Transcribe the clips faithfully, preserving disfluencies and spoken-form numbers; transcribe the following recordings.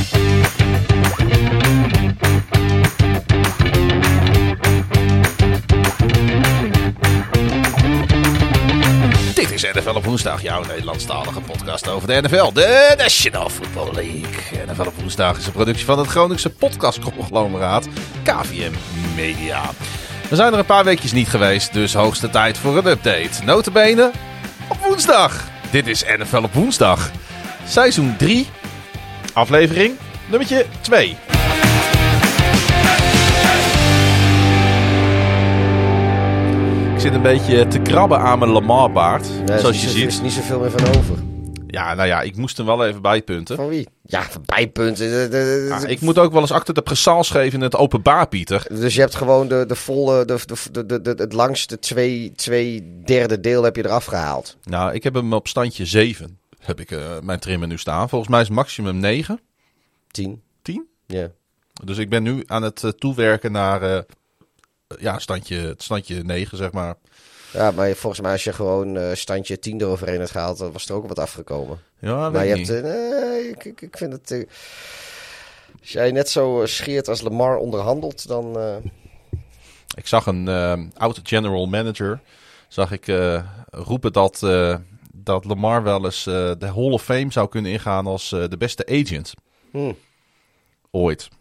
Dit is N F L op woensdag, jouw Nederlandstalige podcast over de N F L, de National Football League. N F L op woensdag is een productie van het Groningse podcastconglomeraat K V M Media. We zijn er een paar weekjes niet geweest, dus hoogste tijd voor een update. Nota bene op woensdag. Dit is N F L op woensdag. Seizoen drie, aflevering nummertje twee. Ik zit een beetje te krabben aan mijn Lamar-baard, nee, zoals je er ziet. Er is niet zoveel meer van over. Ja, nou ja, ik moest hem wel even bijpunten. Van wie? Ja, van bijpunten. De, de, de, Ja, ik moet ook wel eens acte de présence geven in het openbaar, Pieter. Dus je hebt gewoon de, de volle, de, de, de, de, het langste twee, twee derde deel heb je eraf gehaald. Nou, ik heb hem op standje zeven, heb ik uh, mijn trimmer nu staan. Volgens mij is het maximum negen. Tien. tien? Ja. Dus ik ben nu aan het uh, toewerken naar uh, ja, standje, het standje negen, zeg maar. Ja, maar volgens mij als je gewoon uh, standje tien eroverheen had gehaald, dan was er ook wat afgekomen. Ja, maar weet je niet. hebt, uh, nee, ik, ik, ik vind het... Uh, als jij net zo uh, scheert als Lamar onderhandelt, dan... Uh... Ik zag een uh, oud general manager, zag ik uh, roepen dat, uh, dat Lamar wel eens uh, de Hall of Fame zou kunnen ingaan als uh, de beste agent. Hmm. Ooit.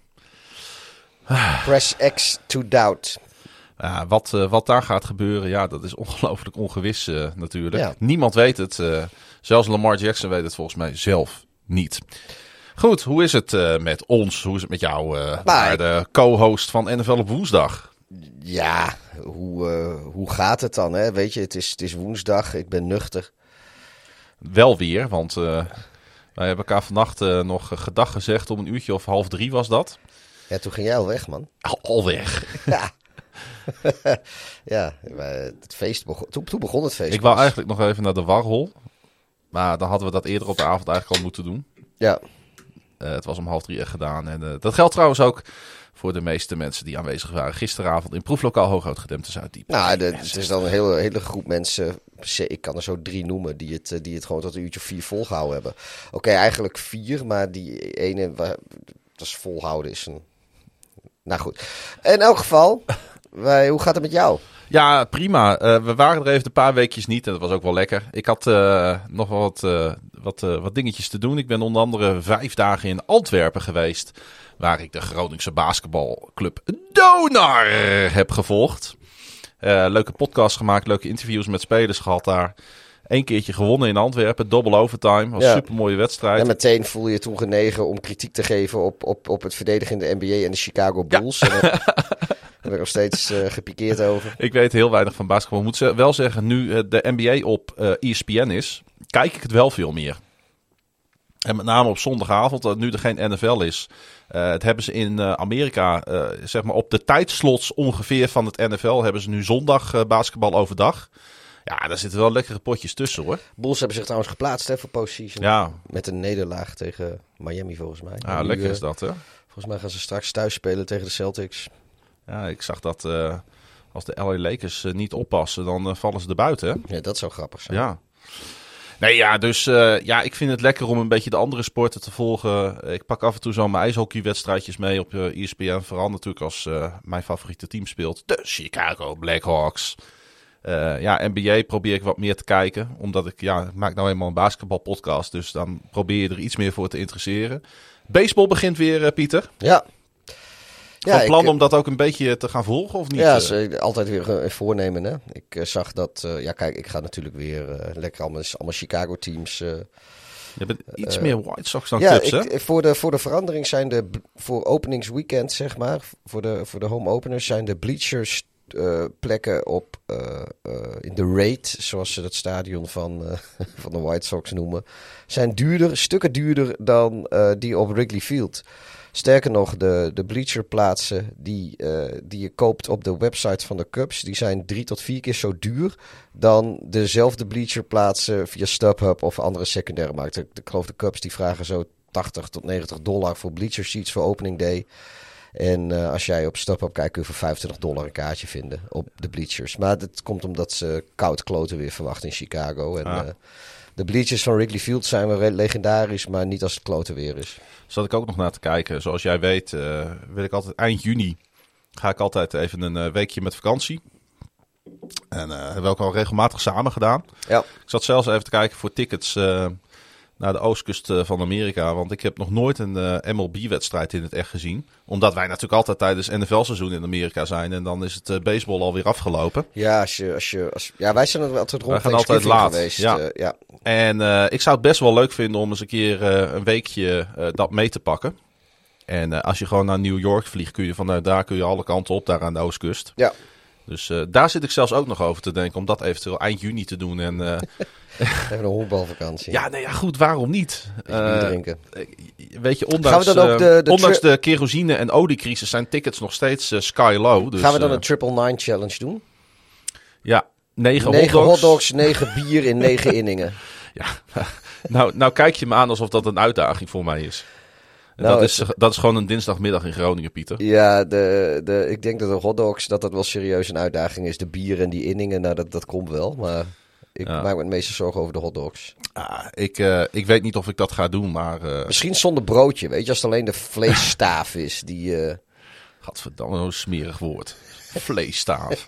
Press X to doubt. Ja, wat, uh, wat daar gaat gebeuren, ja, dat is ongelooflijk ongewis uh, natuurlijk. Ja. Niemand weet het. Uh, zelfs Lamar Jackson weet het volgens mij zelf niet. Goed, hoe is het uh, met ons? Hoe is het met jou, uh, Maar... de co-host van N F L op woensdag? Ja, hoe, uh, hoe gaat het dan? Hè? Weet je, het is, het is woensdag, ik ben nuchter. Wel weer, want uh, wij hebben elkaar vannacht uh, nog gedag gezegd. Om een uurtje of half drie was dat. Ja, toen ging jij al weg, man. Al, al weg. Ja. Ja, het feest begon, toen, toen begon het feest. Ik wou eigenlijk nog even naar de Warhol. Maar dan hadden we dat eerder op de avond eigenlijk al moeten doen. Ja. Uh, het was om half drie echt gedaan. En uh, dat geldt trouwens ook voor de meeste mensen die aanwezig waren gisteravond in proeflokaal Hooghout Gedempte Zuiddiep. Nou, de, het is dan een hele, hele groep mensen. Ik kan er zo drie noemen die het, die het gewoon tot een uurtje of vier volgehouden hebben. Oké, okay, eigenlijk vier, maar die ene, dat is volhouden is een... Nou goed. In elk geval, wij, hoe gaat het met jou? Ja, prima. Uh, we waren er even een paar weekjes niet en dat was ook wel lekker. Ik had uh, nog wel wat, uh, wat, uh, wat dingetjes te doen. Ik ben onder andere vijf dagen in Antwerpen geweest, waar ik de Groningse basketbalclub Donar heb gevolgd. Uh, leuke podcast gemaakt, leuke interviews met spelers gehad daar. Eén keertje gewonnen in Antwerpen, double overtime. Was een ja. super mooie wedstrijd. En meteen voel je je toen genegen om kritiek te geven op, op, op het verdedigende N B A en de Chicago Bulls. Ja. En, uh, daar heb ik nog steeds uh, gepikeerd over. Ik weet heel weinig van basketbal. Ik moet ze wel zeggen, nu uh, de N B A op uh, E S P N is, kijk ik het wel veel meer. En met name op zondagavond, uh, nu er geen N F L is. Uh, het hebben ze in uh, Amerika, uh, zeg maar op de tijdslots ongeveer van het N F L, hebben ze nu zondag uh, basketbal overdag. Ja, daar zitten wel lekkere potjes tussen, hoor. Bulls hebben zich trouwens geplaatst hè, voor postseason. Ja. Met een nederlaag tegen Miami, volgens mij. Ja, nu, lekker uh, is dat, hè? Volgens mij gaan ze straks thuis spelen tegen de Celtics. Ja, ik zag dat uh, als de L A Lakers uh, niet oppassen, dan uh, vallen ze er buiten, hè? Ja, dat zou grappig zijn. Ja. Nee, ja, dus uh, ja, ik vind het lekker om een beetje de andere sporten te volgen. Ik pak af en toe zo mijn ijshockeywedstrijdjes mee op uh, E S P N. Vooral natuurlijk als uh, mijn favoriete team speelt. De Chicago Blackhawks. Uh, ja, N B A probeer ik wat meer te kijken. Omdat ik, ja, ik maak nou eenmaal een basketbalpodcast. Dus dan probeer je er iets meer voor te interesseren. Baseball begint weer, uh, Pieter. Ja. Van ja, plan ik, om dat ook een beetje te gaan volgen, of niet? Ja, is uh, altijd weer een voornemen. Hè? Ik uh, zag dat... Uh, ja, kijk, ik ga natuurlijk weer uh, lekker allemaal, allemaal Chicago-teams... Uh, Je bent iets uh, meer White Sox dan ja, Cubs, hè? Ik, voor, de, voor de verandering zijn de... Voor openingsweekend, zeg maar... Voor de, voor de home openers zijn de bleachers... Uh, plekken op uh, uh, in de raid, zoals ze het stadion van, uh, van de White Sox noemen, zijn duurder, stukken duurder dan uh, die op Wrigley Field. Sterker nog, de, de bleacherplaatsen die, uh, die je koopt op de website van de Cubs, die zijn drie tot vier keer zo duur dan dezelfde bleacherplaatsen via StubHub of andere secundaire markten. Ik, ik geloof de Cubs die vragen zo tachtig tot negentig dollar voor bleacher seats voor opening day. En uh, als jij op StubHub kijkt, kun je voor vijfentwintig dollar een kaartje vinden op de bleachers. Maar dat komt omdat ze koud kloten weer verwachten in Chicago. En ah. uh, De bleachers van Wrigley Field zijn wel legendarisch, maar niet als het klote weer is. Zat ik ook nog naar te kijken. Zoals jij weet, uh, wil ik altijd eind juni ga ik altijd even een uh, weekje met vakantie. En uh, hebben we ook al regelmatig samen gedaan. Ja. Ik zat zelfs even te kijken voor tickets uh, naar de oostkust uh, van Amerika. Want ik heb nog nooit een uh, M L B-wedstrijd in het echt gezien. Omdat wij natuurlijk altijd tijdens N F L-seizoen in Amerika zijn. En dan is het uh, baseball alweer afgelopen. Ja, als je, als je, als, ja wij zijn er altijd rond wij gaan altijd laat geweest. Ja. Uh, ja. En uh, ik zou het best wel leuk vinden om eens een keer uh, een weekje uh, dat mee te pakken. En uh, als je gewoon naar New York vliegt, kun je vanuit daar kun je alle kanten op, daar aan de oostkust. Ja. Dus uh, daar zit ik zelfs ook nog over te denken om dat eventueel eind juni te doen. En, uh, even een honkbalvakantie. Ja, nee, ja, goed, waarom niet? Uh, drinken. Weet je, ondanks, Gaan we dan ook de, de ondanks tri- de kerosine- en oliecrisis zijn tickets nog steeds uh, sky low. Dus, gaan we dan uh, een triple nine challenge doen? Ja, negen, negen hotdogs. hotdogs, negen bier in negen inningen. Ja, nou, nou kijk je me aan alsof dat een uitdaging voor mij is. Nou, dat, is het, dat is gewoon een dinsdagmiddag in Groningen, Pieter. Ja, de, de, ik denk dat de hotdogs, dat dat wel serieus een uitdaging is. De bier en die inningen, nou dat, dat komt wel. Maar ik ja. maak me het meeste zorgen over de hotdogs. Ah, ik, uh, ik weet niet of ik dat ga doen, maar... Uh... Misschien zonder broodje, weet je, als het alleen de vleesstaaf is. Die, uh... Gadverdamme, zo'n smerig woord. Vleesstaaf.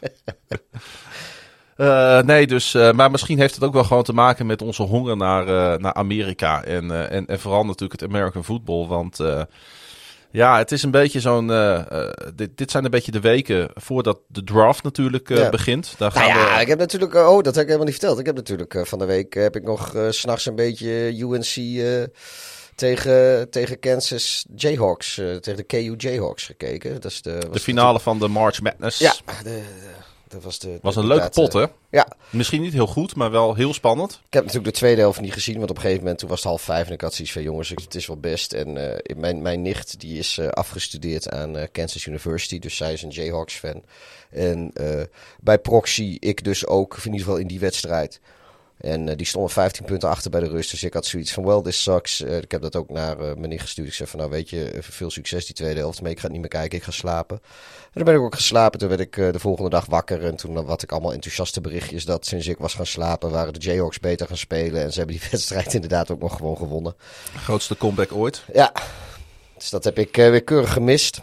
Uh, nee, dus, uh, maar misschien heeft het ook wel gewoon te maken met onze honger naar, uh, naar Amerika. En, uh, en, en vooral natuurlijk het American football. Want uh, ja, het is een beetje zo'n... Uh, uh, dit, dit zijn een beetje de weken voordat de draft natuurlijk uh, ja. begint. Daar gaan nou ja, we... ik heb natuurlijk... Oh, dat heb ik helemaal niet verteld. Ik heb natuurlijk uh, van de week uh, heb ik nog uh, 's nachts een beetje U N C... Uh, Tegen, tegen Kansas Jayhawks, uh, tegen de K U Jayhawks gekeken. Dat is de, was de finale de, van de March Madness. Ja, de, de, dat was de... was de, een leuke pot, hè? Ja. Misschien niet heel goed, maar wel heel spannend. Ik heb natuurlijk de tweede helft niet gezien, want op een gegeven moment toen was het half vijf en ik had zoiets van jongens, het is wel best. En uh, mijn, mijn nicht die is uh, afgestudeerd aan uh, Kansas University, dus zij is een Jayhawks fan. En uh, bij proxy ik dus ook, in ieder geval in die wedstrijd. En uh, die stonden vijftien punten achter bij de rust. Dus ik had zoiets van, well, this sucks. Uh, ik heb dat ook naar uh, mijn nicht gestuurd. Ik zei van, nou weet je, veel succes die tweede helft. Maar ik ga het niet meer kijken, ik ga slapen. En toen ben ik ook geslapen. Toen werd ik uh, de volgende dag wakker. En toen had ik allemaal enthousiaste berichtjes dat sinds ik was gaan slapen, waren de Jayhawks beter gaan spelen. En ze hebben die wedstrijd inderdaad ook nog gewoon gewonnen. Grootste comeback ooit. Ja, dus dat heb ik uh, weer keurig gemist.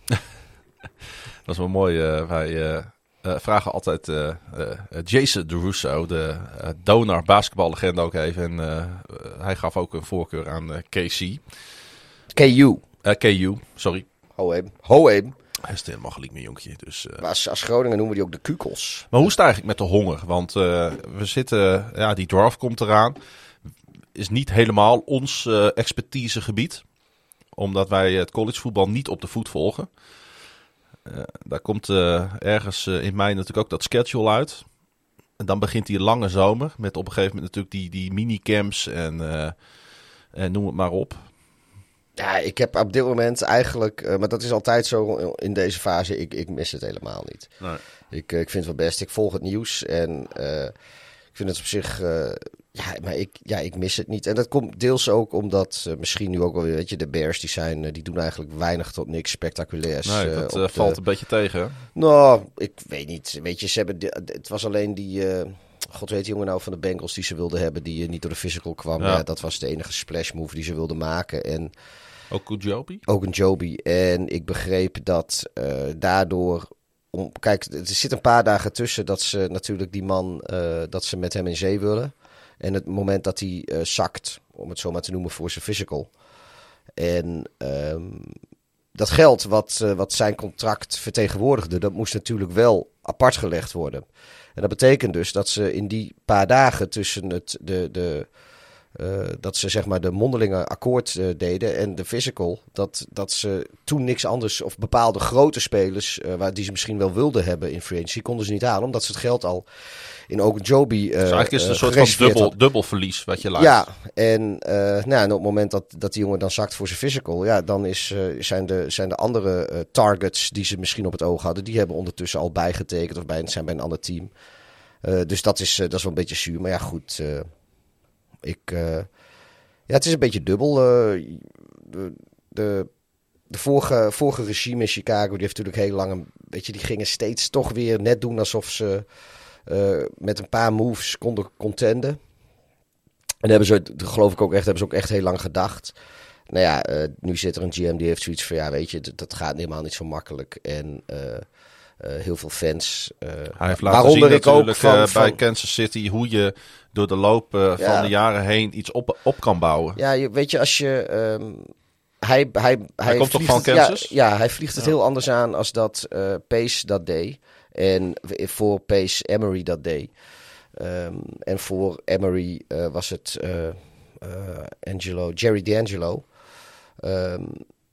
Dat is wel mooi. Uh, wij... Uh... Uh, vragen altijd uh, uh, Jason DeRusso, de uh, donor basketballegende ook even. En uh, uh, hij gaf ook een voorkeur aan uh, K C. K U. Uh, K U, sorry. Hoheem. Hoheem. Hij is helemaal gelijk mijn jonkje. Dus, uh... maar als, als Groningen noemen die ook de kukels. Maar hoe is het eigenlijk met de honger? Want uh, we zitten, ja, die draft komt eraan. Is niet helemaal ons uh, expertisegebied. Omdat wij het collegevoetbal niet op de voet volgen. Uh, daar komt uh, ergens uh, in mei natuurlijk ook dat schedule uit. En dan begint die lange zomer. Met op een gegeven moment natuurlijk die, die minicamps en, uh, en noem het maar op. Ja, ik heb op dit moment eigenlijk... Uh, maar dat is altijd zo in deze fase. Ik, ik mis het helemaal niet. Nee. Ik, uh, ik vind het wel best. Ik volg het nieuws. En uh, ik vind het op zich... Uh, ja, maar ik, ja, ik mis het niet. En dat komt deels ook omdat... Uh, misschien nu ook wel weer... Weet je, de Bears die zijn... Uh, die doen eigenlijk weinig tot niks spectaculairs. Nee, dat uh, uh, valt de... een beetje tegen, hè? Nou, ik weet niet. Weet je, ze hebben... De, het was alleen die... Uh, God weet die jongen nou van de Bengals die ze wilden hebben... die uh, niet door de physical kwam. Ja. Ja, dat was de enige splash move die ze wilden maken. En... Ook een Joby? Ook een Joby. En ik begreep dat uh, daardoor... Om, kijk, er zit een paar dagen tussen dat ze natuurlijk die man... Uh, dat ze met hem in zee willen. En het moment dat hij uh, zakt, om het zo maar te noemen, voor zijn physical. En um, dat geld wat, uh, wat zijn contract vertegenwoordigde... dat moest natuurlijk wel apart gelegd worden. En dat betekent dus dat ze in die paar dagen tussen het... de, de Uh, dat ze zeg maar de mondelinge akkoord uh, deden en de physical, dat, dat ze toen niks anders of bepaalde grote spelers uh, waar die ze misschien wel wilden hebben in free agency, konden ze niet halen, omdat ze het geld al in Ogunjobi uh, dus eigenlijk is het een uh, soort van dubbel, dubbel verlies wat je laat. Ja, en, uh, nou, en op het moment dat, dat die jongen dan zakt voor zijn physical, ja, dan is, uh, zijn, de, zijn de andere uh, targets die ze misschien op het oog hadden, die hebben ondertussen al bijgetekend of bij, zijn bij een ander team. Uh, dus dat is, uh, dat is wel een beetje zuur, maar ja goed... Uh, Ik, uh, ja, het is een beetje dubbel. Uh, de, de, de vorige, vorige regime in Chicago, die heeft natuurlijk heel lang een beetje, die gingen steeds toch weer net doen alsof ze uh, met een paar moves konden contenden. En daar hebben ze, geloof ik ook echt, hebben ze ook echt heel lang gedacht. Nou ja, uh, nu zit er een G M die heeft zoiets van, ja, weet je, dat, dat gaat helemaal niet zo makkelijk. En uh, uh, heel veel fans. Uh, Hij heeft laten zien natuurlijk ook van, uh, bij van, Kansas City hoe je door de loop uh, ja, van de jaren heen iets op, op kan bouwen. Ja, je, weet je, als je... Um, hij, hij, hij, hij komt toch van het, Kansas? Ja, ja, hij vliegt het ja. heel anders aan als dat uh, Pace dat deed. En voor Pace Emery dat deed. Um, en voor Emery uh, was het uh, uh, Angelo, Jerry D'Angelo. Um,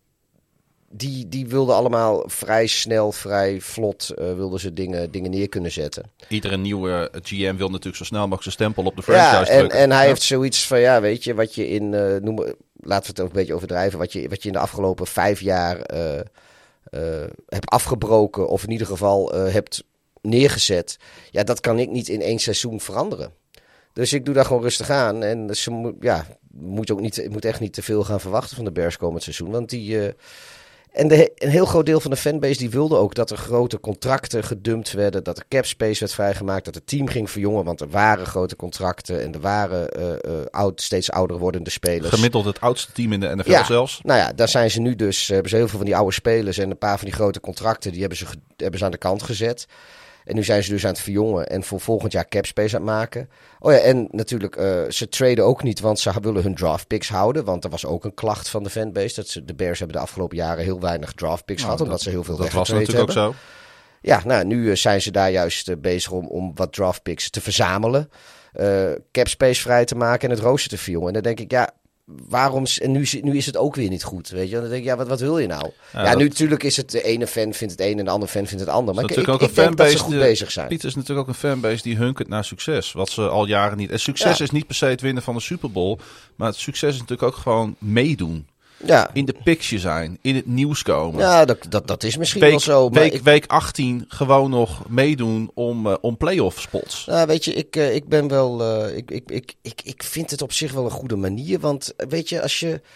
die, die wilden allemaal vrij snel, vrij vlot uh, wilden ze dingen, dingen neer kunnen zetten. Iedere nieuwe G M wil natuurlijk zo snel mogelijk zijn stempel op de franchise ja, en, drukken. en hij ja. heeft zoiets van, ja, weet je, wat je in, uh, noem, laten we het ook een beetje overdrijven, wat je, wat je in de afgelopen vijf jaar uh, uh, hebt afgebroken of in ieder geval uh, hebt neergezet. Ja, dat kan ik niet in één seizoen veranderen. Dus ik doe daar gewoon rustig aan. En ze moet, ja, moet ook niet, moet echt niet te veel gaan verwachten van de Bears komend seizoen. Want die... Uh, en de, een heel groot deel van de fanbase die wilde ook dat er grote contracten gedumpt werden. Dat er cap space werd vrijgemaakt. Dat het team ging verjongen. Want er waren grote contracten. En er waren uh, uh, oud, steeds ouder wordende spelers. Gemiddeld het oudste team in de N F L ja, zelfs. Nou ja, daar zijn ze nu dus. Hebben ze heel veel van die oude spelers. En een paar van die grote contracten. Die hebben ze, hebben ze aan de kant gezet. En nu zijn ze dus aan het verjongen en voor volgend jaar cap space aan het maken. Oh ja, en natuurlijk, uh, ze traden ook niet, want ze willen hun draft picks houden. Want er was ook een klacht van de fanbase. Dat ze, de Bears hebben de afgelopen jaren heel weinig draft picks nou, gehad, omdat ze heel veel dat was natuurlijk hebben. ook zo. Ja, nou, nu uh, zijn ze daar juist uh, bezig om, om wat draft picks te verzamelen. Uh, cap space vrij te maken en het rooster te verjongen. En dan denk ik, ja... Waarom, en nu, nu is het ook weer niet goed, weet je. Dan denk ik, ja, wat, wat wil je nou? Ja, ja dat... nu natuurlijk is het, de ene fan vindt het een en de andere fan vindt het ander. Maar ik, ik, ik denk dat ze goed de, bezig zijn. Piet is natuurlijk ook een fanbase die hunkert naar succes. Wat ze al jaren niet... En succes ja. is niet per se het winnen van de Super Bowl. Maar het succes is natuurlijk ook gewoon meedoen. Ja. In de picture zijn, in het nieuws komen. Ja, dat, dat, dat is misschien week, wel zo. Maar week, ik... week achttien gewoon nog meedoen om, uh, om playoff spots. Nou, weet je, ik, uh, ik ben wel... Uh, ik, ik, ik, ik, ik vind het op zich wel een goede manier. Want weet je, als je...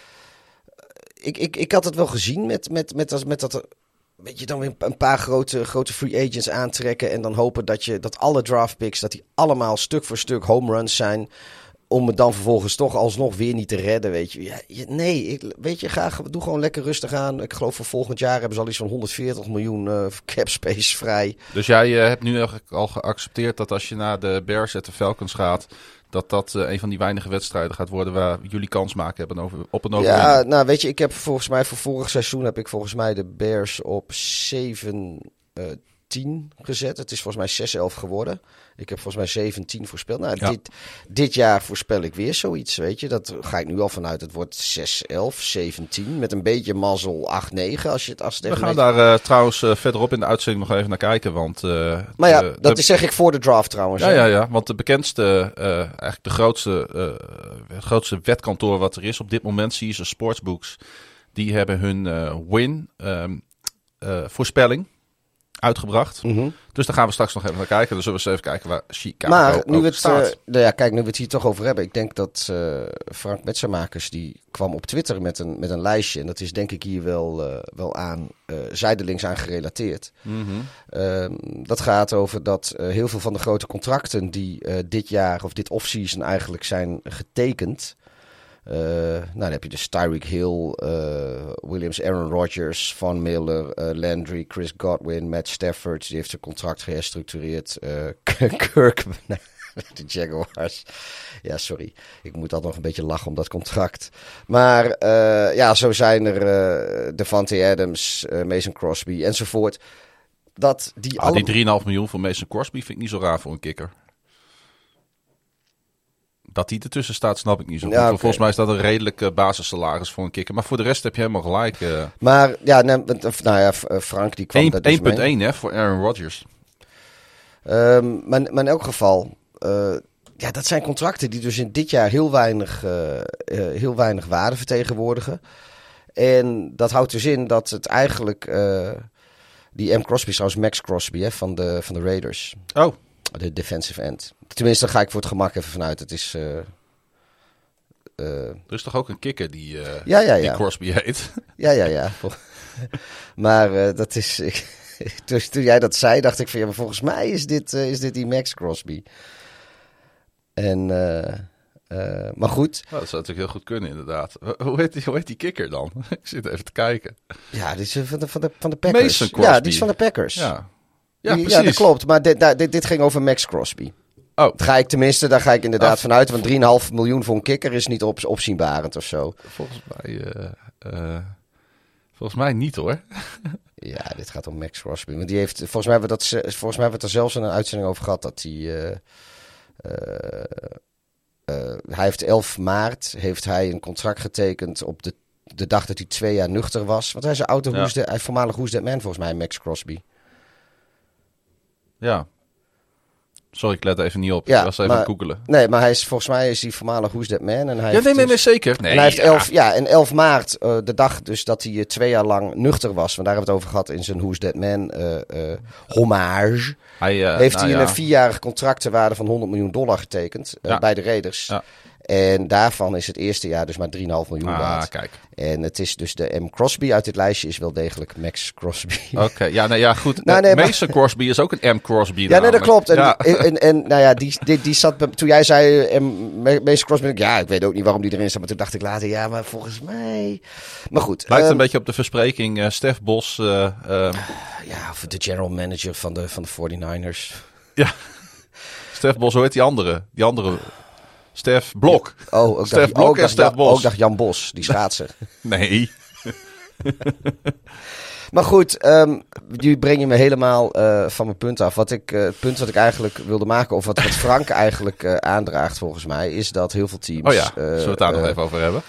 Ik, ik, ik had het wel gezien met, met, met, met, met dat... Weet je, dan weer een paar grote, grote free agents aantrekken. En dan hopen dat, je, dat alle draft picks, dat die allemaal stuk voor stuk home runs zijn... Om het dan vervolgens toch alsnog weer niet te redden, weet je. Ja, nee, ik, weet je, ga, doe gewoon lekker rustig aan. Ik geloof voor volgend jaar hebben ze al iets van honderdveertig miljoen uh, cap space vrij. Dus jij uh, hebt nu eigenlijk al geaccepteerd dat als je naar de Bears en de Falcons gaat... dat dat uh, een van die weinige wedstrijden gaat worden waar jullie kans maken hebben over, op een overwinning. Ja, nou weet je, ik heb volgens mij voor vorig seizoen heb ik volgens mij de Bears op zeven tien gezet. Het is volgens mij zes elf geworden. Ik heb volgens mij zeventien voorspeld. Nou, ja. dit, dit jaar voorspel ik weer zoiets, weet je. Dat ga ik nu al vanuit. Het wordt zes elf, zeventien. Met een beetje mazzel acht negen. Als je het, als het We gaan beetje... daar uh, trouwens uh, verderop in de uitzending nog even naar kijken. Want, uh, maar ja, de, dat de... zeg ik voor de draft trouwens. Ja, ja, ja. Want de bekendste, uh, eigenlijk de grootste, uh, grootste wetkantoor wat er is op dit moment, zie je ze Sportsbooks. Die hebben hun uh, win um, uh, voorspelling uitgebracht. Mm-hmm. Dus daar gaan we straks nog even naar kijken. Dan zullen we eens even kijken waar Chicago maar nu ook het, staat. Uh, nou ja, kijk, nu we het hier toch over hebben. Ik denk dat uh, Frank Metsermakers, die kwam op Twitter met een, met een lijstje. En dat is denk ik hier wel, uh, wel aan, uh, zijdelings aan gerelateerd. Mm-hmm. Uh, dat gaat over dat uh, heel veel van de grote contracten die uh, dit jaar of dit offseason eigenlijk zijn getekend... Uh, nou, dan heb je dus Tyreek Hill, uh, Williams, Aaron Rodgers, Von Miller, uh, Landry, Chris Godwin, Matt Stafford. Die heeft zijn contract geherstructureerd. Uh, Kirk, de Jaguars. Ja, sorry. Ik moet altijd nog een beetje lachen om dat contract. Maar uh, ja, zo zijn er uh, Davante Adams, uh, Mason Crosby enzovoort. Dat die ah, alle... die drieënhalf miljoen voor Mason Crosby vind ik niet zo raar voor een kikker. Dat die ertussen staat, snap ik niet zo goed. Ja, okay. Volgens mij is dat een redelijk uh, basissalaris voor een kikker. Maar voor de rest heb je helemaal gelijk. Uh... Maar ja, nee, nou ja, Frank die kwam... één komma één hè, voor Aaron Rodgers. Um, maar, maar in elk geval... Uh, ja, dat zijn contracten die dus in dit jaar heel weinig, uh, uh, heel weinig waarde vertegenwoordigen. En dat houdt dus in dat het eigenlijk... Uh, die M. Crosby is trouwens Max Crosby hè, van, de, van de Raiders. Oh. De defensive end. Tenminste, daar ga ik voor het gemak even vanuit. Het is... Uh, uh... Er is toch ook een kikker die, uh, ja, ja, ja. die Crosby heet? Ja, ja, ja. maar uh, dat is... dus toen jij dat zei, dacht ik van... Ja, maar volgens mij is dit, uh, is dit die Max Crosby. En... Uh, Uh, maar goed. Oh, dat zou natuurlijk heel goed kunnen, inderdaad. Hoe heet die, hoe heet die kikker dan? Ik zit even te kijken. Ja, die is van de, van de, van de Packers. Mason Crosby. Ja, die is van de Packers. Ja, ja, die, precies. Ja, dat klopt. Maar dit, dit, dit ging over Max Crosby. Oh. Dat ga ik tenminste, daar ga ik inderdaad ah, vanuit. Want drie komma vijf miljoen voor een kikker is niet op, opzienbarend of zo. Volgens mij, uh, uh, volgens mij niet hoor. Ja, dit gaat om Max Crosby. Want die heeft, volgens mij hebben we, dat, volgens mij hebben we het er zelfs in een uitzending over gehad dat hij... Uh, uh, uh, hij heeft elf maart heeft hij een contract getekend op de, de dag dat hij twee jaar nuchter was. Want hij is een oude ja. Who's the, hij is voormalig Who's That Man volgens mij, Max Crosby. Ja. Sorry, ik let even niet op. Ja, ik was even maar, aan het googelen. Nee, maar hij is, volgens mij is hij voormalig Who's That Man. En hij ja, heeft nee, nee, dus, nee, zeker. Nee, en hij heeft ja. elf, ja, en elf maart, uh, de dag dus dat hij uh, twee jaar lang nuchter was. Want daar hebben we het over gehad in zijn Who's That Man uh, uh, hommage. Hij, uh, heeft nou, hij ja. een vierjarig contract ter waarde van honderd miljoen dollar getekend uh, ja. bij de Raiders. Ja. En daarvan is het eerste jaar dus maar drie komma vijf miljoen ah, waard. Kijk. En het is dus de M. Crosby uit dit lijstje is wel degelijk Max Crosby. Oké, okay. ja, nou ja, goed. nou, nee, Mason maar... Crosby is ook een M. Crosby. Ja, nee, dat klopt. En, ja. en, en, en nou ja, die, die, die zat... Bij, toen jij zei M. Mason Crosby, ja, ik weet ook niet waarom die erin staat. Maar toen dacht ik later, ja, maar volgens mij... Maar goed. Lijkt um, een beetje op de verspreking uh, Stef Bos. Uh, uh... Ja, of de general manager van de, van de forty-niners. Ja. Stef Bos, hoe heet die andere? Die andere... Stef Blok. Oh, ook Stef dacht, Blok ook en dacht, Stef Bos. Ook dacht Jan Bos, die schaatser. Nee. Maar goed, um, jullie brengen me helemaal uh, van mijn punt af. Wat ik, uh, het punt wat ik eigenlijk wilde maken, of wat, wat Frank eigenlijk uh, aandraagt volgens mij, is dat heel veel teams... Oh ja, uh, zullen we het daar uh, nog even over hebben?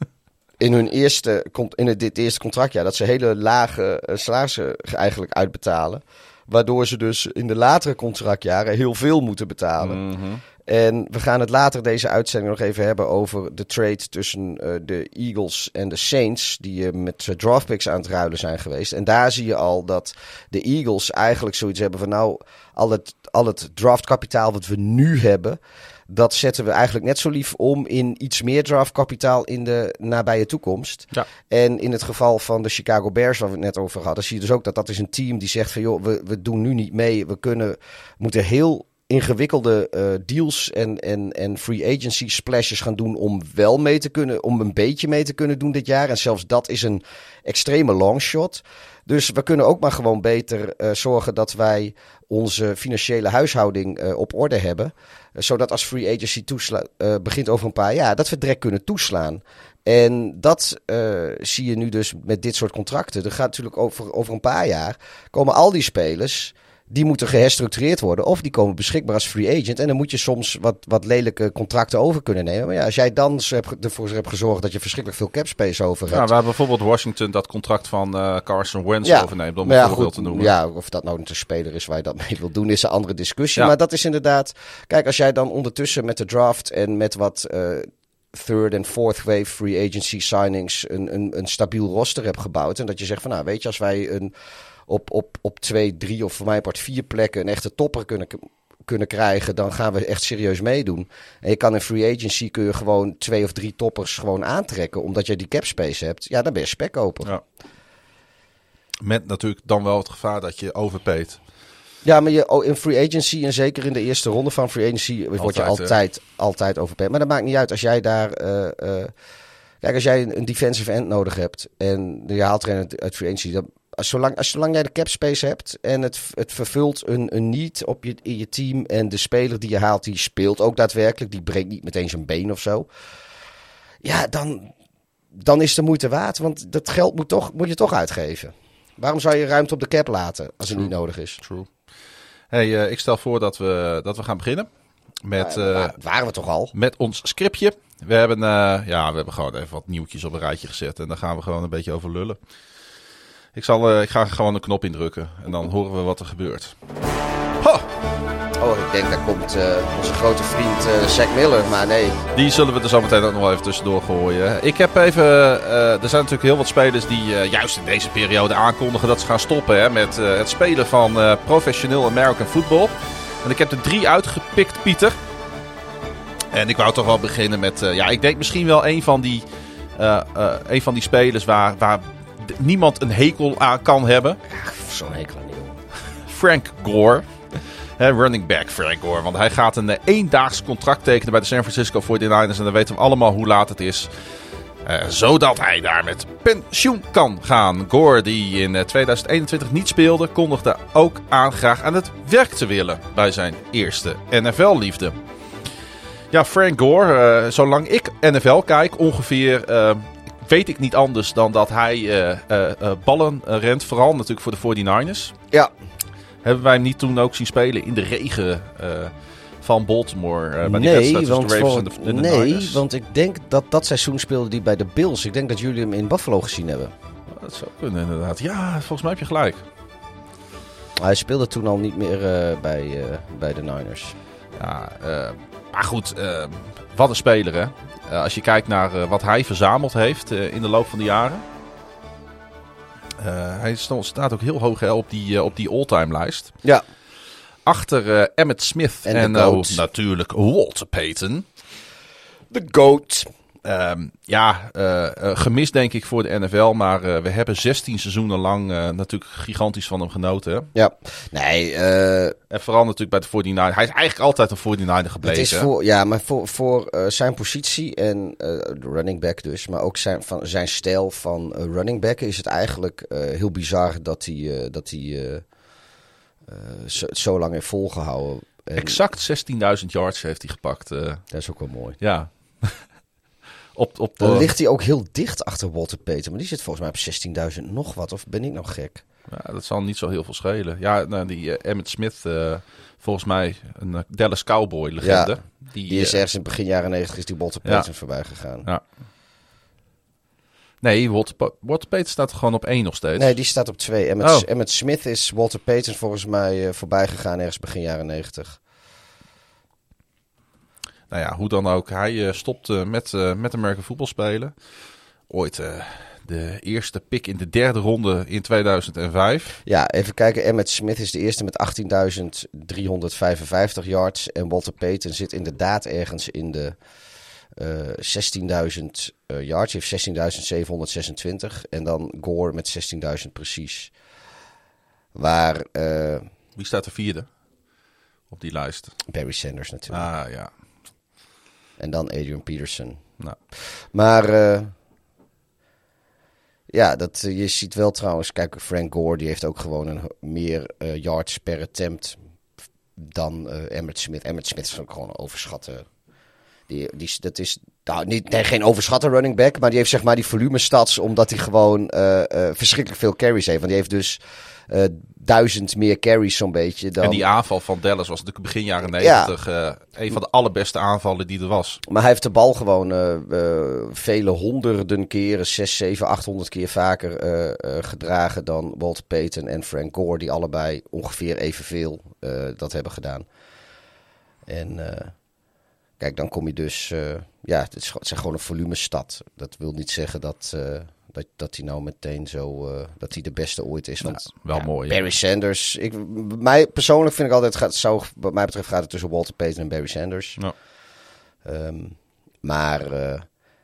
In hun eerste, in het, dit eerste contractjaar, dat ze hele lage uh, salarissen eigenlijk uitbetalen. Waardoor ze dus in de latere contractjaren heel veel moeten betalen. Mm-hmm. En we gaan het later deze uitzending nog even hebben over de trade tussen uh, de Eagles en de Saints. Die uh, met uh, draftpicks aan het ruilen zijn geweest. En daar zie je al dat de Eagles eigenlijk zoiets hebben van nou, al het, al het draftkapitaal wat we nu hebben, dat zetten we eigenlijk net zo lief om in iets meer draftkapitaal in de nabije toekomst. Ja. En in het geval van de Chicago Bears, waar we het net over hadden, zie je dus ook dat dat is een team die zegt van joh, we, we doen nu niet mee. We kunnen, moeten heel ingewikkelde uh, deals en, en, en free agency splashes gaan doen om wel mee te kunnen, om een beetje mee te kunnen doen dit jaar. En zelfs dat is een extreme longshot. Dus we kunnen ook maar gewoon beter uh, zorgen dat wij onze financiële huishouding uh, op orde hebben. Uh, zodat als free agency toesla- uh, begint over een paar jaar, dat we direct kunnen toeslaan. En dat uh, zie je nu dus met dit soort contracten. Er gaat natuurlijk over, over een paar jaar komen al die spelers, die moeten geherstructureerd worden. Of die komen beschikbaar als free agent. En dan moet je soms wat, wat lelijke contracten over kunnen nemen. Maar ja, als jij dan ervoor hebt gezorgd dat je verschrikkelijk veel cap space over hebt. Ja, we hebben bijvoorbeeld Washington dat contract van uh, Carson Wentz ja, overneemt. Om ja, een voorbeeld goed, te noemen. Ja, of dat nou een speler is waar je dat mee wil doen, is een andere discussie. Ja. Maar dat is inderdaad... Kijk, als jij dan ondertussen met de draft en met wat uh, third en fourth wave free agency signings een, een, een stabiel roster hebt gebouwd. En dat je zegt van nou, weet je, als wij een... Op, op, op twee, drie of voor mij part vier plekken een echte topper kunnen, kunnen krijgen, dan gaan we echt serieus meedoen. En je kan in free agency kun je gewoon twee of drie toppers gewoon aantrekken, omdat je die cap space hebt. Ja, dan ben je spekkoper. Ja. Met natuurlijk dan wel het gevaar dat je overpayt. Ja, maar je, in free agency en zeker in de eerste ronde van free agency altijd, word je altijd, altijd overpayt. Maar dat maakt niet uit als jij daar... Uh, uh, kijk, als jij een defensive end nodig hebt en je haalt er een uit free agency, dan Als zolang, als zolang jij de cap space hebt en het, het vervult een, een need op je, in je team en de speler die je haalt, die speelt ook daadwerkelijk, die breekt niet meteen zijn been of zo. Ja, dan, dan is het de moeite waard, want dat geld moet, toch, moet je toch uitgeven. Waarom zou je ruimte op de cap laten als het True. niet nodig is? True. Hey, uh, ik stel voor dat we, dat we gaan beginnen met, ja, uh, waren we toch al? met ons scriptje. We hebben, uh, ja, we hebben gewoon even wat nieuwtjes op een rijtje gezet en daar gaan we gewoon een beetje over lullen. Ik, zal, uh, ik ga gewoon een knop indrukken en dan horen we wat er gebeurt. Ho! Oh, ik denk daar komt uh, onze grote vriend uh, Zach Miller, maar nee. Die zullen we er zo meteen ook nog wel even tussendoor gooien. Ik heb even, uh, er zijn natuurlijk heel wat spelers die uh, juist in deze periode aankondigen dat ze gaan stoppen hè, met uh, het spelen van uh, professioneel American football. En ik heb er drie uitgepikt, Pieter. En ik wou toch wel beginnen met, uh, ja, ik denk misschien wel een van die, uh, uh, een van die spelers waar, waar niemand een hekel aan kan hebben. Ja, zo'n hekel aan die jongen. Frank Gore. He, running back Frank Gore. Want hij gaat een uh, eendaags contract tekenen bij de San Francisco forty-niners. En dan weten we allemaal hoe laat het is. Uh, zodat hij daar met pensioen kan gaan. Gore, die in uh, tweeduizend eenentwintig niet speelde, kondigde ook aan graag aan het werk te willen bij zijn eerste N F L-liefde. Ja, Frank Gore, uh, zolang ik N F L kijk, ongeveer uh, weet ik niet anders dan dat hij uh, uh, uh, ballen uh, rent. Vooral natuurlijk voor de forty-niners. Ja. Hebben wij hem niet toen ook zien spelen in de regen uh, van Baltimore? Uh, bij die nee, wedstrijd tussen want de Ravens voor, en de, en de nee Niners? want ik denk dat dat seizoen speelde die bij de Bills. Ik denk dat jullie hem in Buffalo gezien hebben. Dat zou kunnen inderdaad. Ja, volgens mij heb je gelijk. Hij speelde toen al niet meer uh, bij, uh, bij de Niners. Ja, uh, maar goed, uh, wat een speler hè. Uh, als je kijkt naar uh, wat hij verzameld heeft uh, in de loop van de jaren. Uh, hij stond, staat ook heel hoog hè, op die, uh, op die all-time lijst. Ja. Achter uh, Emmitt Smith en, en uh, natuurlijk Walter Payton. De GOAT. Um, ja, uh, uh, gemist denk ik voor de N F L. Maar uh, we hebben zestien seizoenen lang uh, natuurlijk gigantisch van hem genoten. Hè? Ja, nee. Uh, en vooral natuurlijk bij de forty-niners. Hij is eigenlijk altijd een forty-niner gebleven. Het is voor, ja, maar voor, voor uh, zijn positie en uh, de running back dus. Maar ook zijn, van, zijn stijl van uh, running back is het eigenlijk uh, heel bizar dat hij, uh, dat hij uh, uh, zo, zo lang heeft volgehouden. En exact zestienduizend yards heeft hij gepakt. Uh, dat is ook wel mooi. Ja. Op, op, Dan uh, ligt hij ook heel dicht achter Walter Payton. Maar die zit volgens mij op zestienduizend nog wat. Of ben ik nou gek? Ja, dat zal niet zo heel veel schelen. Ja, nou, die uh, Emmitt Smith, uh, volgens mij een uh, Dallas Cowboy legende. Ja, die, die is uh, ergens in begin jaren negentig is die Walter Payton ja. voorbij gegaan. Ja. Nee, Walter, Walter Payton staat gewoon op één nog steeds. Nee, die staat op twee. Emmitt, oh. Emmitt Smith is Walter Payton volgens mij uh, voorbij gegaan ergens begin jaren negentig. Nou ja, hoe dan ook. Hij uh, stopte met, uh, met American voetbal spelen. Ooit uh, de eerste pick in de derde ronde in tweeduizend vijf. Ja, even kijken. Emmitt Smith is de eerste met achttienduizend driehonderdvijfenvijftig yards. En Walter Payton zit inderdaad ergens in de uh, zestienduizend uh, yards. Hij heeft zestienduizend zevenhonderdzesentwintig. En dan Gore met zestienduizend precies. Waar... Uh, Wie staat de vierde op die lijst? Barry Sanders natuurlijk. Ah, ja. En dan Adrian Peterson. Nou. Maar uh, ja, dat, uh, je ziet wel trouwens... Kijk, Frank Gore die heeft ook gewoon een meer uh, yards per attempt dan uh, Emmitt Smith. Emmitt Smith is ook gewoon een overschatte... Die, die, dat is nou, niet, nee, geen overschatte running back, maar die heeft zeg maar die volume stats omdat hij gewoon uh, uh, verschrikkelijk veel carries heeft. Want die heeft dus uh, duizend meer carries zo'n beetje dan... En die aanval van Dallas was natuurlijk begin jaren negentig ja. uh, een van de allerbeste aanvallen die er was. Maar hij heeft de bal gewoon uh, uh, vele honderden keren, zes, zeven, achthonderd keer vaker uh, uh, gedragen dan Walter Payton en Frank Gore, die allebei ongeveer evenveel uh, dat hebben gedaan. En... Uh, Kijk, dan kom je dus... Uh, ja, het is, het is gewoon een volumestad. Dat wil niet zeggen dat, uh, dat, dat hij nou meteen zo... Uh, dat hij de beste ooit is. Want, ja, wel ja, mooi. Barry ja. Sanders... Ik, mij persoonlijk vind ik altijd... Gaat, zou, wat mij betreft gaat het tussen Walter Payton en Barry Sanders. Ja. Um, maar... Uh,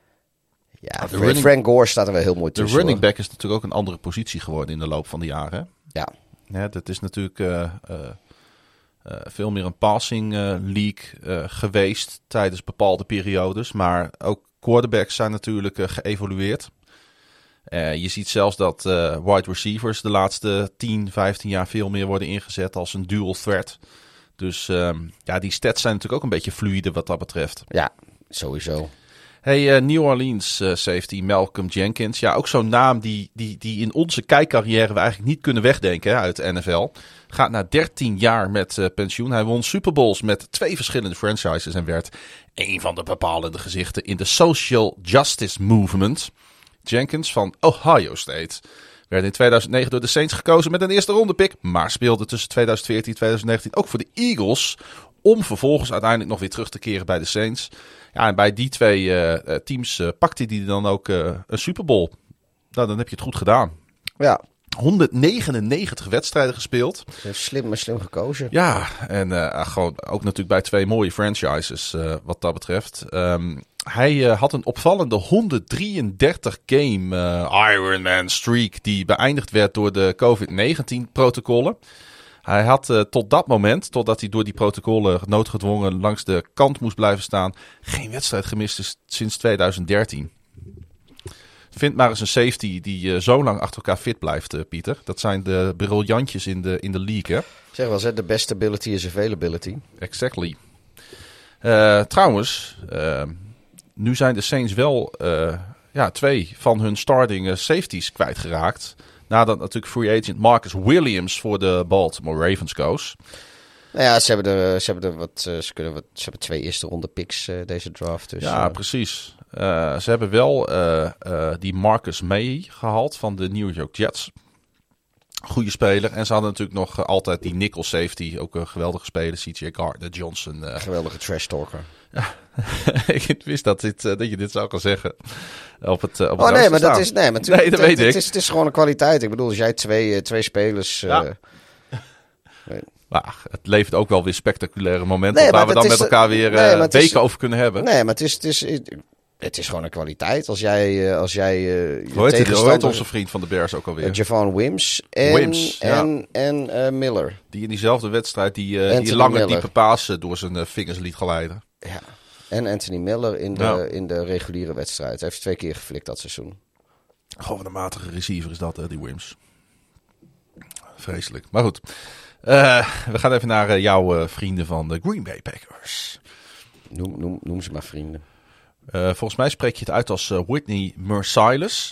ja, ah, Frank, running, Frank Gore staat er wel heel mooi tussen. De running hoor. back is natuurlijk ook een andere positie geworden in de loop van de jaren. Hè? Ja. Ja, dat is natuurlijk... Uh, uh, Uh, veel meer een passing uh, league uh, geweest tijdens bepaalde periodes. Maar ook quarterbacks zijn natuurlijk uh, geëvolueerd. Uh, je ziet zelfs dat uh, wide receivers de laatste tien, vijftien jaar veel meer worden ingezet als een dual threat. Dus um, ja, die stats zijn natuurlijk ook een beetje fluide wat dat betreft. Ja, sowieso. Hey, uh, New Orleans uh, safety Malcolm Jenkins. Ja, ook zo'n naam die, die, die in onze kijkcarrière we eigenlijk niet kunnen wegdenken hè, uit de N F L. Gaat na dertien jaar met uh, pensioen. Hij won Super Bowls met twee verschillende franchises en werd een van de bepalende gezichten in de social justice movement. Jenkins van Ohio State werd in tweeduizend negen door de Saints gekozen met een eerste ronde pick, maar speelde tussen tweeduizend veertien en tweeduizend negentien ook voor de Eagles, om vervolgens uiteindelijk nog weer terug te keren bij de Saints. Ja, en bij die twee uh, teams uh, pakte hij dan ook uh, een Super Bowl. Nou, dan heb je het goed gedaan. Ja. honderdnegenennegentig wedstrijden gespeeld. Slim, maar slim gekozen. Ja, en uh, gewoon ook natuurlijk bij twee mooie franchises uh, wat dat betreft. Um, hij uh, had een opvallende honderddrieëndertig game uh, Ironman streak die beëindigd werd door de covid negentien protocollen. hij had uh, tot dat moment, totdat hij door die protocollen noodgedwongen langs de kant moest blijven staan, geen wedstrijd gemist is sinds twintig dertien. Vind maar eens een safety die uh, zo lang achter elkaar fit blijft, uh, Pieter. Dat zijn de briljantjes in de, in de league, hè? Zeg wel eens, de best ability is availability. Exactly. Uh, trouwens, uh, nu zijn de Saints wel uh, ja, twee van hun starting uh, safeties kwijtgeraakt. Nadat natuurlijk free agent Marcus Williams voor de Baltimore Ravens koos. Nou ja, ze hebben er, ze hebben er wat, ze kunnen wat, ze hebben twee eerste ronde picks uh, deze draft. Dus, ja, uh... precies. Uh, ze hebben wel uh, uh, die Marcus May gehaald van de New York Jets. Goede speler. En ze hadden natuurlijk nog uh, altijd die nickel safety. Ook een geweldige speler. C J Gardner-Johnson. Uh. Geweldige trash talker. Ja, ik wist dat, dit, uh, dat je dit zou gaan zeggen. Op het, uh, op oh het nee, maar dat is, nee, maar nee, dat het, weet het, ik. Het is, het is gewoon een kwaliteit. Ik bedoel, als jij twee, uh, twee spelers... Uh, ja. nee. Maar het levert ook wel weer spectaculaire momenten nee, op waar we dan is, met elkaar weer nee, uh, weken is, over kunnen hebben. Nee, maar het is, het is, het is gewoon een kwaliteit. Als jij, als jij uh, hoe heet, hoe heet onze vriend van de Bears ook alweer? Uh, Javon Wims en, Wims, en, ja. en uh, Miller. Die in diezelfde wedstrijd die, uh, die lange Miller. diepe pasen door zijn uh, vingers liet glijden. Ja. En Anthony Miller in de, ja. in de reguliere wedstrijd. Hij heeft twee keer geflikt dat seizoen. Gewoon een matige receiver is dat, hè, die Wims. Vreselijk. Maar goed. Uh, we gaan even naar uh, jouw uh, vrienden van de Green Bay Packers. Noem, noem, noem ze maar vrienden. Uh, volgens mij spreek je het uit als uh, Whitney Mercilus.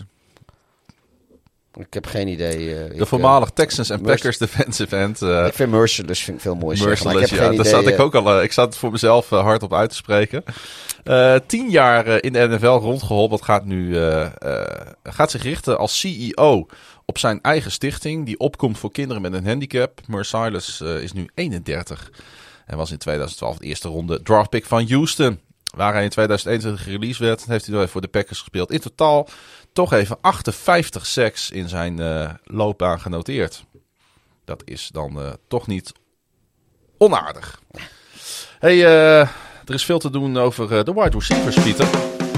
Ik heb geen idee. Uh, de ik, voormalig uh, Texans en Packers defensive end. Uh, ik vind Mercilus vind ik veel mooier. Mercilus, ja. Daar zat ik ook al. Uh, ik zat het voor mezelf uh, hardop uit te spreken. Uh, tien jaar uh, in de N F L rondgeholpen. Gaat nu uh, uh, gaat zich richten als C E O op zijn eigen stichting. Die opkomt voor kinderen met een handicap. Mercilus uh, is nu eenendertig. En was in twintig twaalf de eerste ronde draftpick van Houston. Waar hij in twintig eenentwintig gereleased werd. Heeft hij voor de Packers gespeeld. In totaal toch even achtenvijftig sacks in zijn uh, loopbaan genoteerd. Dat is dan uh, toch niet onaardig. Hey, uh, er is veel te doen over uh, de wide receivers, Pieter.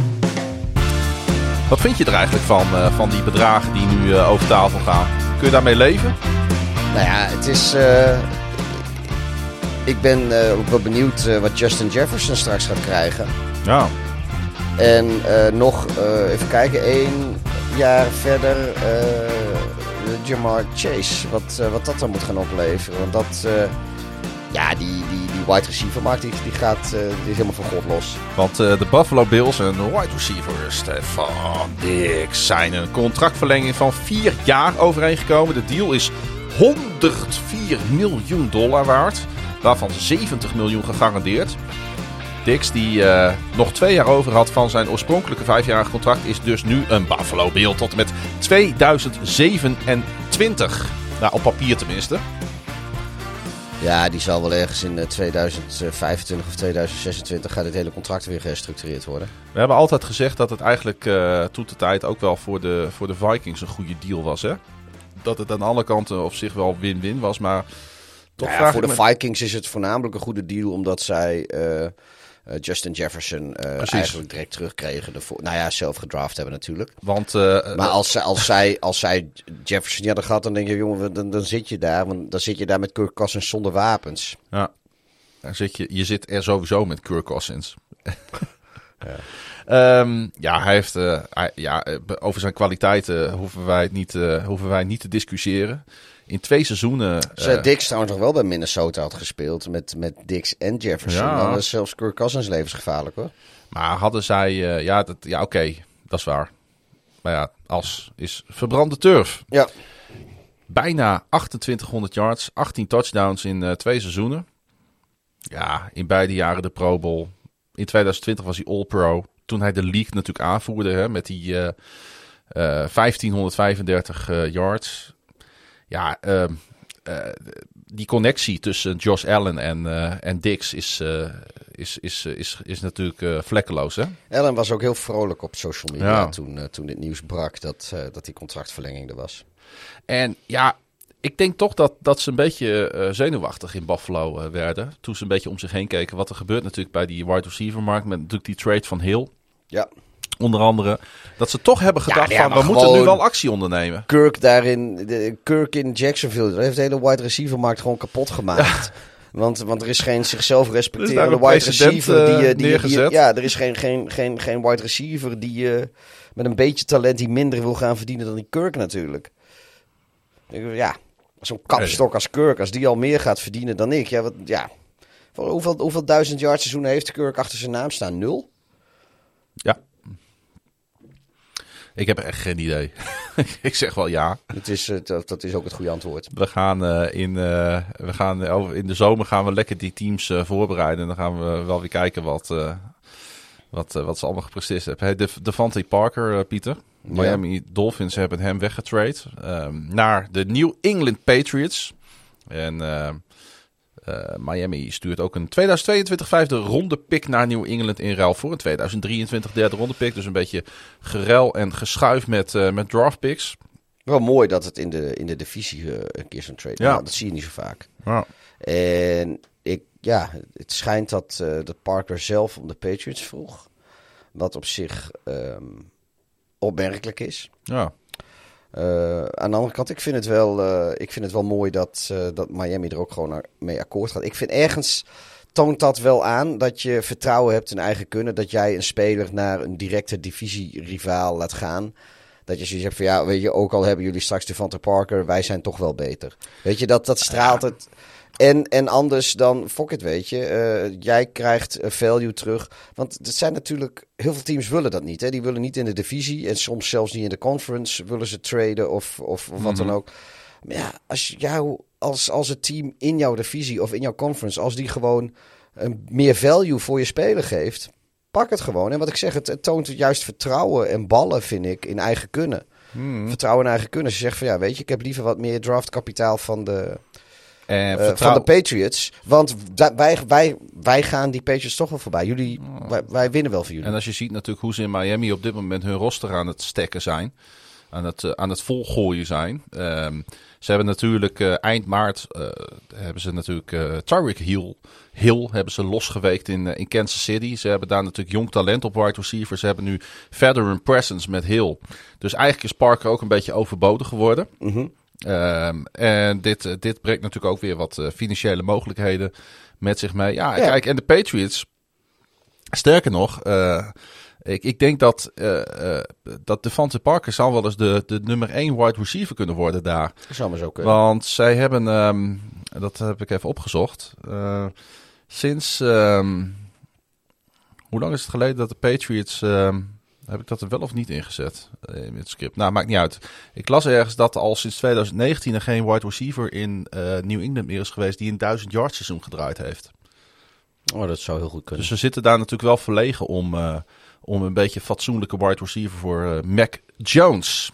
Wat vind je er eigenlijk van, uh, van die bedragen die nu uh, over tafel gaan? Kun je daarmee leven? Nou ja, het is... Uh, ik ben uh, ook wel benieuwd uh, wat Justin Jefferson straks gaat krijgen. Ja. En uh, nog, uh, even kijken, één jaar verder uh, Jamar Chase. Wat, uh, wat dat dan moet gaan opleveren. Want dat... Uh, Ja, die, die, die wide receiver markt die, die gaat uh, die is helemaal van God los. Want uh, de Buffalo Bills en de wide receiver Stefon Diggs zijn een contractverlenging van vier jaar overeengekomen. De deal is honderdvier miljoen dollar waard, waarvan zeventig miljoen gegarandeerd. Diggs, die uh, nog twee jaar over had van zijn oorspronkelijke vijfjarige contract, is dus nu een Buffalo Bill tot en met tweeduizend zevenentwintig. Nou, op papier tenminste. Ja, die zal wel ergens in tweeduizend vijfentwintig of tweeduizend zesentwintig gaat het hele contract weer gestructureerd worden. We hebben altijd gezegd dat het eigenlijk uh, toen de tijd ook wel voor de, voor de Vikings een goede deal was, hè? Dat het aan alle kanten op zich wel win-win was, maar toch nou ja, vraag voor ik de me... Vikings is het voornamelijk een goede deal omdat zij uh, uh, Justin Jefferson uh, eigenlijk direct terugkregen. De vo- nou ja, zelf gedraft hebben natuurlijk. Want, uh, maar als, als, zij, als zij Jefferson niet hadden gehad, dan denk je, jongen, dan, dan zit je daar. Want dan zit je daar met Kirk Cousins zonder wapens. Ja, dan zit je, je zit er sowieso met Kirk Cousins. ja. um, ja, hij heeft, uh, hij, ja, over zijn kwaliteiten hoeven wij, het niet, uh, hoeven wij niet te discussiëren. In twee seizoenen... Zij uh, Diggs trouwens nog wel bij Minnesota had gespeeld. Met, met Diggs en Jefferson. Ja. Dan is zelfs Kirk Cousins levensgevaarlijk, hoor. Maar hadden zij... Uh, ja, dat, ja oké. Okay, dat is waar. Maar ja, als is verbrande turf. Ja. Bijna achtentwintighonderd yards. achttien touchdowns in uh, twee seizoenen. Ja, in beide jaren de Pro Bowl. In tweeduizend twintig was hij All-Pro. Toen hij de league natuurlijk aanvoerde. Hè, met die uh, uh, vijftienhonderdvijfendertig uh, yards. Ja, uh, uh, die connectie tussen Josh Allen en, uh, en Diggs is, uh, is, is, is, is natuurlijk uh, vlekkeloos, hè? Allen was ook heel vrolijk op social media ja. toen, uh, toen dit nieuws brak dat, uh, dat die contractverlenging er was. En ja, ik denk toch dat, dat ze een beetje uh, zenuwachtig in Buffalo uh, werden. Toen ze een beetje om zich heen keken. Wat er gebeurt natuurlijk bij die wide receiver markt met natuurlijk die trade van Hill. Ja. Onder andere. Dat ze toch hebben gedacht Ja, ja, van, we maar moeten nu gewoon- wel actie ondernemen. Kirk daarin, de, Kirk in Jacksonville, dat heeft de hele wide receiver-markt gewoon kapot gemaakt. Want, want er is geen zichzelf Er is respecterende daar een wide precedent, receiver die, je- eh, die, je- die, je- neergezet. ja, er is geen, geen, geen, geen wide receiver die je met een beetje talent die minder wil gaan verdienen dan die Kirk natuurlijk. Ik- Ja, zo'n kapstok als Kirk, als die al meer gaat verdienen dan ik. Ja, wat, ja. Hoeveel, hoeveel duizend yard seizoenen heeft Kirk achter zijn naam staan? Nul? Ja. Ik heb echt geen idee. Ik zeg wel ja. Dat is, eh, dat, dat is ook het goede antwoord. We gaan, eh, in, uh, we gaan uh, over, in de zomer gaan we lekker die teams uh, voorbereiden. En dan gaan we wel weer kijken wat, uh, wat, uh, wat ze allemaal gepresteerd hebben. Hey, De, Devontae Parker, uh, Pieter. Ja. Miami Dolphins hebben hem weggetrade um, naar de New England Patriots. En uh, uh, Miami stuurt ook een tweeduizend tweeëntwintig vijfde ronde pick naar New England in ruil voor een tweeduizend drieëntwintig derde ronde pick. Dus een beetje gerel en geschuif met, uh, met draft picks. Wel mooi dat het in de, in de divisie uh, een keer zo'n trade. Ja. Nou, dat zie je niet zo vaak. Ja. En ik, ja, het schijnt dat, uh, dat Parker zelf om de Patriots vroeg. Wat op zich um, opmerkelijk is. Ja. Uh, aan de andere kant, ik vind het wel, uh, ik vind het wel mooi dat, uh, dat Miami er ook gewoon mee akkoord gaat. Ik vind ergens toont dat wel aan dat je vertrouwen hebt in eigen kunnen. Dat jij een speler naar een directe divisierivaal laat gaan. Dat je zoiets hebt van, ja, weet je, ook al hebben jullie straks Devontae Parker, wij zijn toch wel beter. Weet je, dat, dat straalt het. En, en anders dan, fuck it, weet je. Uh, jij krijgt uh, value terug. Want het zijn natuurlijk, heel veel teams willen dat niet. Hè? Die willen niet in de divisie en soms zelfs niet in de conference willen ze traden of, of, of wat Mm-hmm. dan ook. Maar ja, als jou, als, als het team in jouw divisie of in jouw conference, als die gewoon een meer value voor je speler geeft, pak het gewoon. En wat ik zeg, het, het toont juist vertrouwen en ballen, vind ik, in eigen kunnen. Hmm. Vertrouwen in eigen kunnen. Ze zeggen van, ja, weet je, ik heb liever wat meer draftkapitaal van de, En uh, vertrouw... van de Patriots. Want da- wij, wij, wij gaan die Patriots toch wel voorbij. Jullie, Oh. wij, wij winnen wel voor jullie. En als je ziet natuurlijk hoe ze in Miami op dit moment hun roster aan het stekken zijn. Aan het, uh, aan het volgooien zijn. Um, ze hebben natuurlijk uh, eind maart uh, hebben ze natuurlijk uh, Tyreek Hill, Hill hebben ze losgeweekt in, uh, in Kansas City. Ze hebben daar natuurlijk jong talent op wide receiver. Ze hebben nu veteran presence met Hill. Dus eigenlijk is Parker ook een beetje overbodig geworden. Mm-hmm. Um, en dit, uh, dit brengt natuurlijk ook weer wat uh, financiële mogelijkheden met zich mee. Ja, Ja. kijk, en de Patriots, sterker nog, uh, ik, ik denk dat, uh, uh, dat Devontae Parker zal wel eens de, de nummer één wide receiver kunnen worden daar. Dat zou maar zo kunnen. Want zij hebben, um, dat heb ik even opgezocht, uh, sinds, um, hoe lang is het geleden dat de Patriots... Um, heb ik dat er wel of niet ingezet in het script? Nou, maakt niet uit. Ik las ergens dat al sinds twintig negentien er geen wide receiver in uh, New England meer is geweest die een duizend yard seizoen gedraaid heeft. Oh, dat zou heel goed kunnen. Dus we zitten daar natuurlijk wel verlegen om, uh, om een beetje fatsoenlijke wide receiver voor uh, Mac Jones.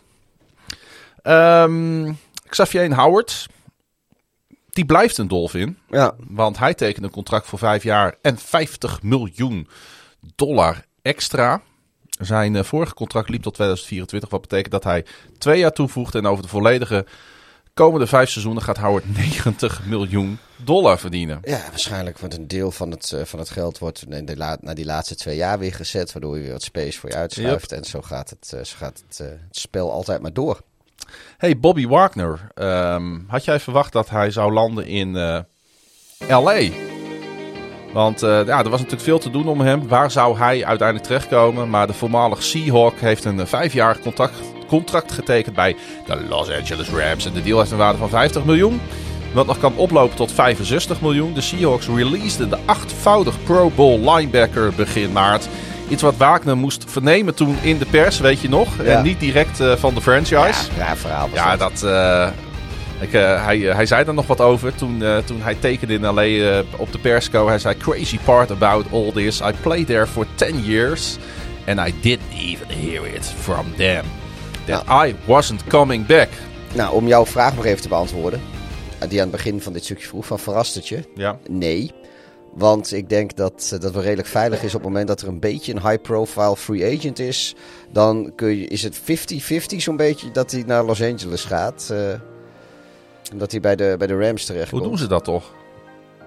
Um, Xavier Howard, die blijft een Dolphin. Ja. Want hij tekent een contract voor vijf jaar en vijftig miljoen dollar extra. Zijn uh, vorige contract liep tot tweeduizend vierentwintig. Wat betekent dat hij twee jaar toevoegt. En over de volledige komende vijf seizoenen gaat Howard negentig miljoen dollar verdienen. Ja, waarschijnlijk wordt een deel van het, uh, van het geld wordt naar, de la- naar die laatste twee jaar weer gezet. Waardoor je weer wat space voor je uitschuift. Yep. En zo gaat het, uh, zo gaat het, uh, het spel altijd maar door. Hey, Bobby Wagner. Um, had jij verwacht dat hij zou landen in uh, L A? Want uh, ja, er was natuurlijk veel te doen om hem. Waar zou hij uiteindelijk terechtkomen? Maar de voormalig Seahawk heeft een uh, vijfjarig contract, contract getekend bij de Los Angeles Rams. En de deal heeft een waarde van vijftig miljoen. Wat nog kan oplopen tot vijfenzestig miljoen. De Seahawks releaseden de achtvoudig Pro Bowl linebacker begin maart. Iets wat Wagner moest vernemen toen in de pers, weet je nog? Ja. En niet direct uh, van de franchise. Ja, raar verhaal. Ja, dat... Uh, Ik, uh, hij, uh, hij zei er nog wat over toen, uh, toen hij tekende in L A uh, op de persco. Hij zei, crazy part about all this. I played there for ten years. And I didn't even hear it from them. That ja. I wasn't coming back. Nou, om jouw vraag nog even te beantwoorden. Die aan het begin van dit stukje vroeg. Van verrast het je? Ja. Nee. Want ik denk dat dat wel redelijk veilig is op het moment dat er een beetje een high-profile free agent is. Dan kun je, is het vijftig vijftig zo'n beetje dat hij naar Los Angeles gaat. Uh, dat hij bij de, bij de Rams terecht Hoe komt. doen ze dat toch?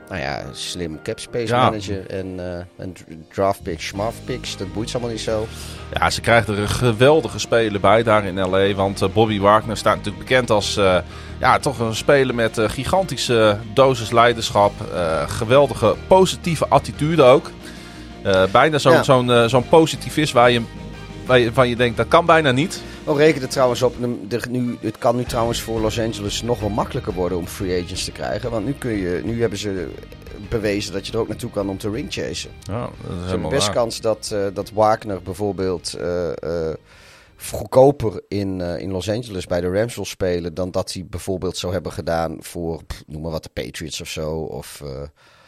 nou ja, slim cap space Ja. manager en, uh, en draft picks, schmaf picks. Dat boeit ze allemaal niet zo. Ja, ze krijgen er een geweldige speler bij daar in L A. Want uh, Bobby Wagner staat natuurlijk bekend als uh, ja, toch een speler met uh, gigantische dosis leiderschap. Uh, geweldige positieve attitude ook. Uh, bijna zo, Ja. zo'n, uh, zo'n positivist waar je, waar je, van je denkt, dat kan bijna niet. Oh, reken er trouwens op. De, nu, het kan nu trouwens voor Los Angeles nog wel makkelijker worden om free agents te krijgen. Want nu, kun je, nu hebben ze bewezen dat je er ook naartoe kan om te ring chasen. Ja, dat is Ze hebben helemaal best waar. kans dat, uh, dat Wagner bijvoorbeeld uh, uh, goedkoper in, uh, in Los Angeles bij de Rams wil spelen dan dat hij bijvoorbeeld zou hebben gedaan voor, pff, noem maar wat, de Patriots of zo. Of uh,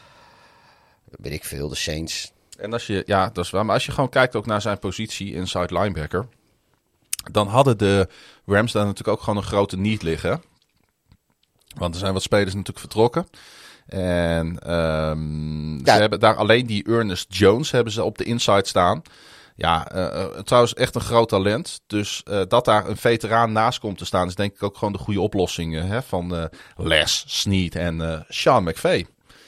weet ik veel, de Saints. En als je, ja, dat is waar. Maar als je gewoon kijkt ook naar zijn positie inside linebacker, dan hadden de Rams daar natuurlijk ook gewoon een grote need liggen. Want er zijn wat spelers natuurlijk vertrokken. En um, Ja. ze hebben daar alleen die Ernest Jones hebben ze op de inside staan. Ja, uh, uh, trouwens echt een groot talent. Dus uh, dat daar een veteraan naast komt te staan is denk ik ook gewoon de goede oplossing uh, hè, van uh, Les Snead en uh, Sean McVay.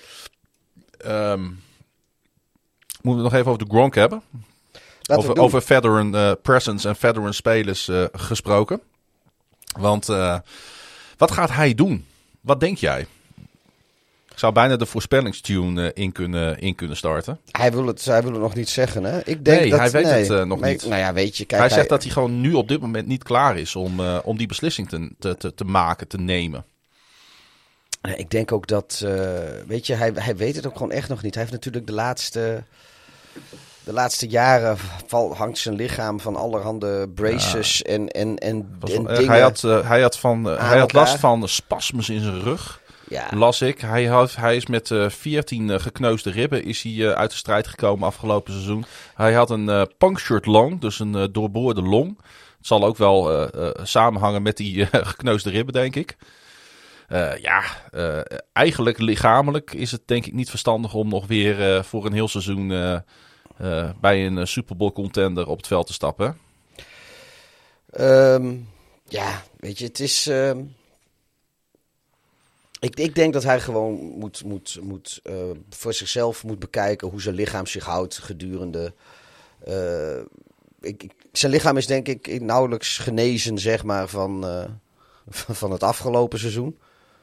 Um, moeten we het nog even over de Gronk hebben? Laten we Over, doen. over veteran uh, presence en veteran spelers uh, gesproken. Want uh, wat gaat hij doen? Wat denk jij? Ik zou bijna de voorspellingstune uh, in, kunnen, in kunnen starten. Hij wil, het, hij wil het nog niet zeggen, hè? Ik denk Nee, dat, hij weet nee. het uh, nog Maar- niet. Nou ja, weet je, kijk, hij zegt dat hij gewoon nu op dit moment niet klaar is om, uh, om die beslissing te, te, te, te maken, te nemen. Ja, ik denk ook dat, uh, weet je, hij, hij weet het ook gewoon echt nog niet. Hij heeft natuurlijk de laatste, de laatste jaren val, hangt zijn lichaam van allerhande braces en, en, en, Was en wel erg. dingen. Hij had, uh, hij had, van, uh, aan hij had last elkaar. van spasmes in zijn rug. Ja, Las ik. Hij, had, hij is met uh, veertien uh, gekneusde ribben is hij, uh, uit de strijd gekomen afgelopen seizoen. Hij had een uh, punctured lung, dus een uh, doorboorde long. Het zal ook wel uh, uh, samenhangen met die uh, gekneusde ribben, denk ik. Uh, ja, uh, eigenlijk lichamelijk is het denk ik niet verstandig om nog weer uh, voor een heel seizoen uh, uh, bij een uh, Super Bowl contender op het veld te stappen. um, ja, weet je, het is... Um, ik, ik denk dat hij gewoon moet, moet, moet uh, voor zichzelf moet bekijken hoe zijn lichaam zich houdt gedurende... Uh, ik, ik, zijn lichaam is denk ik nauwelijks genezen, zeg maar, van, uh, van, van het afgelopen seizoen.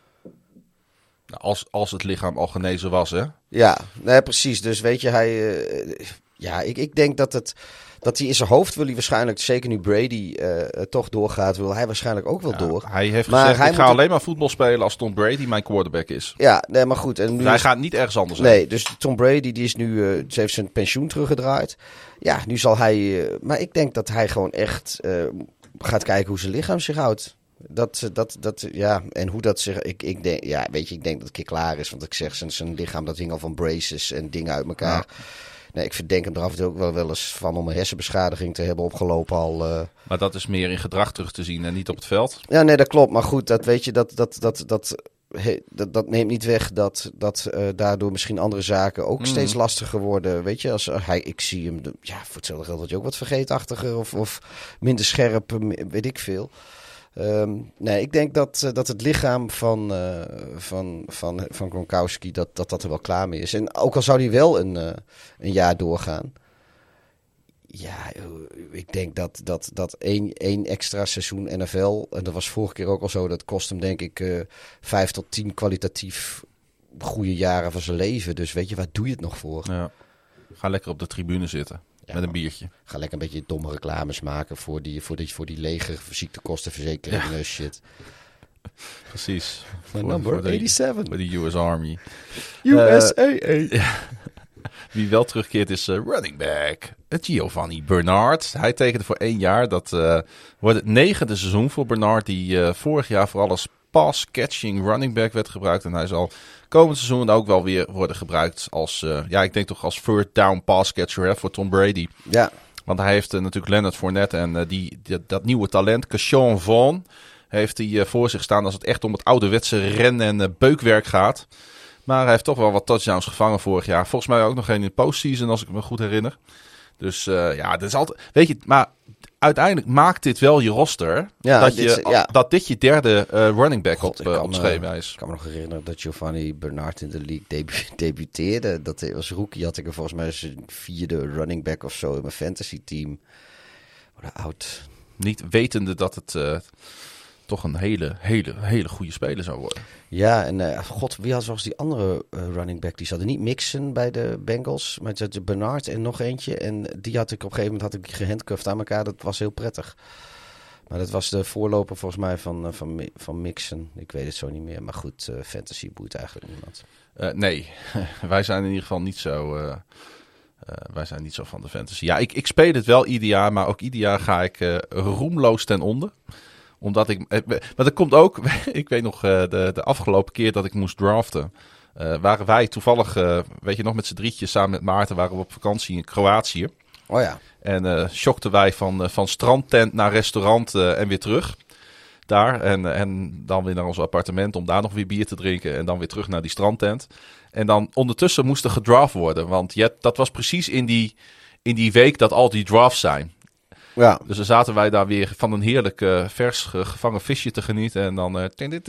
Nou, als, als het lichaam al genezen was, hè? Ja, nee, precies. Dus weet je, hij... Uh, ja, ik, ik denk dat het... Dat hij in zijn hoofd wil hij waarschijnlijk, zeker nu Brady uh, toch doorgaat, wil hij waarschijnlijk ook wel Ja, door. hij heeft Maar gezegd, hij ik ga moet- alleen maar voetbal spelen als Tom Brady mijn quarterback is. Ja, nee, maar goed. En nu Hij is- gaat niet ergens anders heen. Nee, dus Tom Brady die is nu, uh, ze heeft zijn pensioen teruggedraaid. Ja, nu zal hij... Uh, maar ik denk dat hij gewoon echt uh, gaat kijken hoe zijn lichaam zich houdt. Dat, dat, dat, ja, en hoe dat zich... Ik, ik denk, ja, weet je, ik denk dat het een keer klaar is. Want ik zeg, zijn, zijn lichaam dat hing al van braces en dingen uit elkaar. Ja. Nee, ik verdenk hem er af en toe ook wel, wel eens van om een hersenbeschadiging te hebben opgelopen al. Uh, Maar dat is meer in gedrag terug te zien en niet op het veld. Ja, nee, dat klopt. Maar goed, dat weet je, dat, dat, dat, dat, he- dat, dat neemt niet weg dat, dat uh, daardoor misschien andere zaken ook Mm. steeds lastiger worden. Weet je, als uh, hij, ik zie hem, de, ja, voor hetzelfde geld dat je ook wat vergeetachtiger of, of minder scherp, uh, weet ik veel. Um, nee, ik denk dat, uh, dat het lichaam van, uh, van, van, van Gronkowski, dat, dat dat er wel klaar mee is. En ook al zou hij wel een, uh, een jaar doorgaan. Ja, ik denk dat, dat, dat één, één extra seizoen N F L, en dat was vorige keer ook al zo, dat kost hem denk ik uh, vijf tot tien kwalitatief goede jaren van zijn leven. Dus weet je, waar doe je het nog voor? Ja. Ga lekker op de tribune zitten Ja, met een man. biertje. Ga lekker een beetje domme reclames maken voor die, voor die, voor die leger ziektekostenverzekering en shit. Precies. My Voor- number voor de- eenenzeventig. Voor de U S Army. U S A A. Wie wel terugkeert is uh, running back Giovanni Bernard. Hij tekende voor één jaar. Dat uh, wordt het negende seizoen voor Bernard. Die uh, vorig jaar vooral als pass-catching running back werd gebruikt. En hij zal komend seizoen ook wel weer worden gebruikt als, uh, ja, ik denk toch als third down pass-catcher hè, voor Tom Brady. Ja, Want hij heeft uh, natuurlijk Leonard Fournette en uh, die, die, dat nieuwe talent, Keshawn Vaughn, heeft hij uh, voor zich staan als het echt om het ouderwetse ren- en uh, beukwerk gaat. Maar hij heeft toch wel wat touchdowns gevangen vorig jaar. Volgens mij ook nog geen in de postseason, als ik me goed herinner. Dus uh, ja, dat is altijd... Weet je, maar uiteindelijk maakt dit wel je roster. Ja, dat, dit, je, ja. dat dit je derde uh, running back God, op, uh, kan, op schema is. Ik kan me nog herinneren dat Giovanni Bernard in de league debu- debuteerde. Dat hij als rookie had ik er volgens mij zijn vierde running back of zo in mijn fantasy team. Wat oud. Niet wetende dat het uh, toch een hele, hele, hele goede speler zou worden. Ja, en uh, god, wie had zoals die andere uh, running back? Die zat er niet Mixon bij de Bengals, maar het was Bernard en nog eentje. En die had ik op een gegeven moment had ik die gehandcuffed aan elkaar. Dat was heel prettig. Maar dat was de voorloper volgens mij van, uh, van, van Mixon. Ik weet het zo niet meer. Maar goed, uh, fantasy boeit eigenlijk niemand. Uh, nee, wij zijn in ieder geval niet zo... Uh... Uh, wij zijn niet zo van de fantasy. Ja, ik, ik speel het wel ieder jaar, maar ook ieder jaar ga ik uh, roemloos ten onder. Omdat ik... Eh, maar dat komt ook... ik weet nog, uh, de, de afgelopen keer dat ik moest draften... Uh, waren wij toevallig, uh, weet je nog, met z'n drietjes samen met Maarten... waren we op vakantie in Kroatië. Oh ja. En uh, shockten wij van, uh, van strandtent naar restaurant uh, en weer terug. Daar. En, uh, en dan weer naar ons appartement om daar nog weer bier te drinken. En dan weer terug naar die strandtent. En dan ondertussen moest er gedraft worden. Want je, dat was precies in die, in die week dat al die drafts zijn. Ja. Dus dan zaten wij daar weer van een heerlijk uh, vers gevangen visje te genieten. En dan...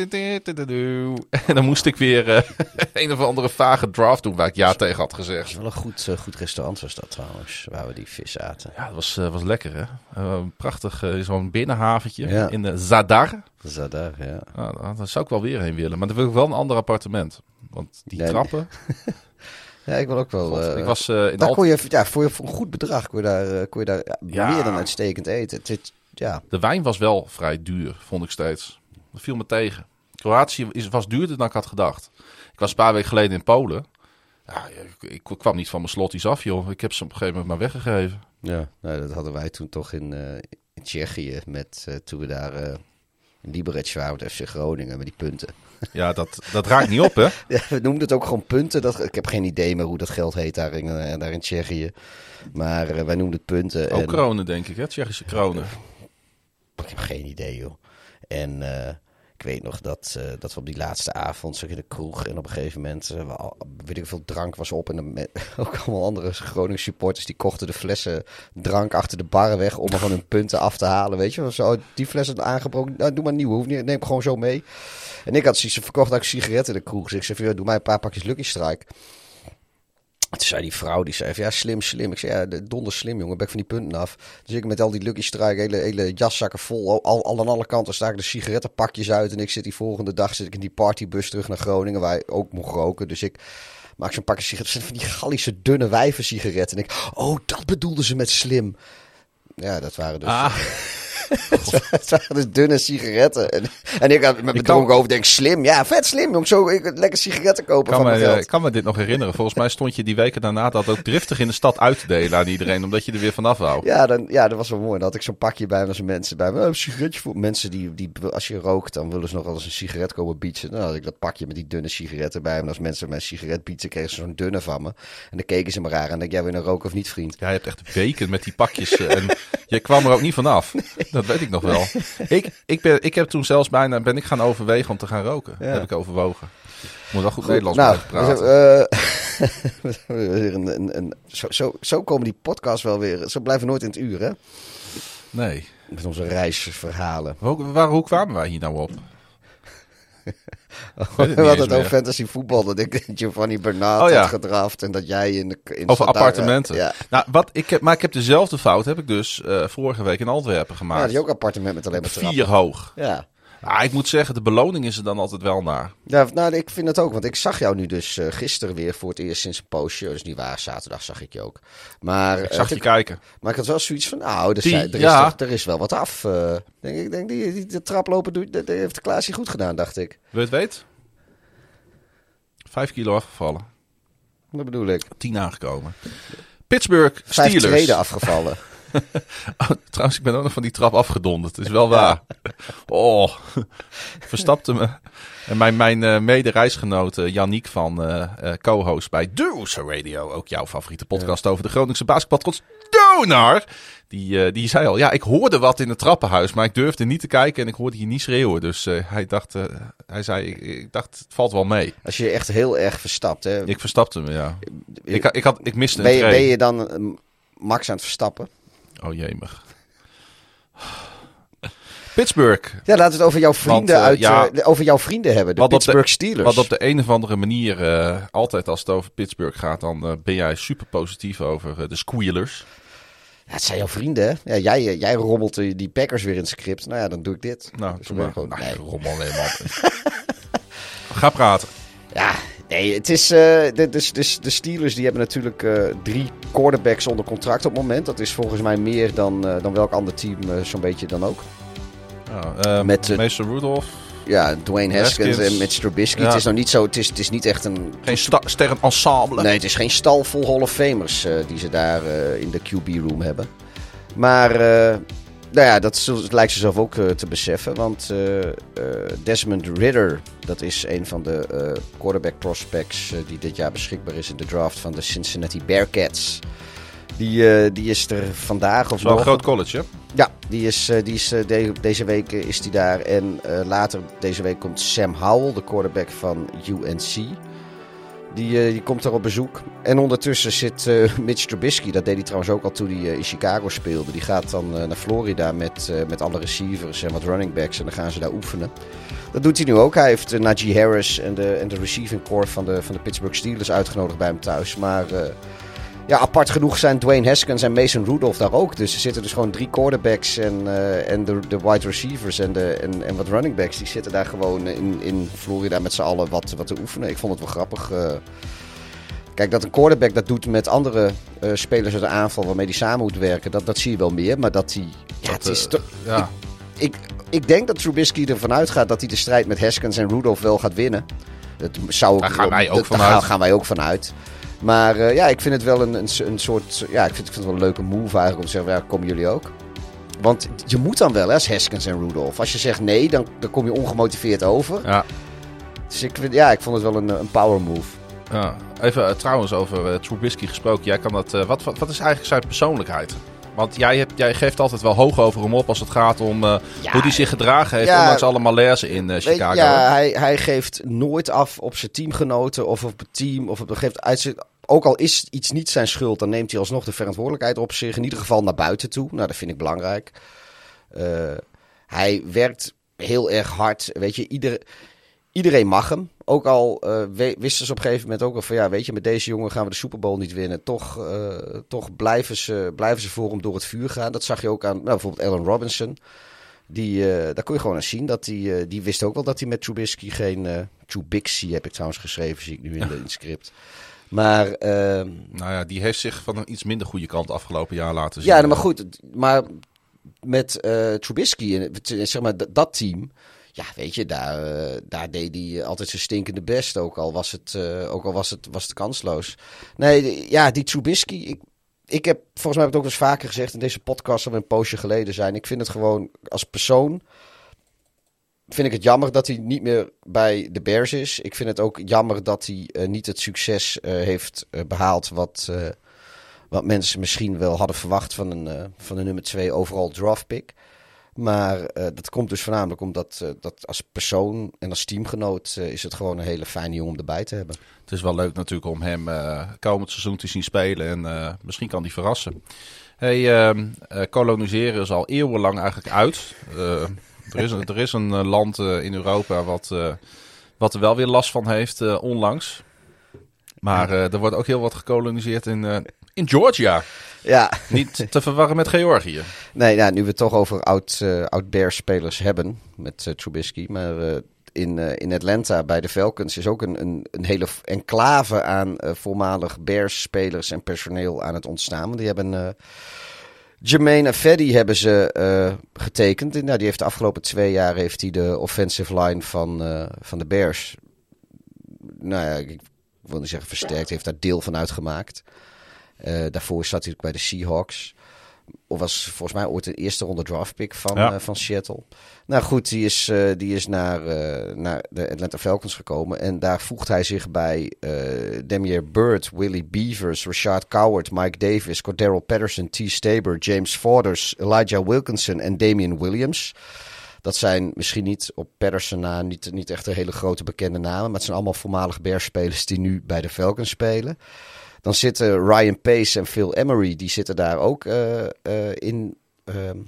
Uh, en dan moest ik weer uh, een of andere vage draft doen waar ik ja tegen had gezegd. Dat is wel een goed, uh, goed restaurant was dat trouwens, waar we die vis aten. Ja, dat was, uh, was lekker hè. Uh, prachtig, uh, zo'n binnenhaventje ja. in de Zadar. Zadar, ja. Nou, daar zou ik wel weer heen willen. Maar dan wil ik wel een ander appartement. Want die nee, trappen... Ja, ik wil ook wel... God, uh, ik was, uh, in daar al... kon je, ja, voor, je, voor een goed bedrag kon je daar, uh, kon je daar ja, Ja. meer dan uitstekend eten. Het, het, ja. De wijn was wel vrij duur, vond ik steeds. Dat viel me tegen. Kroatië is, was duurder dan ik had gedacht. Ik was een paar weken geleden in Polen. Ja, ik, ik kwam niet van mijn slotties af, joh. Ik heb ze op een gegeven moment maar weggegeven. Ja, nou, dat hadden wij toen toch in, uh, in Tsjechië. Met, uh, toen we daar uh, in Liberec waren met F C Groningen met die punten. Ja, dat, dat raakt niet op, hè? Ja, we noemden het ook gewoon punten. Dat, ik heb geen idee meer hoe dat geld heet daar in, uh, daar in Tsjechië. Maar uh, wij noemden het punten. Ook en... kronen, denk ik, hè? Tsjechische kronen. Ik heb geen idee, joh. En uh, ik weet nog dat, uh, dat we op die laatste avond zag in de kroeg. En op een gegeven moment, uh, al, weet ik veel, drank was op. En dan met, ook allemaal andere Groningen supporters die kochten de flessen drank achter de bar weg. Om er van hun punten af te halen, weet je. Zo, die flessen aangebroken. Nou, doe maar nieuw, hoef niet, neem gewoon zo mee. En ik had ze verkocht ook sigaretten in de kroeg. Dus ik zei, doe mij een paar pakjes Lucky Strike. Toen zei die vrouw, die zei, ja, slim, slim. Ik zei, ja, donder slim, jongen, ben ik van die punten af. Dus ik met al die Lucky Strike, hele, hele jaszakken vol. Al, al aan alle kanten sta ik de sigarettenpakjes uit. En ik zit die volgende dag zit ik in die partybus terug naar Groningen, waar ik ook mocht roken. Dus ik maak zo'n pakje sigaretten. Van die Gallische dunne wijven sigaretten. En ik, oh, dat bedoelden ze met slim. Ja, dat waren dus... Ah. Het waren dus dunne sigaretten. En, en ik had met mijn dronken over denk slim. Ja, vet slim om zo ik, lekker sigaretten kopen kan van mijn me, geld. Ik kan me dit nog herinneren. Volgens mij stond je die weken daarna dat ook driftig in de stad uit te delen aan iedereen. Omdat je er weer vanaf wou. Ja, dan, ja, dat was wel mooi. Dan had ik zo'n pakje bij me als mensen bij me. Oh, een sigaretje voor mensen die, die, als je rookt, dan willen ze nog wel eens een sigaret komen bietsen. Dan had ik dat pakje met die dunne sigaretten bij me. En als mensen mij een sigaret bietsen, kregen ze zo'n dunne van me. En dan keken ze me raar. En dan denk jij, wil je nou roken of niet, vriend? Ja, je hebt echt weken met die pakjes. En je kwam er ook niet vanaf. Dat weet ik nog wel. Ik, ik, ben, ik heb toen zelfs bijna ben ik gaan overwegen om te gaan roken. Ja. Heb ik overwogen. Moet wel goed, goed Nederlands nou, praten. Uh, weer een, een, een, zo, zo, zo komen die podcasts wel weer. Zo blijven nooit in het uur, hè? Nee. Met onze reisverhalen. Hoe, waar, hoe kwamen wij hier nou op? We hadden het over fantasy voetbal. Dat ik Giovanni Bernard oh, ja. had gedraft. En dat jij in de... In over Zadar, appartementen. Ja. Nou, wat, ik heb, maar ik heb dezelfde fout heb ik dus uh, vorige week in Antwerpen gemaakt. Ja, die ook appartement met alleen maar trappen. Vier hoog. Ja. Ah, ik moet zeggen, de beloning is er dan altijd wel naar. Ja, nou, ik vind het ook. Want ik zag jou nu dus uh, gisteren weer voor het eerst sinds een poosje. Dus niet waar, zaterdag zag ik je ook. Maar, ik zag uh, je ik, kijken. Maar ik had wel zoiets van, nou, er, die, zijn, er, ja. is, er, er is wel wat af. Uh, denk, ik denk, die, die de traplopen doet, dat heeft de Klaasje goed gedaan, dacht ik. Wil je het weten? Vijf kilo afgevallen. Dat bedoel ik. Tien aangekomen. Pittsburgh Vijf Steelers. treden afgevallen. Oh, trouwens, ik ben ook nog van die trap afgedonderd. Het is wel waar. Ja. Oh, verstapte me. En mijn, mijn uh, mede-reisgenoot uh, Yannick van uh, uh, co-host bij Dozer Radio. Ook jouw favoriete podcast ja. over de Groningse basketbaltrots. Donar. Die, uh, die zei al, ja, ik hoorde wat in het trappenhuis, maar ik durfde niet te kijken en ik hoorde je niet schreeuwen. Dus uh, hij dacht, uh, hij zei, ik, ik dacht, het valt wel mee. Als je echt heel erg verstapt, hè? Ik verstapte me, ja. Ik, ik, had, ik miste ben een je, train. Ben je dan uh, Max aan het verstappen? Oh jemig. Pittsburgh. Ja, laten we het over jouw vrienden, Want, uh, uit, ja, uh, over jouw vrienden hebben. De Pittsburgh de, Steelers. Want op de een of andere manier, uh, altijd als het over Pittsburgh gaat, dan uh, ben jij super positief over uh, de Squealers. Ja, het zijn jouw vrienden, hè? Ja, jij, jij rommelt die Packers weer in het script. Nou ja, dan doe ik dit. Nou, dus doe maar. gewoon, Nou, nee. rommel helemaal. Ga praten. Ja, nee, het is... Uh, de, de, de, de Steelers die hebben natuurlijk uh, drie quarterbacks onder contract op het moment. Dat is volgens mij meer dan, uh, dan welk ander team uh, zo'n beetje dan ook. Ja, uh, Met uh, Mason Rudolph. Ja, Dwayne Haskins, Haskins en Mitch Trubisky. Ja. Het is nog niet zo... Het is, het is niet echt een... Geen sta- sterrenensemble. Nee, het is geen stal vol Hall of Famers uh, die ze daar uh, in de Q B-room hebben. Maar... Uh, Nou ja, dat, dat lijkt ze zelf ook uh, te beseffen. Want uh, uh, Desmond Ridder, dat is een van de uh, quarterback prospects uh, die dit jaar beschikbaar is in de draft van de Cincinnati Bearcats. Die, uh, die is er vandaag of Dat is wel een groot college, hè? Ja, die is, uh, die is, uh, de, deze week uh, is die daar. En uh, later deze week komt Sam Howell, de quarterback van U N C. Die, uh, die komt daar op bezoek. En ondertussen zit uh, Mitch Trubisky. Dat deed hij trouwens ook al toen hij uh, in Chicago speelde. Die gaat dan uh, naar Florida met, uh, met alle receivers en wat running backs. En dan gaan ze daar oefenen. Dat doet hij nu ook. Hij heeft uh, Najee Harris en de, en de receiving core van de, van de Pittsburgh Steelers uitgenodigd bij hem thuis. Maar uh, ja, apart genoeg zijn Dwayne Haskins en Mason Rudolph daar ook. Dus er zitten dus gewoon drie quarterbacks en, uh, en de, de wide receivers en, de, en, en wat running backs. Die zitten daar gewoon in, in Florida met z'n allen wat, wat te oefenen. Ik vond het wel grappig. Uh, Kijk, dat een quarterback dat doet met andere uh, spelers uit de aanval waarmee hij samen moet werken, dat, dat zie je wel meer. Maar dat hij... Ja, dat, het is uh, to- ja. ik, ik, ik denk dat Trubisky ervan uitgaat dat hij de strijd met Haskins en Rudolph wel gaat winnen. Dat zou Daar gaan wij ook dat, vanuit. Daar gaan wij ook vanuit. Maar uh, ja, ik vind het wel een, een, een soort... Ja, ik vind, ik vind het wel een leuke move eigenlijk om te zeggen, ja, komen jullie ook? Want je moet dan wel, hè, als Haskins en Rudolph. Als je zegt nee, dan, dan kom je ongemotiveerd over. Ja. Dus ik, vind, ja, ik vond het wel een, een power move. Ja. Even uh, trouwens over uh, Trubisky gesproken. Jij kan dat, uh, wat, wat, wat is eigenlijk zijn persoonlijkheid? Want jij, hebt, jij geeft altijd wel hoog over hem op als het gaat om uh, ja, hoe hij zich gedragen heeft. Ja, ondanks alle malaise in uh, Chicago. Ja, hij, hij geeft nooit af op zijn teamgenoten of op het team. Of op, geeft uit zijn, ook al is iets niet zijn schuld, dan neemt hij alsnog de verantwoordelijkheid op zich. In ieder geval naar buiten toe. Nou, dat vind ik belangrijk. Uh, hij werkt heel erg hard. Weet je, ieder, iedereen mag hem. Ook al uh, we, wisten ze op een gegeven moment ook al van, ja, weet je, met deze jongen gaan we de Super Bowl niet winnen. Toch, uh, toch blijven, ze, blijven ze voor hem door het vuur gaan. Dat zag je ook aan nou, bijvoorbeeld Allen Robinson. Die, uh, daar kon je gewoon aan zien. Dat die, uh, die wist ook wel dat hij met Trubisky geen... Uh, Trubisky heb ik trouwens geschreven, zie ik nu in, de, in het script. Maar... Uh, nou ja, die heeft zich van een iets minder goede kant afgelopen jaar laten zien. Ja, nou, maar goed. Maar met uh, Trubisky, zeg maar, d- dat team... Ja, weet je, daar, uh, daar deed hij altijd zijn stinkende best. Ook al was het, uh, ook al was het, was het kansloos. Nee, de, ja, die Trubisky... Ik, ik heb, volgens mij heb ik het ook wel eens vaker gezegd in deze podcast, al een poosje geleden zijn. Ik vind het gewoon als persoon... vind ik het jammer dat hij niet meer bij de Bears is. Ik vind het ook jammer dat hij uh, niet het succes uh, heeft uh, behaald... Wat, uh, wat mensen misschien wel hadden verwacht van een, uh, van een nummer twee overall draft pick. Maar uh, dat komt dus voornamelijk omdat uh, dat als persoon en als teamgenoot uh, is het gewoon een hele fijne jongen om erbij te hebben. Het is wel leuk natuurlijk om hem uh, komend seizoen te zien spelen en uh, misschien kan hij verrassen. Hey, uh, uh, koloniseren is al eeuwenlang eigenlijk uit. Uh, er, is, er is een uh, land uh, in Europa wat, uh, wat er wel weer last van heeft uh, onlangs. Maar uh, er wordt ook heel wat gekoloniseerd in, uh, in Georgia. Ja. Niet te verwarren met Georgië. Nee, nou, nu we het toch over oud, uh, oud Bears-spelers hebben met uh, Trubisky. Maar uh, in, uh, in Atlanta bij de Falcons is ook een, een, een hele enclave aan uh, voormalig Bears-spelers en personeel aan het ontstaan. Die hebben... Uh, Jermaine Afedi hebben ze uh, getekend. Nou, die heeft de afgelopen twee jaar heeft hij de offensive line van, uh, van de Bears... Nou ja, ik wil niet zeggen versterkt. Heeft daar deel van uitgemaakt. Uh, daarvoor zat hij ook bij de Seahawks. Of was volgens mij ooit de eerste ronde draftpick van, ja. uh, van Seattle. Nou goed, die is, uh, die is naar, uh, naar de Atlanta Falcons gekomen. En daar voegt hij zich bij uh, Damiere Byrd, Willie Beavers, Rashad Coward, Mike Davis, Cordero Patterson, T. Staber, James Forders, Elijah Wilkinson en Damian Williams. Dat zijn misschien niet op Patterson na niet, niet echt een hele grote bekende namen. Maar het zijn allemaal voormalige Bears-spelers die nu bij de Falcons spelen. Dan zitten Ryan Pace en Phil Emery, die zitten daar ook uh, uh, in, uh,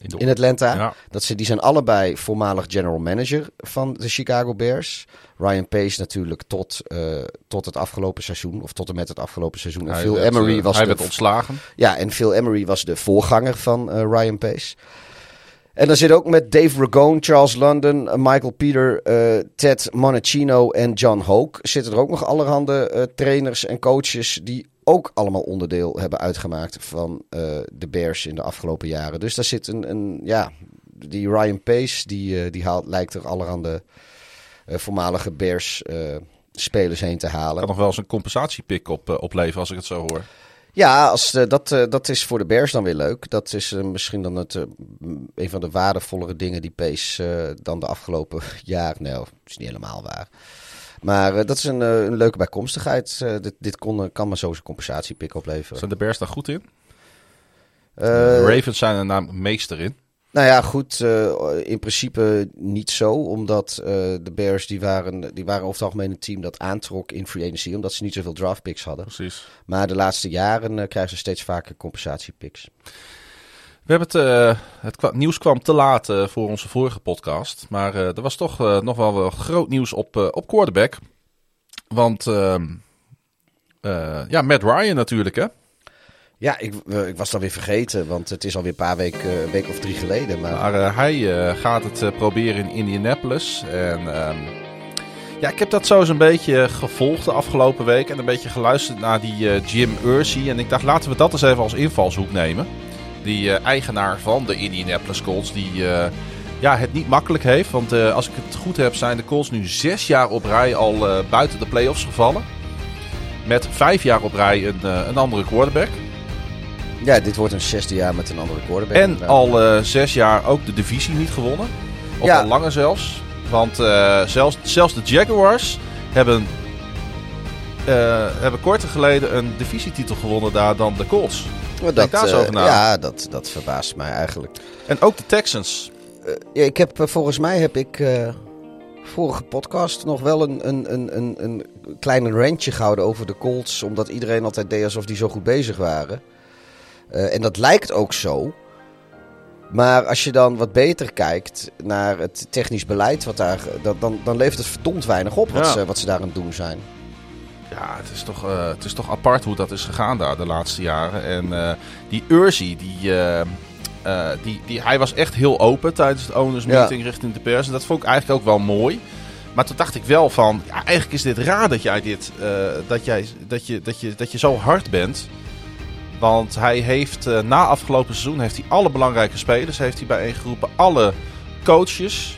In, de... in Atlanta. Ja. Dat ze, die zijn allebei voormalig general manager van de Chicago Bears. Ryan Pace natuurlijk tot, uh, tot het afgelopen seizoen. Of tot en met het afgelopen seizoen. En Hij Phil werd, Emery uh, was hij de... werd ontslagen. Ja, en Phil Emery was de voorganger van uh, Ryan Pace. En dan zit ook met Dave Ragone, Charles London, uh, Michael Peter, uh, Ted Monachino en John Hoke. Zitten er ook nog allerhande uh, trainers en coaches die ook allemaal onderdeel hebben uitgemaakt van uh, de Bears in de afgelopen jaren. Dus daar zit een, een ja, die Ryan Pace, die, uh, die haalt, lijkt er allerhande uh, voormalige Bears uh, spelers heen te halen. Kan nog wel eens een compensatiepick op, uh, opleveren als ik het zo hoor. Ja, als, uh, dat, uh, dat is voor de Bears dan weer leuk. Dat is uh, misschien dan het, uh, een van de waardevollere dingen die Pace uh, dan de afgelopen jaar... Nee, dat is niet helemaal waar. Maar uh, dat is een, uh, een leuke bijkomstigheid. Uh, dit dit kon, uh, kan maar zo zijn compensatiepick opleveren. Zijn de Bears daar goed in? Uh, de Ravens zijn er namelijk meester in. Nou ja, goed. Uh, in principe niet zo. Omdat uh, de Bears die waren, die waren over het algemeen een team dat aantrok in free agency. Omdat ze niet zoveel draft picks hadden. Precies. Maar de laatste jaren uh, krijgen ze steeds vaker compensatiepicks. We hebben het, uh, het kwa- nieuws kwam te laat uh, voor onze vorige podcast. Maar uh, er was toch uh, nog wel, wel groot nieuws op, uh, op quarterback. Want uh, uh, ja, Matt Ryan natuurlijk hè. Ja, ik, uh, ik was dat weer vergeten, want het is alweer een paar weken, uh, een week of drie geleden. Maar, maar uh, hij uh, gaat het uh, proberen in Indianapolis. En um, ja, ik heb dat zo eens een beetje gevolgd de afgelopen week. En een beetje geluisterd naar die uh, Jim Irsay. En ik dacht, laten we dat eens even als invalshoek nemen. Die uh, eigenaar van de Indianapolis Colts, die uh, ja, het niet makkelijk heeft. Want uh, als ik het goed heb, zijn de Colts nu zes jaar op rij al uh, buiten de playoffs gevallen. Met vijf jaar op rij een, uh, een andere quarterback. Ja, dit wordt een zesde jaar met een andere quarterback. En inderdaad. al uh, zes jaar ook de divisie niet gewonnen. Of ja. al langer zelfs. Want uh, zelfs, zelfs de Jaguars hebben, uh, hebben korter geleden een divisietitel gewonnen daar dan de Colts. Dat, Denk daar uh, zo over na. Ja, dat, dat verbaast mij eigenlijk. En ook de Texans. Uh, ja, ik heb, uh, volgens mij heb ik uh, vorige podcast nog wel een, een, een, een, een kleine rantje gehouden over de Colts. Omdat iedereen altijd deed alsof die zo goed bezig waren. Uh, en dat lijkt ook zo. Maar als je dan wat beter kijkt naar het technisch beleid, wat daar, dat, dan, dan levert het verdomd weinig op wat, ja. ze, wat ze daar aan het doen zijn. Ja, het is, toch, uh, het is toch apart hoe dat is gegaan daar de laatste jaren. En uh, die Irsay, die, uh, uh, die, die, hij was echt heel open tijdens het owners meeting ja. richting de pers. En dat vond ik eigenlijk ook wel mooi. Maar toen dacht ik wel van, ja, eigenlijk is dit raar dat jij dit, uh, dat, jij, dat, je, dat, je, dat je zo hard bent. Want hij heeft uh, na afgelopen seizoen heeft hij alle belangrijke spelers heeft hij bijeengeroepen. Alle coaches.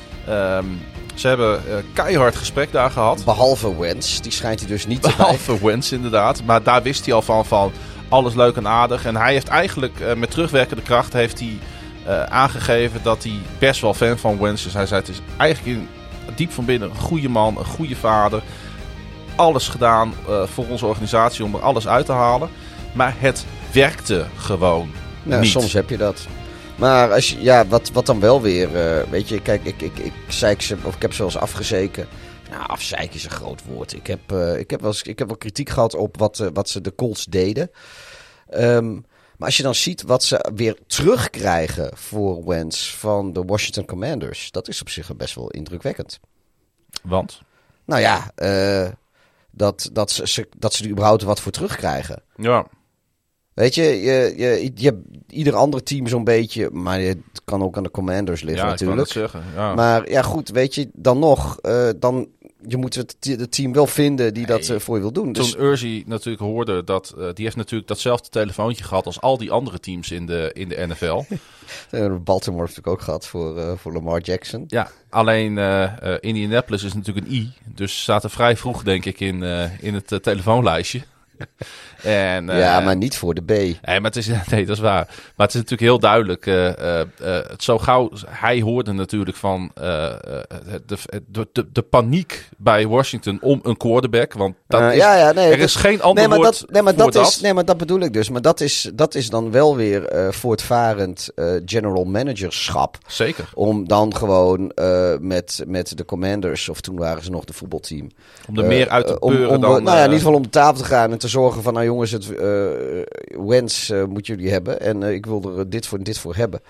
Um, ze hebben uh, keihard gesprek daar gehad. Behalve Wentz, die schijnt hij dus niet te Behalve Wentz inderdaad. Maar daar wist hij al van, van alles leuk en aardig. En hij heeft eigenlijk uh, met terugwerkende kracht heeft hij, uh, aangegeven dat hij best wel fan van Wentz is. Hij zei het is eigenlijk in, diep van binnen een goede man, een goede vader. Alles gedaan uh, voor onze organisatie om er alles uit te halen. Maar het werkte gewoon ja, niet. Soms heb je dat. Maar als je, ja, wat, wat dan wel weer, uh, weet je, kijk, ik, ik, ik, zeik ze, of ik heb ze wel eens afgezeken. Nou, afzeiken is een groot woord. Ik heb, uh, ik heb, wel, eens, ik heb wel kritiek gehad op wat, uh, wat ze de Colts deden. Um, maar als je dan ziet wat ze weer terugkrijgen voor Wentz van de Washington Commanders, dat is op zich best wel indrukwekkend. Want? Nou ja, uh, dat, dat, ze, dat ze er überhaupt wat voor terugkrijgen. Ja. Weet je, je, je, je hebt ieder ander team zo'n beetje, maar het kan ook aan de Commanders liggen ja, natuurlijk. Ik kan het zeggen, ja. Maar ja goed, weet je, dan nog, uh, dan, je moet het, het team wel vinden die nee, dat uh, voor je wil doen. Toen dus... Irsay natuurlijk hoorde dat, uh, die heeft natuurlijk datzelfde telefoontje gehad als al die andere teams in de, in de N F L. Baltimore heeft natuurlijk ook gehad voor, uh, voor Lamar Jackson. Ja, alleen uh, uh, Indianapolis is natuurlijk een I, dus ze zaten vrij vroeg denk ik in, uh, in het uh, telefoonlijstje. En, uh, ja, maar niet voor de B. Nee, maar het is, nee, dat is waar. Maar het is natuurlijk heel duidelijk. Uh, uh, uh, zo gauw, hij hoorde natuurlijk van uh, de, de, de, de paniek bij Washington om een quarterback. Want dat uh, is, ja, ja, nee, er is dat, geen ander nee, maar woord dat, nee, maar voor dat. dat. Is, nee, maar dat bedoel ik dus. Maar dat is, dat is dan wel weer uh, voortvarend uh, general managerschap. Zeker. Om dan gewoon uh, met, met de Commanders, of toen waren ze nog de voetbalteam. Om er uh, meer uit te peuren om, om, dan... Nou ja, in ieder geval om de tafel te gaan en te zorgen van, nou jongens, het uh, Wentz uh, moet jullie hebben. En uh, ik wil er dit voor dit voor hebben.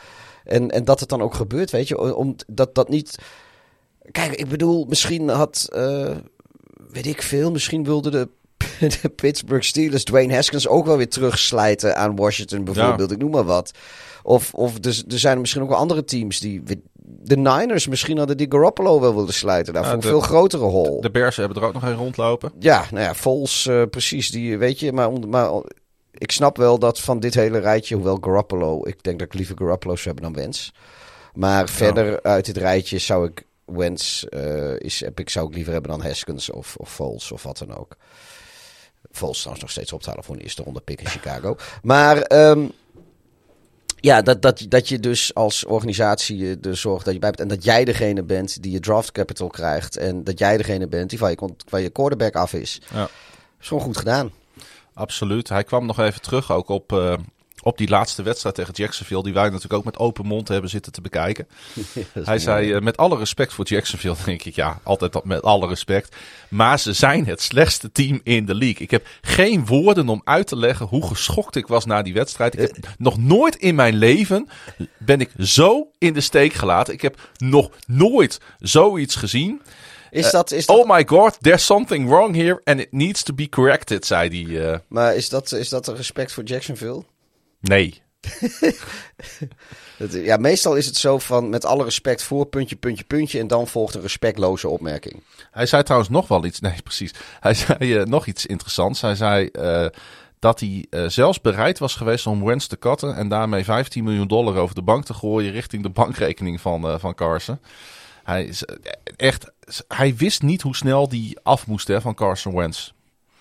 En, en dat het dan ook gebeurt, weet je. Om, dat, dat niet... Kijk, ik bedoel, misschien had... Uh, weet ik veel, misschien wilde de... de Pittsburgh Steelers Dwayne Haskins ook wel weer terugslijten aan Washington bijvoorbeeld. Ja. Ik noem maar wat. Of, of dus, er zijn misschien ook wel andere teams die... De Niners misschien hadden die Garoppolo wel willen slijten. Daar ja, voor een veel grotere hol. De Bears hebben er ook nog een rondlopen. Ja, nou ja, Foles uh, precies. Die, weet je, maar, maar ik snap wel dat van dit hele rijtje, hoewel Garoppolo... Ik denk dat ik liever Garoppolo zou hebben dan Wentz. Maar ja. verder uit dit rijtje zou ik Wentz... Uh, is, heb ik, zou ik liever hebben dan Haskins of, of Foles of wat dan ook. Foles trouwens nog steeds op te halen voor een eerste ronde pick in Chicago. Maar um, ja, dat, dat, dat je dus als organisatie er zorgt dat je bij bent. En dat jij degene bent die je draft capital krijgt. En dat jij degene bent die van je, van je quarterback af is. Ja. Is gewoon goed gedaan. Absoluut. Hij kwam nog even terug ook op... Uh... Op die laatste wedstrijd tegen Jacksonville, die wij natuurlijk ook met open mond hebben zitten te bekijken. Ja, hij mooi. zei, uh, met alle respect voor Jacksonville, denk ik, ja, altijd dat met alle respect. Maar ze zijn het slechtste team in de league. Ik heb geen woorden om uit te leggen hoe geschokt ik was na die wedstrijd. Ik heb uh, nog nooit in mijn leven ben ik zo in de steek gelaten. Ik heb nog nooit zoiets gezien. Is dat, is dat... Uh, oh my god, there's something wrong here and it needs to be corrected, zei hij. Uh... Maar is dat, is dat een respect voor Jacksonville? Nee. Ja, meestal is het zo van met alle respect voor puntje, puntje, puntje en dan volgt een respectloze opmerking. Hij zei trouwens nog wel iets, nee precies, hij zei uh, nog iets interessants. Hij zei uh, dat hij uh, zelfs bereid was geweest om Wentz te cutten en daarmee vijftien miljoen dollar over de bank te gooien richting de bankrekening van, uh, van Carson. Hij, is, uh, echt, hij wist niet hoe snel die af moest hè, van Carson Wentz.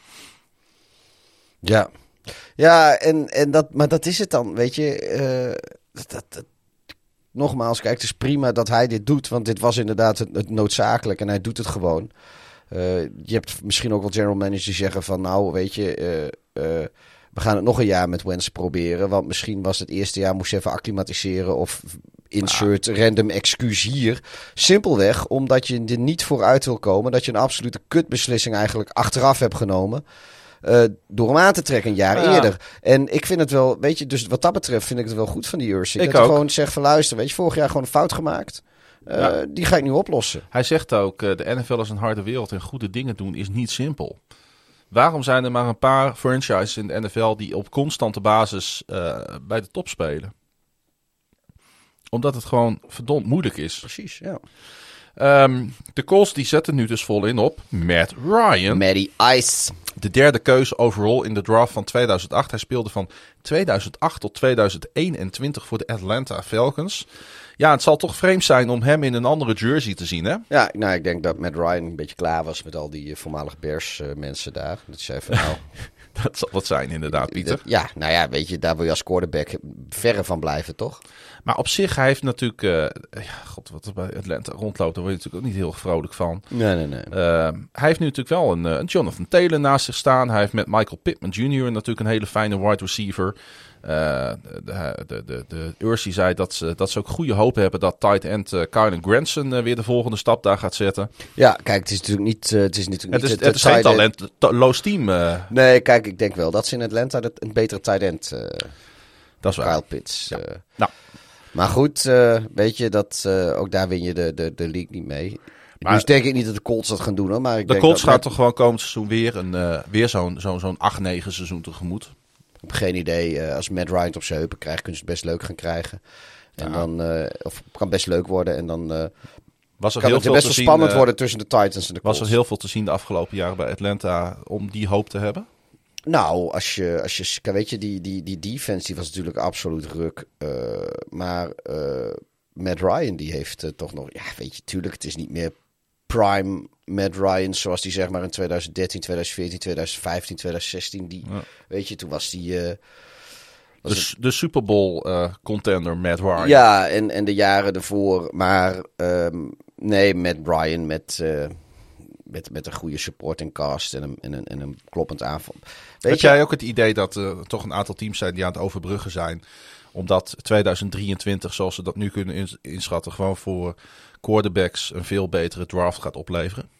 Ja. Ja, en, en dat, maar dat is het dan, weet je. Uh, dat, dat, dat, nogmaals, kijk, het is prima dat hij dit doet. Want dit was inderdaad het, het noodzakelijk en hij doet het gewoon. Uh, je hebt misschien ook wel general managers die zeggen van... nou, weet je, uh, uh, we gaan het nog een jaar met Wentz proberen. Want misschien was het eerste jaar, moest je even acclimatiseren... of insert ah. random excuus hier. Simpelweg omdat je er niet vooruit wil komen... dat je een absolute kutbeslissing eigenlijk achteraf hebt genomen... Uh, door hem aan te trekken een jaar ja. eerder. En ik vind het wel, weet je, dus wat dat betreft vind ik het wel goed van die Ursig. Dat hij gewoon zegt van luister, weet je, vorig jaar gewoon een fout gemaakt. Uh, ja. Die ga ik nu oplossen. Hij zegt ook, uh, de N F L is een harde wereld en goede dingen doen is niet simpel. Waarom zijn er maar een paar franchises in de N F L die op constante basis uh, bij de top spelen? Omdat het gewoon verdomd moeilijk is. Precies, ja. Um, de Colts die zetten nu dus vol in op Matt Ryan. Matty Ice. De derde keuze overall in de draft van tweeduizend acht. Hij speelde van tweeduizend acht tot tweeduizend eenentwintig voor de Atlanta Falcons. Ja, het zal toch vreemd zijn om hem in een andere jersey te zien, hè? Ja, nou, ik denk dat Matt Ryan een beetje klaar was met al die uh, voormalig Bears uh, mensen daar. Dat zei van nou... Dat zal het zijn, inderdaad, Pieter. Ja, nou ja, weet je, daar wil je als quarterback verre van blijven, toch? Maar op zich, hij heeft natuurlijk... Uh, ja, god, wat er bij Atlanta rondloopt, daar word je natuurlijk ook niet heel vrolijk van. Nee, nee, nee. Uh, hij heeft nu natuurlijk wel een, een Jonathan Taylor naast zich staan. Hij heeft met Michael Pittman junior natuurlijk een hele fijne wide receiver. Uh, de, de, de, de Ursi zei dat ze, dat ze ook goede hoop hebben dat tight end uh, Kylen Granson uh, weer de volgende stap daar gaat zetten. Ja, kijk, het is natuurlijk niet... Uh, het is, natuurlijk het niet is, het is geen talentloos team. Uh. Nee, kijk, ik denk wel dat ze in Atlanta een betere tight end... Uh, dat is waar. Kyle Pitts. Ja. Uh. Nou. Maar goed, uh, weet je, dat, uh, ook daar win je de, de, de league niet mee. Maar, dus denk ik niet dat de Colts dat gaan doen, hoor. Maar ik de denk Colts dat gaat toch gewoon komend seizoen weer, een, uh, weer zo'n, zo'n, zo'n acht negen seizoen tegemoet. Ik heb geen idee. Uh, als Matt Ryan op zijn heupen krijgt, kunnen ze het best leuk gaan krijgen. En ja. dan, uh, of kan best leuk worden. En dan uh, was er kan heel het veel best wel zien, spannend uh, worden tussen de Titans en de Colts. Was er heel veel te zien de afgelopen jaren bij Atlanta om die hoop te hebben? Nou, als je, als je weet je, die, die, die defense die was natuurlijk absoluut ruk. Uh, maar uh, Matt Ryan die heeft uh, toch nog, ja, weet je, tuurlijk, het is niet meer prime Matt Ryan zoals die zeg maar in twintig dertien, twintig veertien, twintig vijftien, twintig zestien, die, ja. weet je, toen was die... Uh, was de, het... de Super Bowl uh, contender Matt Ryan. Ja, en, en de jaren ervoor, maar um, nee, Matt Ryan met... Uh, Met, met een goede supporting cast en een, en een, en een kloppend aanval. Weet Heb je? jij ook het idee dat er uh, toch een aantal teams zijn die aan het overbruggen zijn? Omdat tweeduizend drieëntwintig, zoals ze dat nu kunnen inschatten, gewoon voor quarterbacks een veel betere draft gaat opleveren?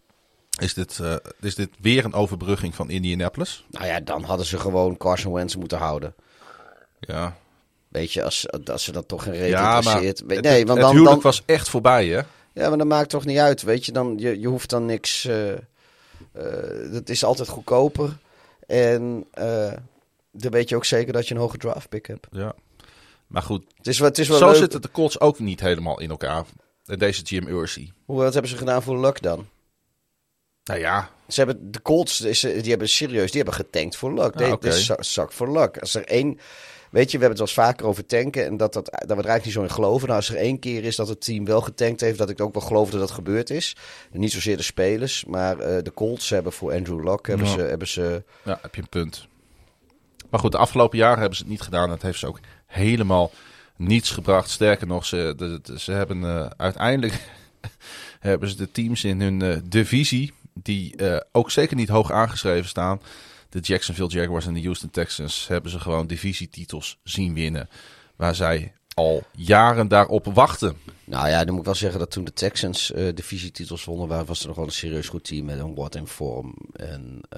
Is dit, uh, is dit weer een overbrugging van Indianapolis? Nou ja, dan hadden ze gewoon Carson Wentz moeten houden. Ja. Weet je, als, als ze dat toch geen reet Ja, interesseert. maar nee, het, want het dan, huwelijk dan, was echt voorbij, hè? Ja, maar dat maakt toch niet uit, weet je. Dan, je, je hoeft dan niks... Uh, uh, dat is altijd goedkoper. En uh, dan weet je ook zeker dat je een hoge draftpick hebt. Ja, maar goed. Het is, het is wel zo leuk. zitten de Colts ook niet helemaal in elkaar. Deze Jim Irsay. Hoe, wat hebben ze gedaan voor Luck dan? Nou ja. Ze hebben, de Colts, die hebben serieus, die hebben getankt voor Luck. Ah, Dit is zak voor Luck. Als er één... Weet je, we hebben het wel eens vaker over tanken en dat, dat, dat we er eigenlijk niet zo in geloven. Nou, als er één keer is dat het team wel getankt heeft, dat ik ook wel geloof dat dat gebeurd is. Niet zozeer de spelers, maar uh, de Colts hebben voor Andrew Luck, hebben, ja. ze, hebben ze... Ja, heb je een punt. Maar goed, de afgelopen jaren hebben ze het niet gedaan. Dat heeft ze ook helemaal niets gebracht. Sterker nog, ze, de, de, ze hebben uh, uiteindelijk hebben ze de teams in hun uh, divisie, die uh, ook zeker niet hoog aangeschreven staan. De Jacksonville Jaguars en de Houston Texans hebben ze gewoon divisietitels zien winnen. Waar zij al jaren daarop wachten. Nou ja, dan moet ik wel zeggen dat toen de Texans uh, divisietitels wonnen, waar was er nog wel een serieus goed team met een Watt in vorm. En uh,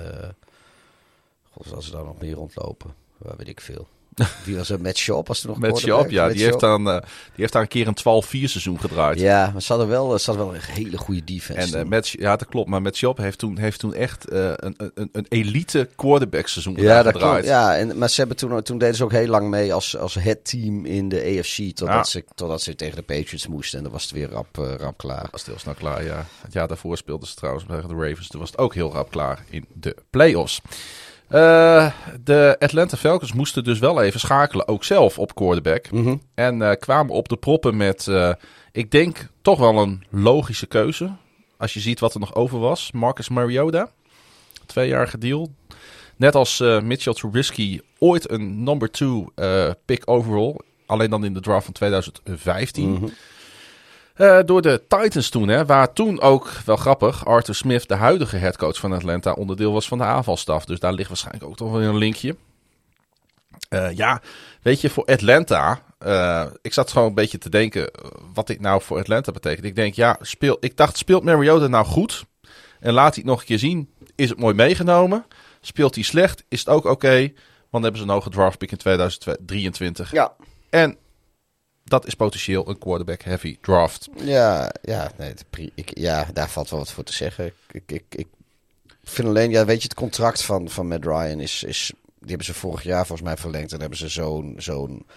god, als ze daar nog meer rondlopen, waar weet ik veel. Wie was er? Matt Schaub was er nog Matt Schaub, ja. Die heeft, dan, uh, die heeft daar een keer een twaalf vier seizoen gedraaid. Ja, maar ze hadden wel, ze hadden wel een hele goede defense. En, uh, Matt, ja, dat klopt. Maar Matt Schaub heeft toen, heeft toen echt uh, een, een, een elite quarterback seizoen ja, dat gedraaid. Klopt, ja, en, maar ze hebben toen, toen deden ze ook heel lang mee als, als het team in de A F C. Totdat, ja. ze, totdat ze tegen de Patriots moesten. En dan was het weer rap, uh, rap klaar. Dat was heel snel klaar, ja. Het jaar daarvoor speelden ze trouwens tegen de Ravens. Toen was het ook heel rap klaar in de playoffs. Uh, de Atlanta Falcons moesten dus wel even schakelen, ook zelf op quarterback. Mm-hmm. En uh, kwamen op de proppen met, uh, ik denk, toch wel een logische keuze. Als je ziet wat er nog over was. Marcus Mariota, tweejarige deal. Net als uh, Mitchell Trubisky, ooit een number two uh, pick overall. Alleen dan in de draft van twintig vijftien. Mm-hmm. Uh, door de Titans toen, hè, waar toen ook, wel grappig, Arthur Smith, de huidige headcoach van Atlanta, onderdeel was van de aanvalstaf. Dus daar ligt waarschijnlijk ook toch wel een linkje. Uh, ja, weet je, voor Atlanta, uh, ik zat gewoon een beetje te denken wat dit nou voor Atlanta betekent. Ik denk, ja, speel, ik dacht, speelt Mariota nou goed? En laat hij het nog een keer zien. Is het mooi meegenomen? Speelt hij slecht? Is het ook oké? Okay? Want dan hebben ze een hoge draftpick in tweeduizend drieëntwintig. Ja. En dat is potentieel een quarterback-heavy draft. Ja, ja, nee, ik, ja, daar valt wel wat voor te zeggen. Ik, ik, ik vind alleen, ja, weet je, het contract van, van Matt Ryan is, is... Die hebben ze vorig jaar volgens mij verlengd. En daar hebben ze zo'n, zo'n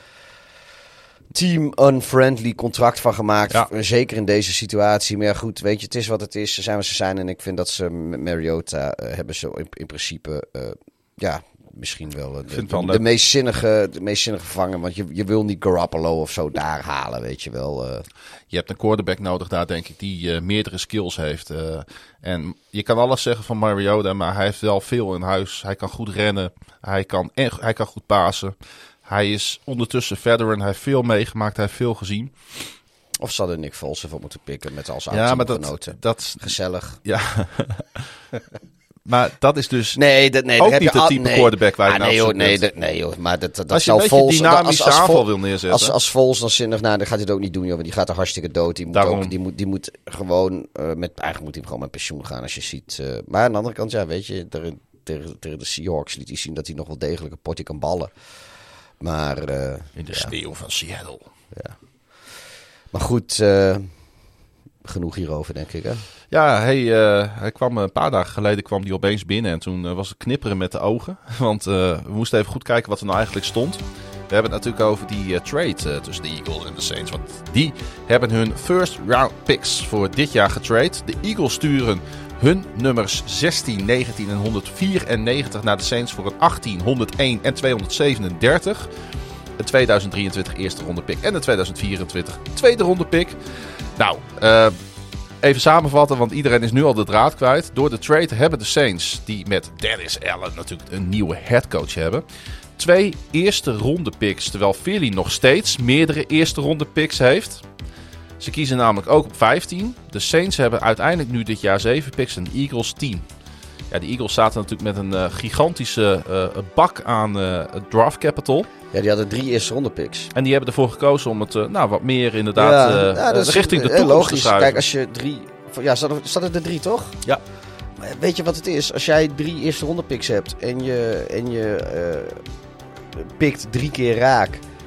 team-unfriendly contract van gemaakt. Ja. Zeker in deze situatie. Maar ja, goed, weet je, het is wat het is. Ze zijn wat ze zijn. En ik vind dat ze met Mariota uh, hebben ze in, in principe... Uh, ja, misschien wel de, de, de, de meest zinnige, de meest zinnige vervanger. Want je, je wil niet Garoppolo of zo daar halen, weet je wel. Uh. Je hebt een quarterback nodig daar, denk ik, die uh, meerdere skills heeft. Uh, en je kan alles zeggen van Mariota, maar hij heeft wel veel in huis. Hij kan goed rennen, hij kan, en, hij kan goed pasen. Hij is ondertussen veteran, hij heeft veel meegemaakt, hij heeft veel gezien. Of ze hadden Nick Foles ervan moeten pikken met als ja, maar dat, dat gezellig. Ja. Maar dat is dus nee, dat, nee, ook heb niet je de al, type nee. quarterback waar je ah, nou nee, op hoor, nee, bent. dat, nee joh, maar dat, dat als je zou een beetje Foles, dynamische als, als, aanval wil neerzetten. Als, als Foles dan zinnig, nou, dan gaat hij het ook niet doen, joh, want die gaat er hartstikke dood. Die moet, ook, die moet, die moet gewoon, uh, met, eigenlijk moet hij gewoon met pensioen gaan als je ziet. Uh, maar aan de andere kant, ja, weet je, tegen, tegen, tegen de Seahawks liet hij zien dat hij nog wel degelijk een potje kan ballen. Maar... Uh, in de ja. sneeuw van Seattle. Ja. Maar goed... Uh, genoeg hierover, denk ik, hè? Ja, hij, uh, hij kwam een paar dagen geleden kwam hij opeens binnen en toen uh, was het knipperen met de ogen. Want uh, we moesten even goed kijken wat er nou eigenlijk stond. We hebben het natuurlijk over die uh, trade uh, tussen de Eagles en de Saints. Want die hebben hun first round picks voor dit jaar getrade. De Eagles sturen hun nummers zestien, negentien en honderdvierennegentig naar de Saints voor een achttien, honderdéén en tweehonderdzevenendertig. Een tweeduizend drieëntwintig eerste ronde pick en een tweeduizend vierentwintig tweede ronde pick. Nou, uh, even samenvatten, want iedereen is nu al de draad kwijt. Door de trade hebben de Saints, die met Dennis Allen natuurlijk een nieuwe headcoach hebben, twee eerste ronde picks, terwijl Philly nog steeds meerdere eerste ronde picks heeft. Ze kiezen namelijk ook op vijftien. De Saints hebben uiteindelijk nu dit jaar zeven picks en de Eagles tien. Ja, de Eagles zaten natuurlijk met een uh, gigantische uh, bak aan uh, draft capital. Ja, die hadden drie eerste ronde picks. En die hebben ervoor gekozen om het uh, nou, wat meer inderdaad ja, uh, ja, dat richting de toekomst logisch. te schuiven. Kijk, als je drie... Ja, staat het er drie, toch? Ja. Maar weet je wat het is? Als jij drie eerste ronde picks hebt en je, en je uh, pikt drie keer raak,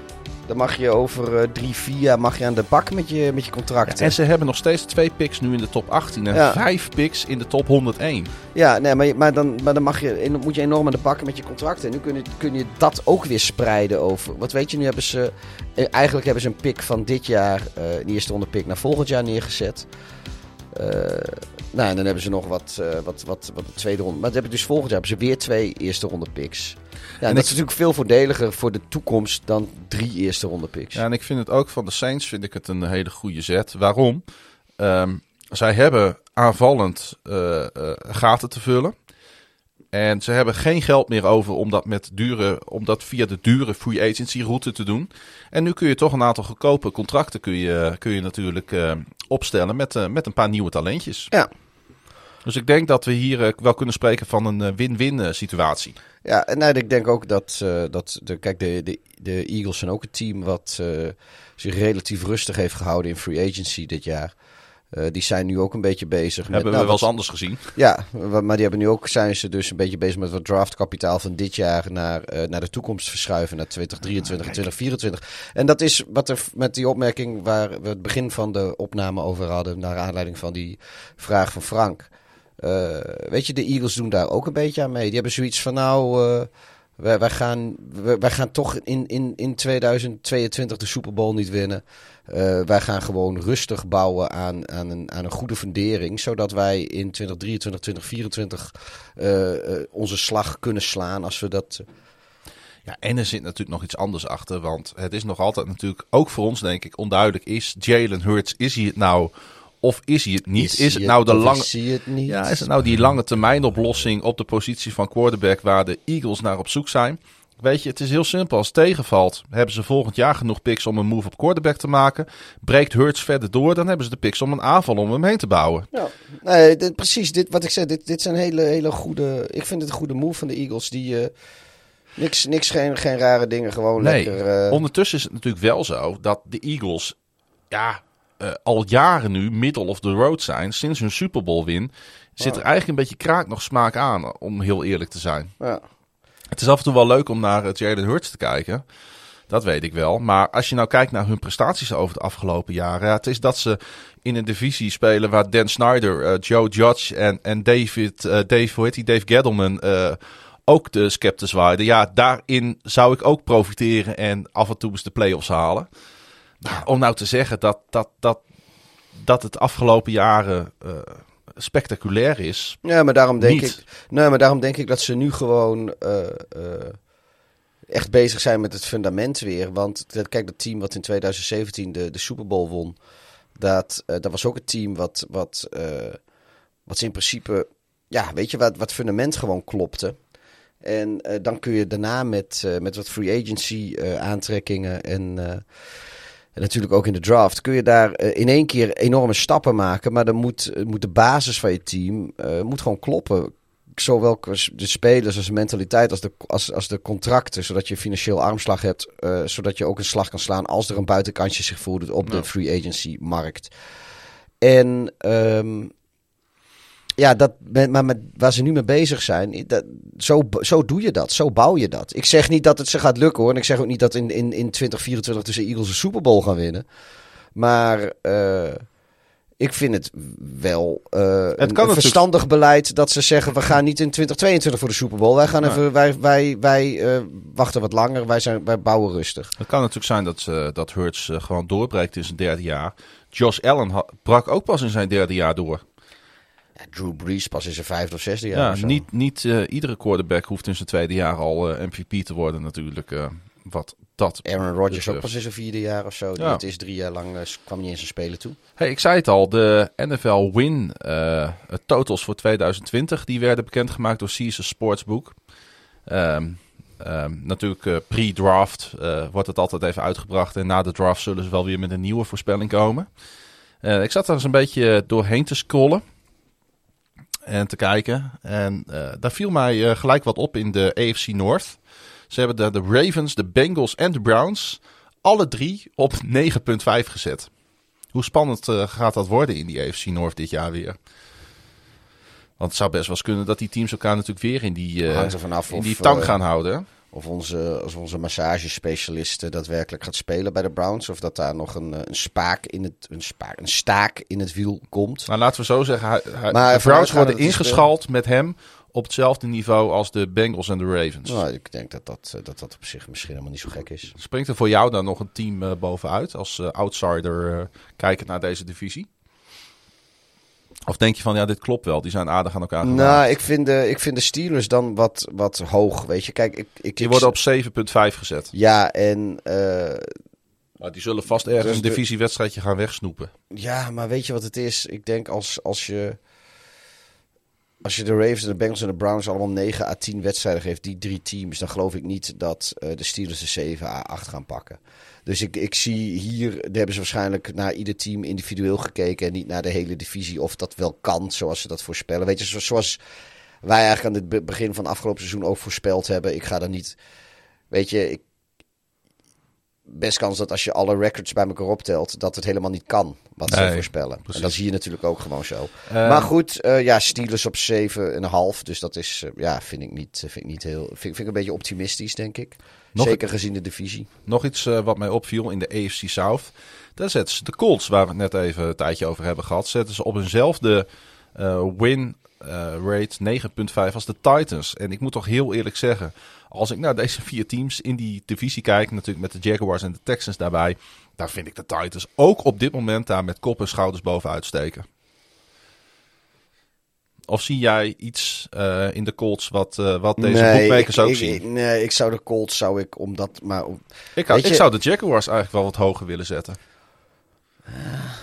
Dan mag je over uh, drie, vier jaar mag je aan de bak met je, met je contracten. Ja, en ze hebben nog steeds twee picks nu in de top achttien en ja. vijf picks in de top honderdéén. Ja, nee, maar, maar, dan, maar dan mag je, moet je enorm aan de bak met je contracten. En nu kun je, kun je dat ook weer spreiden over. Wat weet je, nu hebben ze... Eigenlijk hebben ze een pick van dit jaar, uh, die eerste ronde pick, naar volgend jaar neergezet. Uh, nou, en dan hebben ze nog wat, uh, wat, wat, wat de tweede ronde. Maar dan hebben dus volgend jaar hebben ze weer twee eerste ronde picks. Ja, en en dat ik... is natuurlijk veel voordeliger voor de toekomst dan drie eerste ronde picks. Ja, en ik vind het ook van de Saints vind ik het een hele goede zet. Waarom? Um, zij hebben aanvallend uh, uh, gaten te vullen. En ze hebben geen geld meer over om dat, met dure, om dat via de dure free agency route te doen. En nu kun je toch een aantal goedkope contracten kun je, kun je natuurlijk uh, opstellen met, uh, met een paar nieuwe talentjes. Ja. Dus ik denk dat we hier uh, wel kunnen spreken van een uh, win-win uh, situatie. Ja, en nou, ik denk ook dat, uh, dat de, kijk, de, de, de Eagles zijn ook een team wat uh, zich relatief rustig heeft gehouden in free agency dit jaar. Uh, die zijn nu ook een beetje bezig met... Hebben we nou, wel eens wat, anders gezien. Ja, maar die hebben nu ook, zijn ze dus een beetje bezig met wat draftkapitaal van dit jaar naar, uh, naar de toekomst verschuiven, naar twintig drieëntwintig en twintig vierentwintig. En dat is wat er met die opmerking waar we het begin van de opname over hadden, naar aanleiding van die vraag van Frank. Uh, weet je, de Eagles doen daar ook een beetje aan mee. Die hebben zoiets van, nou, uh, wij, wij, gaan, wij, wij gaan toch in, in, in tweeduizend tweeëntwintig de Super Bowl niet winnen. Uh, wij gaan gewoon rustig bouwen aan, aan, een, aan een goede fundering, zodat wij in twintig drieëntwintig, twintig vierentwintig uh, uh, onze slag kunnen slaan als we dat... Uh... Ja, en er zit natuurlijk nog iets anders achter, want het is nog altijd natuurlijk, ook voor ons denk ik, onduidelijk is Jalen Hurts, is hij het nou... Of is hij het niet? Is, is het nou de lange... Het niet? Ja, is het nou die lange termijn oplossing op de positie van quarterback waar de Eagles naar op zoek zijn? Weet je, het is heel simpel. Als het tegenvalt, hebben ze volgend jaar genoeg picks om een move op quarterback te maken. Breekt Hurts verder door, dan hebben ze de picks om een aanval om hem heen te bouwen. Ja, nee, dit, precies. Dit, wat ik zei, dit, dit zijn hele, hele goede... Ik vind het een goede move van de Eagles. Die uh, niks, niks geen, geen rare dingen, gewoon nee, lekker... Uh... Ondertussen is het natuurlijk wel zo dat de Eagles... ja. Uh, al jaren nu middle of the road zijn. Sinds hun Super Bowl win zit er eigenlijk een beetje kraak nog smaak aan, om heel eerlijk te zijn. Ja. Het is af en toe wel leuk om naar uh, Jalen Hurts te kijken. Dat weet ik wel. Maar als je nou kijkt naar hun prestaties over de afgelopen jaren. Ja, het is dat ze in een divisie spelen waar Dan Snyder, uh, Joe Judge en, en David, uh, Dave, hoe heet die, Dave Gettleman uh, ook de scepter zwaaiden. Ja, daarin zou ik ook profiteren en af en toe eens de playoffs halen. Nou, om nou te zeggen dat, dat, dat, dat het afgelopen jaren uh, spectaculair is. Ja, maar daarom denk niet. ik. Nee, maar daarom denk ik dat ze nu gewoon uh, uh, echt bezig zijn met het fundament weer. Want kijk, dat team wat in tweeduizend zeventien de, de Super Bowl won, dat, uh, dat was ook het team wat, wat, uh, wat ze in principe, ja, weet je, wat, wat fundament gewoon klopte. En uh, dan kun je daarna met, uh, met wat free agency uh, aantrekkingen en, uh, en natuurlijk ook in de draft, kun je daar uh, in één keer enorme stappen maken. Maar dan moet, uh, moet de basis van je team uh, moet gewoon kloppen. Zowel de spelers als de mentaliteit als de, als, als de contracten. Zodat je financieel armslag hebt. Uh, zodat je ook een slag kan slaan als er een buitenkantje zich voordoet op no. de free agency markt. En um, ja, dat, maar met, waar ze nu mee bezig zijn, dat, zo, zo doe je dat. Zo bouw je dat. Ik zeg niet dat het ze gaat lukken hoor. En ik zeg ook niet dat in, in, in twintig vierentwintig tussen Eagles een Super Bowl gaan winnen. Maar uh, ik vind het wel uh, het een, een verstandig beleid dat ze zeggen, we gaan niet in twintig tweeëntwintig voor de Super Bowl. Wij gaan even, ja. wij, wij, wij uh, wachten wat langer. Wij, zijn, wij bouwen rustig. Het kan natuurlijk zijn dat, uh, dat Hurts uh, gewoon doorbreekt in zijn derde jaar. Josh Allen ha- brak ook pas in zijn derde jaar door. Drew Brees pas in zijn vijfde of zesde jaar. Ja, niet, niet uh, iedere quarterback hoeft in zijn tweede jaar al uh, M V P te worden natuurlijk. Uh, wat dat Aaron Rodgers ook pas in zijn vierde jaar of zo. Ja. Het is drie jaar lang uh, kwam niet in zijn spelen toe. Hey, ik zei het al, de N F L win uh, totals voor tweeduizend twintig, die werden bekendgemaakt door Caesars Sportsbook. Um, um, natuurlijk uh, pre-draft uh, wordt het altijd even uitgebracht. En na de draft zullen ze wel weer met een nieuwe voorspelling komen. Uh, ik zat er eens een beetje doorheen te scrollen. En te kijken. En uh, daar viel mij uh, gelijk wat op in de A F C North. Ze hebben de, de Ravens, de Bengals en de Browns alle drie op negen komma vijf gezet. Hoe spannend uh, gaat dat worden in die A F C North dit jaar weer? Want het zou best wel eens kunnen dat die teams elkaar natuurlijk weer in die, uh, in die tang uh, gaan houden. of onze, of onze massagespecialist daadwerkelijk gaat spelen bij de Browns. Of dat daar nog een, een spaak in het, een spaak, een staak in het wiel komt. Nou, laten we zo zeggen, hij, hij, Maar de Browns worden dat ingeschald met hem op hetzelfde niveau als de Bengals en de Ravens. Nou, ik denk dat dat, dat dat op zich misschien helemaal niet zo gek is. Springt er voor jou dan nog een team uh, bovenuit als uh, outsider uh, kijkend naar deze divisie? Of denk je van, ja, dit klopt wel, die zijn aardig aan elkaar gemaakt? Nou, ik vind de, ik vind de Steelers dan wat, wat hoog, weet je. Kijk, ik, ik, die ik, worden op zeven komma vijf gezet. Ja, en... Uh, nou, die zullen vast ergens dus een divisiewedstrijdje gaan wegsnoepen. Ja, maar weet je wat het is? Ik denk als, als je... Als je de Ravens en de Bengals en de Browns allemaal negen à tien wedstrijden geeft, die drie teams, dan geloof ik niet dat uh, de Steelers de zeven à acht gaan pakken. Dus ik, ik zie hier, daar hebben ze waarschijnlijk naar ieder team individueel gekeken en niet naar de hele divisie of dat wel kan, zoals ze dat voorspellen. Weet je, zoals wij eigenlijk aan het begin van het afgelopen seizoen ook voorspeld hebben. Ik ga dan niet, weet je, ik, best kans dat als je alle records bij elkaar optelt, dat het helemaal niet kan wat ze nee, voorspellen. Precies. En dat zie je natuurlijk ook gewoon zo. Uh, maar goed, uh, ja, Steelers op zeven komma vijf. Dus dat is, uh, ja, vind ik niet, vind ik niet heel... Vind, vind ik een beetje optimistisch, denk ik. Nog Zeker een, gezien de divisie. Nog iets uh, wat mij opviel in de A F C South. Daar zetten ze de Colts, waar we het net even een tijdje over hebben gehad, zetten ze op eenzelfde uh, win uh, rate negen komma vijf als de Titans. En ik moet toch heel eerlijk zeggen, als ik naar deze vier teams in die divisie kijk, natuurlijk met de Jaguars en de Texans daarbij, daar vind ik de Titans ook op dit moment daar met kop en schouders bovenuit steken. Of zie jij iets uh, in de Colts wat, uh, wat deze nee, boekmakers ik, ook ik, zien? Ik, nee, ik zou de Colts, zou ik omdat... Maar, om, ik, ik je, zou de Jaguars eigenlijk wel wat hoger willen zetten. Uh,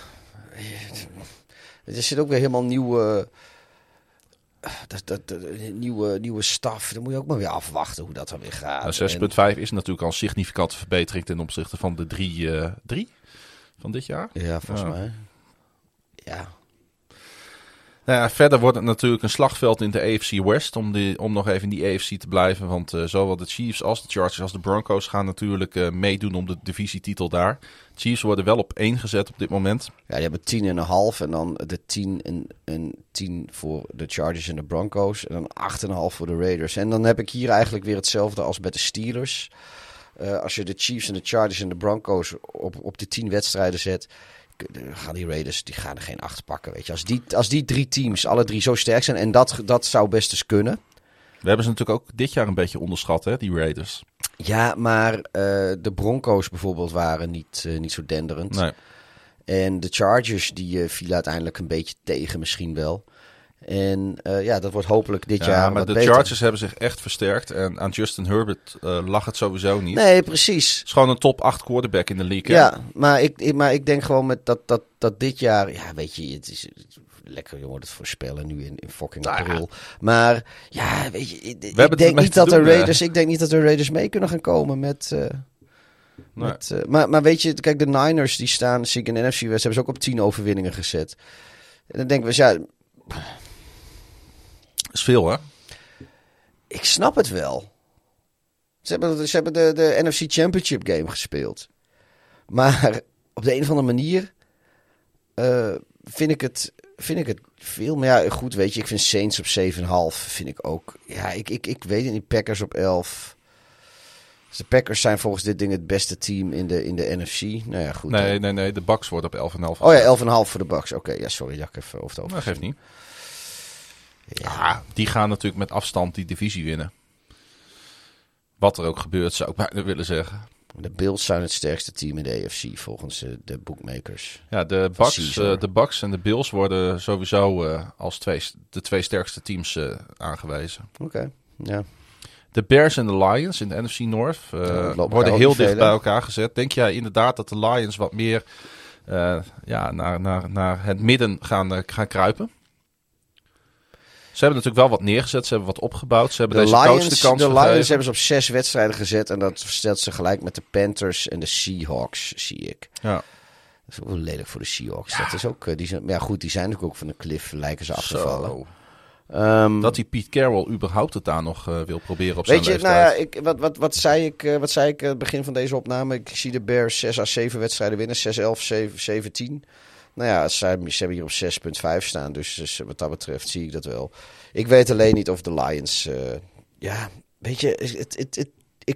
er zit ook weer helemaal nieuwe... Uh, dat, dat, dat, nieuwe, nieuwe staf. Dan moet je ook maar weer afwachten hoe dat dan weer gaat. Nou, zes komma vijf en... is natuurlijk al een significante verbetering ten opzichte van de drie uh, van dit jaar. Ja, volgens ja. mij. Ja. Nou ja, verder wordt het natuurlijk een slagveld in de A F C West om, die, om nog even in die A F C te blijven. Want uh, zowel de Chiefs als de Chargers als de Broncos gaan natuurlijk uh, meedoen om de divisietitel daar. Chiefs worden wel op één gezet op dit moment. Ja, die hebben tien en een half en dan de tien en, en tien voor de Chargers en de Broncos. En dan acht en een half voor de Raiders. En dan heb ik hier eigenlijk weer hetzelfde als bij de Steelers. Uh, als je de Chiefs en de Chargers en de Broncos op, op de tien wedstrijden zet, gaan die Raiders, die gaan er geen acht pakken, weet je. Als die, als die drie teams, alle drie zo sterk zijn, en dat, dat zou best eens kunnen. We hebben ze natuurlijk ook dit jaar een beetje onderschat, hè, die Raiders. Ja, maar uh, de Broncos bijvoorbeeld waren niet, uh, niet zo denderend. Nee. En de Chargers, die uh, vielen uiteindelijk een beetje tegen misschien wel. En uh, ja, dat wordt hopelijk dit ja, jaar maar wat de beter. Chargers hebben zich echt versterkt. En aan Justin Herbert uh, lag het sowieso niet. Nee, precies. Het is gewoon een top acht quarterback in de league. Ja, hè? maar ik, ik, maar ik denk gewoon met dat, dat, dat dit jaar... Ja, weet je, het is... Het, lekker jongen, het voorspellen nu in, in fucking nou, april. Ja. Maar ja, weet je, ik, ik denk niet dat doen, de Raiders, ik denk niet dat de Raiders mee kunnen gaan komen met... Uh, nee. met uh, maar, maar weet je, kijk, de Niners die staan, zie ik in de N F C West, hebben ze ook op tien overwinningen gezet. En dan denken we, ja... Dat is veel, hè? Ik snap het wel. Ze hebben, ze hebben de, de N F C Championship game gespeeld. Maar op de een of andere manier uh, vind ik het... Vind ik het veel, maar ja, goed, weet je, ik vind Saints op zeven komma vijf vind ik ook... Ja, ik, ik, ik weet het niet, Packers op elf. Dus de Packers zijn volgens dit ding het beste team in de, in de N F C. Nou ja, goed. Nee, dan. nee, nee, de Bucks worden op elf komma vijf. Oh ja, elf komma vijf voor de Bucks. Oké, okay, ja, sorry, dat ik even over het over. Dat geeft niet. Ja. Ah, die gaan natuurlijk met afstand die divisie winnen. Wat er ook gebeurt, zou ik bijna willen zeggen. De Bills zijn het sterkste team in de A F C volgens uh, de bookmakers. Ja, de Bucks, uh, de Bucks en de Bills worden sowieso uh, als twee, de twee sterkste teams uh, aangewezen. Oké, okay, ja. De Bears en de Lions in de N F C North uh, ja, worden heel dicht bij elkaar gezet. Denk jij inderdaad dat de Lions wat meer uh, ja, naar, naar, naar het midden gaan, uh, gaan kruipen? Ze hebben natuurlijk wel wat neergezet. Ze hebben wat opgebouwd. Ze hebben de deze Lions, coach de kans De gegeven. Lions hebben ze op zes wedstrijden gezet. En dat stelt ze gelijk met de Panthers en de Seahawks, zie ik. Ja. Dat is ook wel lelijk voor de Seahawks. Ja. Dat is ook, die zijn, ja goed, die zijn natuurlijk ook van de cliff, lijken ze af te vallen. Um, dat die Pete Carroll überhaupt het daar nog uh, wil proberen op weet zijn je, leeftijd. Nou ja, ik, wat, wat, wat zei ik uh, wat zei ik uh, begin van deze opname? Ik zie de Bears zes à zeven wedstrijden winnen. zes elf, zeven zeventien. Nou ja, ze hebben hier op zes komma vijf staan. Dus, dus wat dat betreft zie ik dat wel. Ik weet alleen niet of de Lions... Uh, ja, weet je, het, het, het,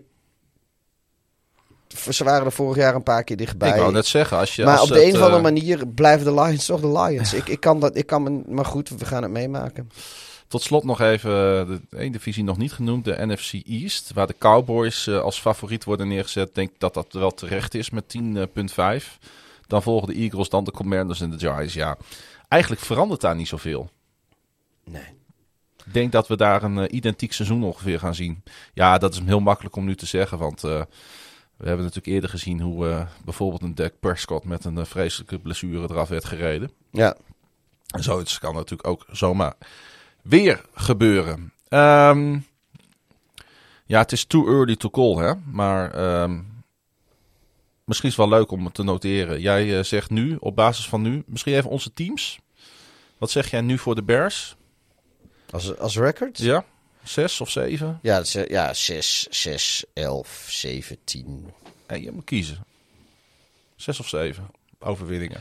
ze waren er vorig jaar een paar keer dichtbij. Ik wou net zeggen. Als je, maar als op de het, een of andere uh, manier blijven de Lions toch de Lions. ik, ik kan dat, ik kan me, maar goed, we gaan het meemaken. Tot slot nog even de één divisie nog niet genoemd, de N F C East. Waar de Cowboys uh, als favoriet worden neergezet. Denk dat dat wel terecht is met tien komma vijf. Dan volgen de Eagles, dan de Commanders en de Giants. Ja, eigenlijk verandert daar niet zoveel. Nee. Ik denk dat we daar een uh, identiek seizoen ongeveer gaan zien. Ja, dat is heel makkelijk om nu te zeggen. Want uh, we hebben natuurlijk eerder gezien hoe uh, bijvoorbeeld een Dak Prescott met een uh, vreselijke blessure eraf werd gereden. Ja. En zoiets kan natuurlijk ook zomaar weer gebeuren. Um, ja, het is too early to call, hè. Maar um, misschien is het wel leuk om het te noteren. Jij uh, zegt nu, op basis van nu, misschien even onze teams. Wat zeg jij nu voor de Bears? Als, als record? Ja, zes of zeven? Ja, dat is, ja zes, zes, elf, zeven, tien. Hey, je moet kiezen. Zes of zeven overwinningen.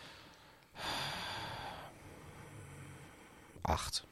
Acht.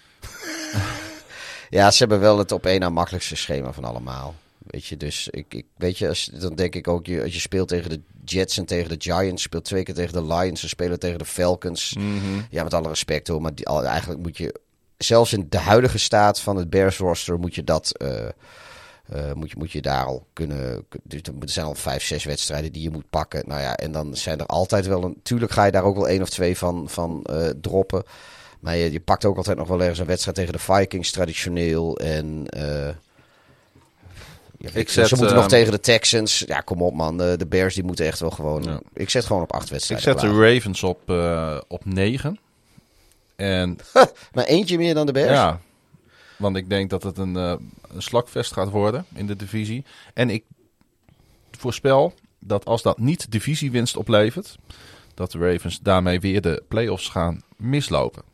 Ja, ze hebben wel het op één na makkelijkste schema van allemaal. Weet je, dus ik, ik weet je, als, dan denk ik ook, je, als je speelt tegen de Jets en tegen de Giants, speelt twee keer tegen de Lions, ze spelen tegen de Falcons. Mm-hmm. Ja, met alle respect hoor, maar die, al, eigenlijk moet je, zelfs in de huidige staat van het Bears roster, moet je dat, uh, uh, moet je, moet je daar al kunnen, dus er zijn al vijf, zes wedstrijden die je moet pakken. Nou ja, en dan zijn er altijd wel een, tuurlijk ga je daar ook wel één of twee van, van uh, droppen. Maar je, je pakt ook altijd nog wel ergens een wedstrijd tegen de Vikings traditioneel. En uh, ja, ik zet, ze moeten uh, nog tegen de Texans. Ja, kom op man. De, de Bears die moeten echt wel gewoon... Ja. Ik zet gewoon op acht wedstrijden. Ik zet klaar. De Ravens op, uh, op negen. En... maar eentje meer dan de Bears? Ja, want ik denk dat het een, uh, een slagvest gaat worden in de divisie. En ik voorspel dat als dat niet divisiewinst oplevert, dat de Ravens daarmee weer de playoffs gaan mislopen.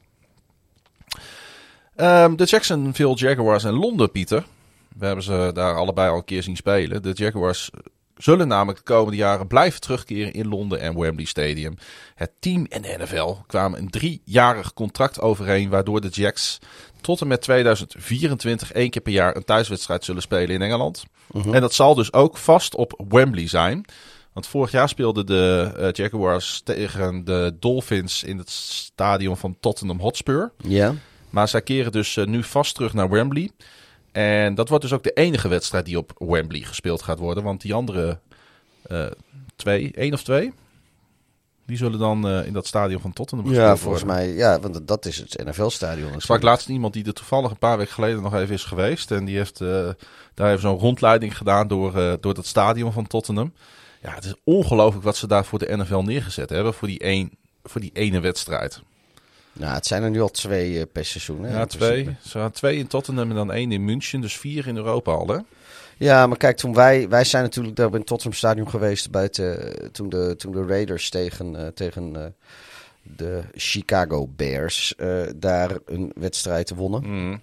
Um, de Jacksonville Jaguars en Londen, Pieter. We hebben ze daar allebei al een keer zien spelen. De Jaguars zullen namelijk de komende jaren blijven terugkeren in Londen en Wembley Stadium. Het team en de N F L kwamen een driejarig contract overeen, waardoor de Jacks tot en met tweeduizend vierentwintig één keer per jaar een thuiswedstrijd zullen spelen in Engeland. Uh-huh. En dat zal dus ook vast op Wembley zijn. Want vorig jaar speelden de uh, Jaguars tegen de Dolphins in het stadion van Tottenham Hotspur. Ja. Maar zij keren dus uh, nu vast terug naar Wembley. En dat wordt dus ook de enige wedstrijd die op Wembley gespeeld gaat worden. Want die andere uh, twee, één of twee, die zullen dan uh, in dat stadion van Tottenham gespeeld ja, worden. Ja, volgens mij, ja, want dat is het N F L-stadion. Ik sprak laatst iemand die er toevallig een paar weken geleden nog even is geweest. En die heeft uh, daar even zo'n rondleiding gedaan door, uh, door dat stadion van Tottenham. Ja, het is ongelooflijk wat ze daar voor de N F L neergezet hebben. Voor die, een, voor die ene wedstrijd. Nou, het zijn er nu al twee uh, per seizoen. Hè, ja, twee. Ze hadden twee in Tottenham en dan één in München. Dus vier in Europa al, hè? Ja, maar kijk, toen wij... Wij zijn natuurlijk daar in het Tottenham Stadion geweest bij het, uh, toen, de, toen de Raiders tegen, uh, tegen uh, de Chicago Bears uh, daar een wedstrijd wonnen. Mm.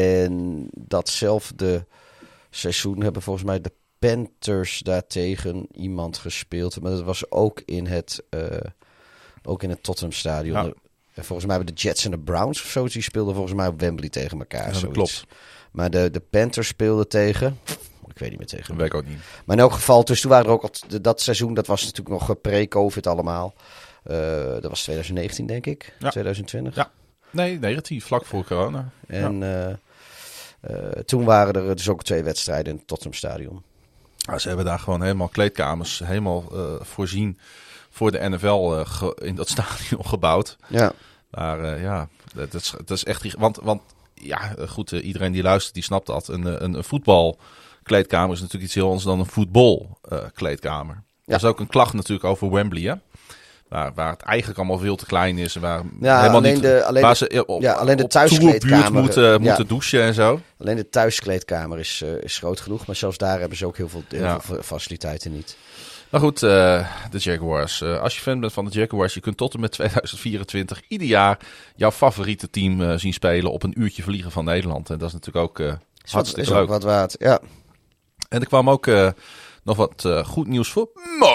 En datzelfde seizoen hebben volgens mij de Panthers daartegen iemand gespeeld. Maar dat was ook in het, uh, ook in het Tottenham Stadion. Ja. En volgens mij hebben de Jets en de Browns of zo, die speelden volgens mij op Wembley tegen elkaar. Ja, dat klopt. Maar de, de Panthers speelden tegen... Ik weet niet meer tegen. Dat weet ik ook niet. Maar in elk geval, dus toen waren er ook al... Dat seizoen, dat was natuurlijk nog pre-COVID allemaal. Uh, dat was twintig negentien, denk ik. Ja. twintig twintig. Ja. Nee, negatief. Vlak voor corona. En ja. uh, uh, toen waren er dus ook twee wedstrijden in het Tottenham Stadion. Ja, ze hebben daar gewoon helemaal kleedkamers helemaal uh, voorzien voor de N F L uh, ge- in dat stadion gebouwd. Ja. Maar uh, ja, dat is, dat is echt... Want, want ja, goed, uh, iedereen die luistert, die snapt dat. Een, een, een voetbalkleedkamer is natuurlijk iets heel anders dan een voetbalkleedkamer. Uh, ja. Dat is ook een klacht natuurlijk over Wembley, hè? Waar, waar het eigenlijk allemaal veel te klein is. Waar, ja, helemaal alleen, niet, de, alleen, waar ze op, ja, alleen de op thuiskleedkamer moeten, ja. moeten douchen en zo. Alleen de thuiskleedkamer is, uh, is groot genoeg. Maar zelfs daar hebben ze ook heel veel, heel ja. veel faciliteiten niet. Maar goed, uh, de Jaguars. Uh, als je fan bent van de Jaguars, je kunt tot en met tweeduizend vierentwintig ieder jaar jouw favoriete team uh, zien spelen op een uurtje vliegen van Nederland. En dat is natuurlijk ook uh, is hartstikke wat, is leuk. Ook wat waard, ja. En er kwam ook uh, nog wat uh, goed nieuws voor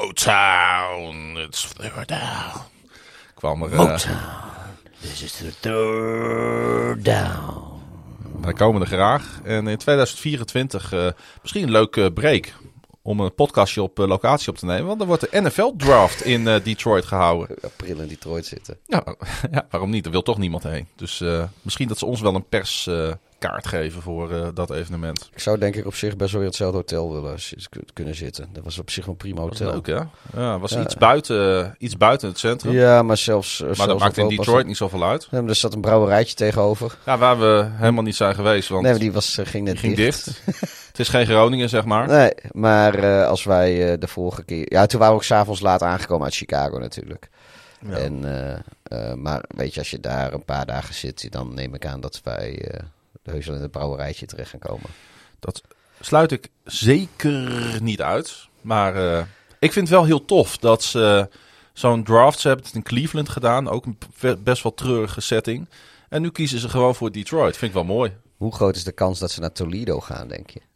Motown. It's third down. Kwam er... Uh, Motown. This is the third down. Wij komen er graag. En in tweeduizend vierentwintig uh, misschien een leuke break om een podcastje op uh, locatie op te nemen. Want er wordt de N F L-draft in uh, Detroit gehouden. April in Detroit zitten. Ja, ja, waarom niet? Er wil toch niemand heen. Dus uh, misschien dat ze ons wel een perskaart uh, geven voor uh, dat evenement. Ik zou denk ik op zich best wel in hetzelfde hotel willen kunnen zitten. Dat was op zich een prima hotel. Dat was leuk, hè? Ja, was ja. iets, buiten, uh, iets buiten het centrum. Ja, maar zelfs... Maar zelfs dat maakt in Detroit het... niet zoveel uit. Ja, maar er zat een brouwerijtje tegenover. Ja, waar we helemaal niet zijn geweest. Want nee, maar die was, uh, ging net die ging dicht. dicht. Het is geen Groningen, zeg maar. Nee, maar uh, als wij uh, de vorige keer... Ja, toen waren we ook 's avonds laat aangekomen uit Chicago natuurlijk. Ja. En, uh, uh, maar weet je, als je daar een paar dagen zit, dan neem ik aan dat wij uh, heus wel in het brouwerijtje terecht gaan komen. Dat sluit ik zeker niet uit. Maar uh, ik vind het wel heel tof dat ze uh, zo'n draft, ze hebben het in Cleveland gedaan. Ook een best wel treurige setting. En nu kiezen ze gewoon voor Detroit. Vind ik wel mooi. Hoe groot is de kans dat ze naar Toledo gaan, denk je?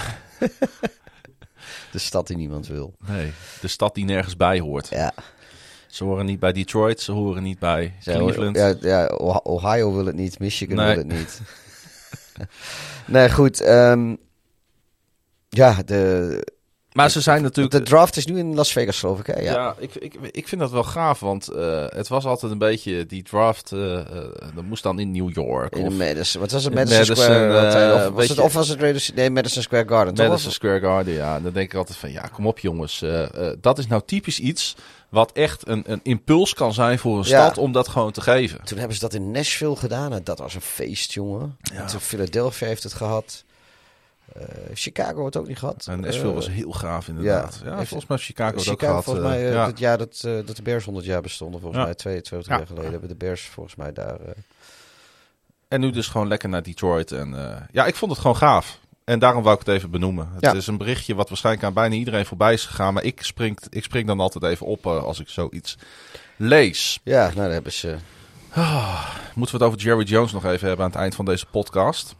De stad die niemand wil. Nee, de stad die nergens bij hoort. Ja. Ze horen niet bij Detroit, ze horen niet bij Zij Cleveland. Ja, ja, Ohio wil het niet, Michigan nee. wil het niet. Nee, goed. Um, ja, de... Maar ze zijn natuurlijk... De draft is nu in Las Vegas, geloof ik, hè? Ja, ja ik, ik, ik vind dat wel gaaf, want uh, het was altijd een beetje... Die draft, uh, uh, dat moest dan in New York. In of Madison. Wat was het? Madison, Madison Square? Uh, of, was het, of was het Madison, nee, Madison Square Garden? Madison toch? Square Garden, ja. En dan denk ik altijd van, ja, kom op jongens. Uh, uh, dat is nou typisch iets wat echt een, een impuls kan zijn voor een ja. stad om dat gewoon te geven. Toen hebben ze dat in Nashville gedaan. En dat was een feest, jongen. Ja. Toen Philadelphia heeft het gehad. Uh, Chicago het ook niet gehad. En Nashville uh, was heel gaaf inderdaad. Ja, ja volgens mij Chicago het Chicago, ook gehad. Volgens mij uh, ja. het jaar dat, uh, dat de Bears honderd jaar bestonden. Volgens ja. mij twee, twee of drie ja. jaar geleden hebben de Bears volgens mij daar... Uh... En nu dus gewoon lekker naar Detroit. En uh, ja, ik vond het gewoon gaaf. En daarom wou ik het even benoemen. Het ja. is een berichtje wat waarschijnlijk aan bijna iedereen voorbij is gegaan. Maar ik spring, ik spring dan altijd even op uh, als ik zoiets lees. Ja, nou daar hebben ze... Oh, moeten we het over Jerry Jones nog even hebben aan het eind van deze podcast?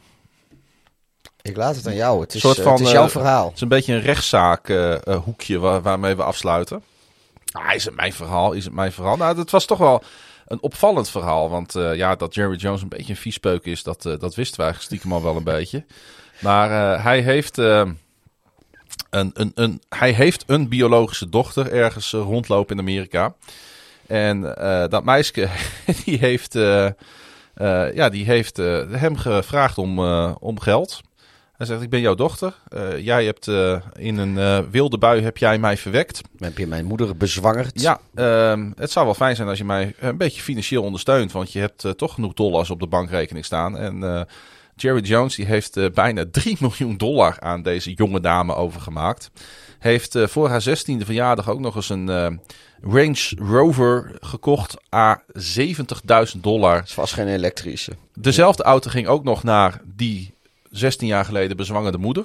Ik laat het aan jou. Het is, soort van, het is jouw uh, verhaal. Het is een beetje een rechtszaak uh, uh, hoekje waar, waarmee we afsluiten. Ah, is het mijn verhaal? Is het mijn verhaal? Nou, het was toch wel een opvallend verhaal. Want uh, ja, dat Jerry Jones een beetje een viespeuk is, dat, uh, dat wisten wij stiekem al wel een beetje. Maar uh, hij heeft... Uh, een, een, een, hij heeft een biologische dochter ergens uh, rondlopen in Amerika. En uh, dat meisje, die heeft, uh, uh, ja, die heeft uh, hem gevraagd om, uh, om geld. Hij zegt, ik ben jouw dochter. Uh, jij hebt uh, in een uh, wilde bui heb jij mij verwekt. Heb je mijn moeder bezwangerd? Ja, uh, het zou wel fijn zijn als je mij een beetje financieel ondersteunt. Want je hebt uh, toch genoeg dollars op de bankrekening staan. En uh, Jerry Jones die heeft uh, bijna drie miljoen dollar aan deze jonge dame overgemaakt. Heeft uh, voor haar zestiende verjaardag ook nog eens een uh, Range Rover gekocht à zeventigduizend dollar. Dat is vast geen elektrische. Dezelfde auto ging ook nog naar die zestien jaar geleden bezwangerde moeder.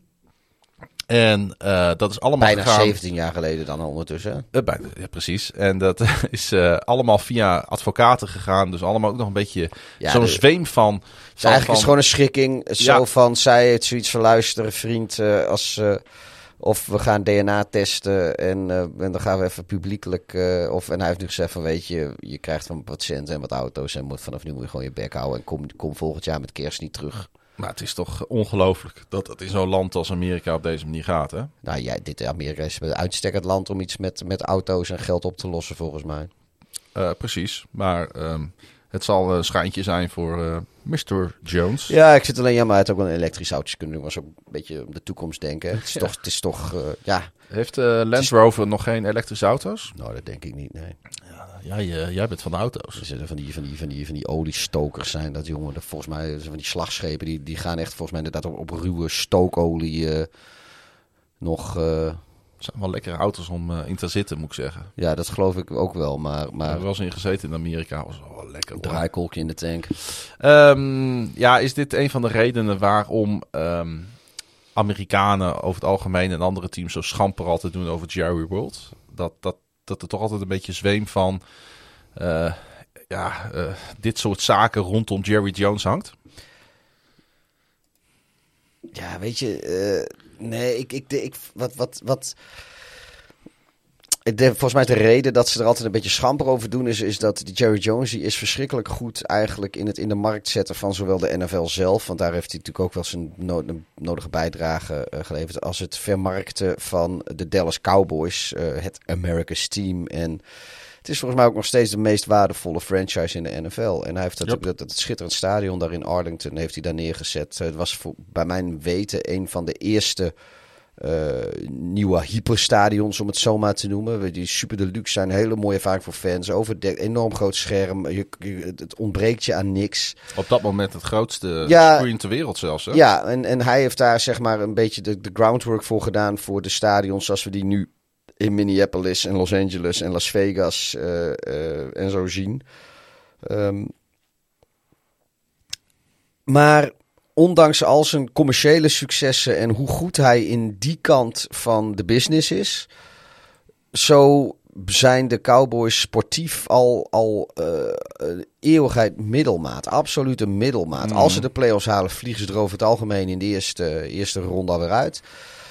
En uh, dat is allemaal bijna gegaan... zeventien jaar geleden dan ondertussen. Uh, bijna, ja, precies. En dat is uh, allemaal via advocaten gegaan. Dus allemaal ook nog een beetje ja, zo'n de... zweem van... Dus van eigenlijk van... is het gewoon een schikking. Zo ja. van, zij heeft zoiets van luisteren, vriend, uh, als... Uh, of we gaan D N A testen en, uh, en dan gaan we even publiekelijk... Uh, of, en hij heeft nu gezegd van, weet je, je krijgt van wat centen en wat auto's... en moet, vanaf nu moet je gewoon je bek houden en kom, kom volgend jaar met kerst niet terug. Maar het is toch ongelooflijk dat het in zo'n land als Amerika op deze manier gaat, hè? Nou ja, dit Amerika is bij uitstek het land om iets met, met auto's en geld op te lossen, volgens mij. Uh, precies, maar um, het zal een schijntje zijn voor uh, mister Jones. Ja, ik zit alleen jammer uit ook wel een elektrisch auto's kunnen doen. Maar zo een beetje om de toekomst denken. Het is ja. toch, het is toch uh, ja. Heeft uh, Land Rover is... nog geen elektrische auto's? Nou, dat denk ik niet, nee. Ja, jij, uh, jij bent van de auto's. Er zitten van die, van die, van die, van die oliestokers zijn dat, jongen. Dat, volgens mij van die slagschepen, die, die gaan echt volgens mij inderdaad op, op ruwe stookolie uh, nog... Uh, Het zijn wel lekkere auto's om uh, in te zitten, moet ik zeggen. Ja, dat geloof ik ook wel, maar... maar... Ik heb wel eens in gezeten in Amerika, was wel lekker. Hoor. Draaikolkje in de tank. Um, ja, is dit een van de redenen waarom um, Amerikanen over het algemeen en andere teams zo schamper altijd doen over Jerry World? Dat, dat, dat er toch altijd een beetje zweem van uh, ja, uh, dit soort zaken rondom Jerry Jones hangt? Ja, weet je... Uh... Nee, ik, ik, ik, wat, wat, wat... de, volgens mij de reden dat ze er altijd een beetje schamper over doen... is, is dat die Jerry Jones die is verschrikkelijk goed eigenlijk in het in de markt zetten van zowel de N F L zelf... want daar heeft hij natuurlijk ook wel zijn no- nodige bijdrage uh, geleverd... als het vermarkten van de Dallas Cowboys, uh, het America's team. En het is volgens mij ook nog steeds de meest waardevolle franchise in de N F L. En hij heeft dat, yep. dat, dat schitterend stadion daar in Arlington heeft hij daar neergezet. Het was voor, bij mijn weten een van de eerste... Uh, nieuwe hyperstadions, om het zo maar te noemen. Die super deluxe zijn, hele mooie ervaring voor fans. Overdekt, enorm groot scherm. Je, je, het ontbreekt je aan niks. Op dat moment het grootste ja, screen ter wereld zelfs. Hè? Ja, en, en hij heeft daar zeg maar een beetje de, de groundwork voor gedaan voor de stadions zoals we die nu in Minneapolis en Los Angeles en Las Vegas uh, uh, en zo zien. Um, maar ondanks al zijn commerciële successen en hoe goed hij in die kant van de business is, zo zijn de Cowboys sportief al, al uh, eeuwigheid middelmaat. Absolute middelmaat. Mm. Als ze de playoffs halen, vliegen ze er over het algemeen in de eerste, eerste ronde alweer uit.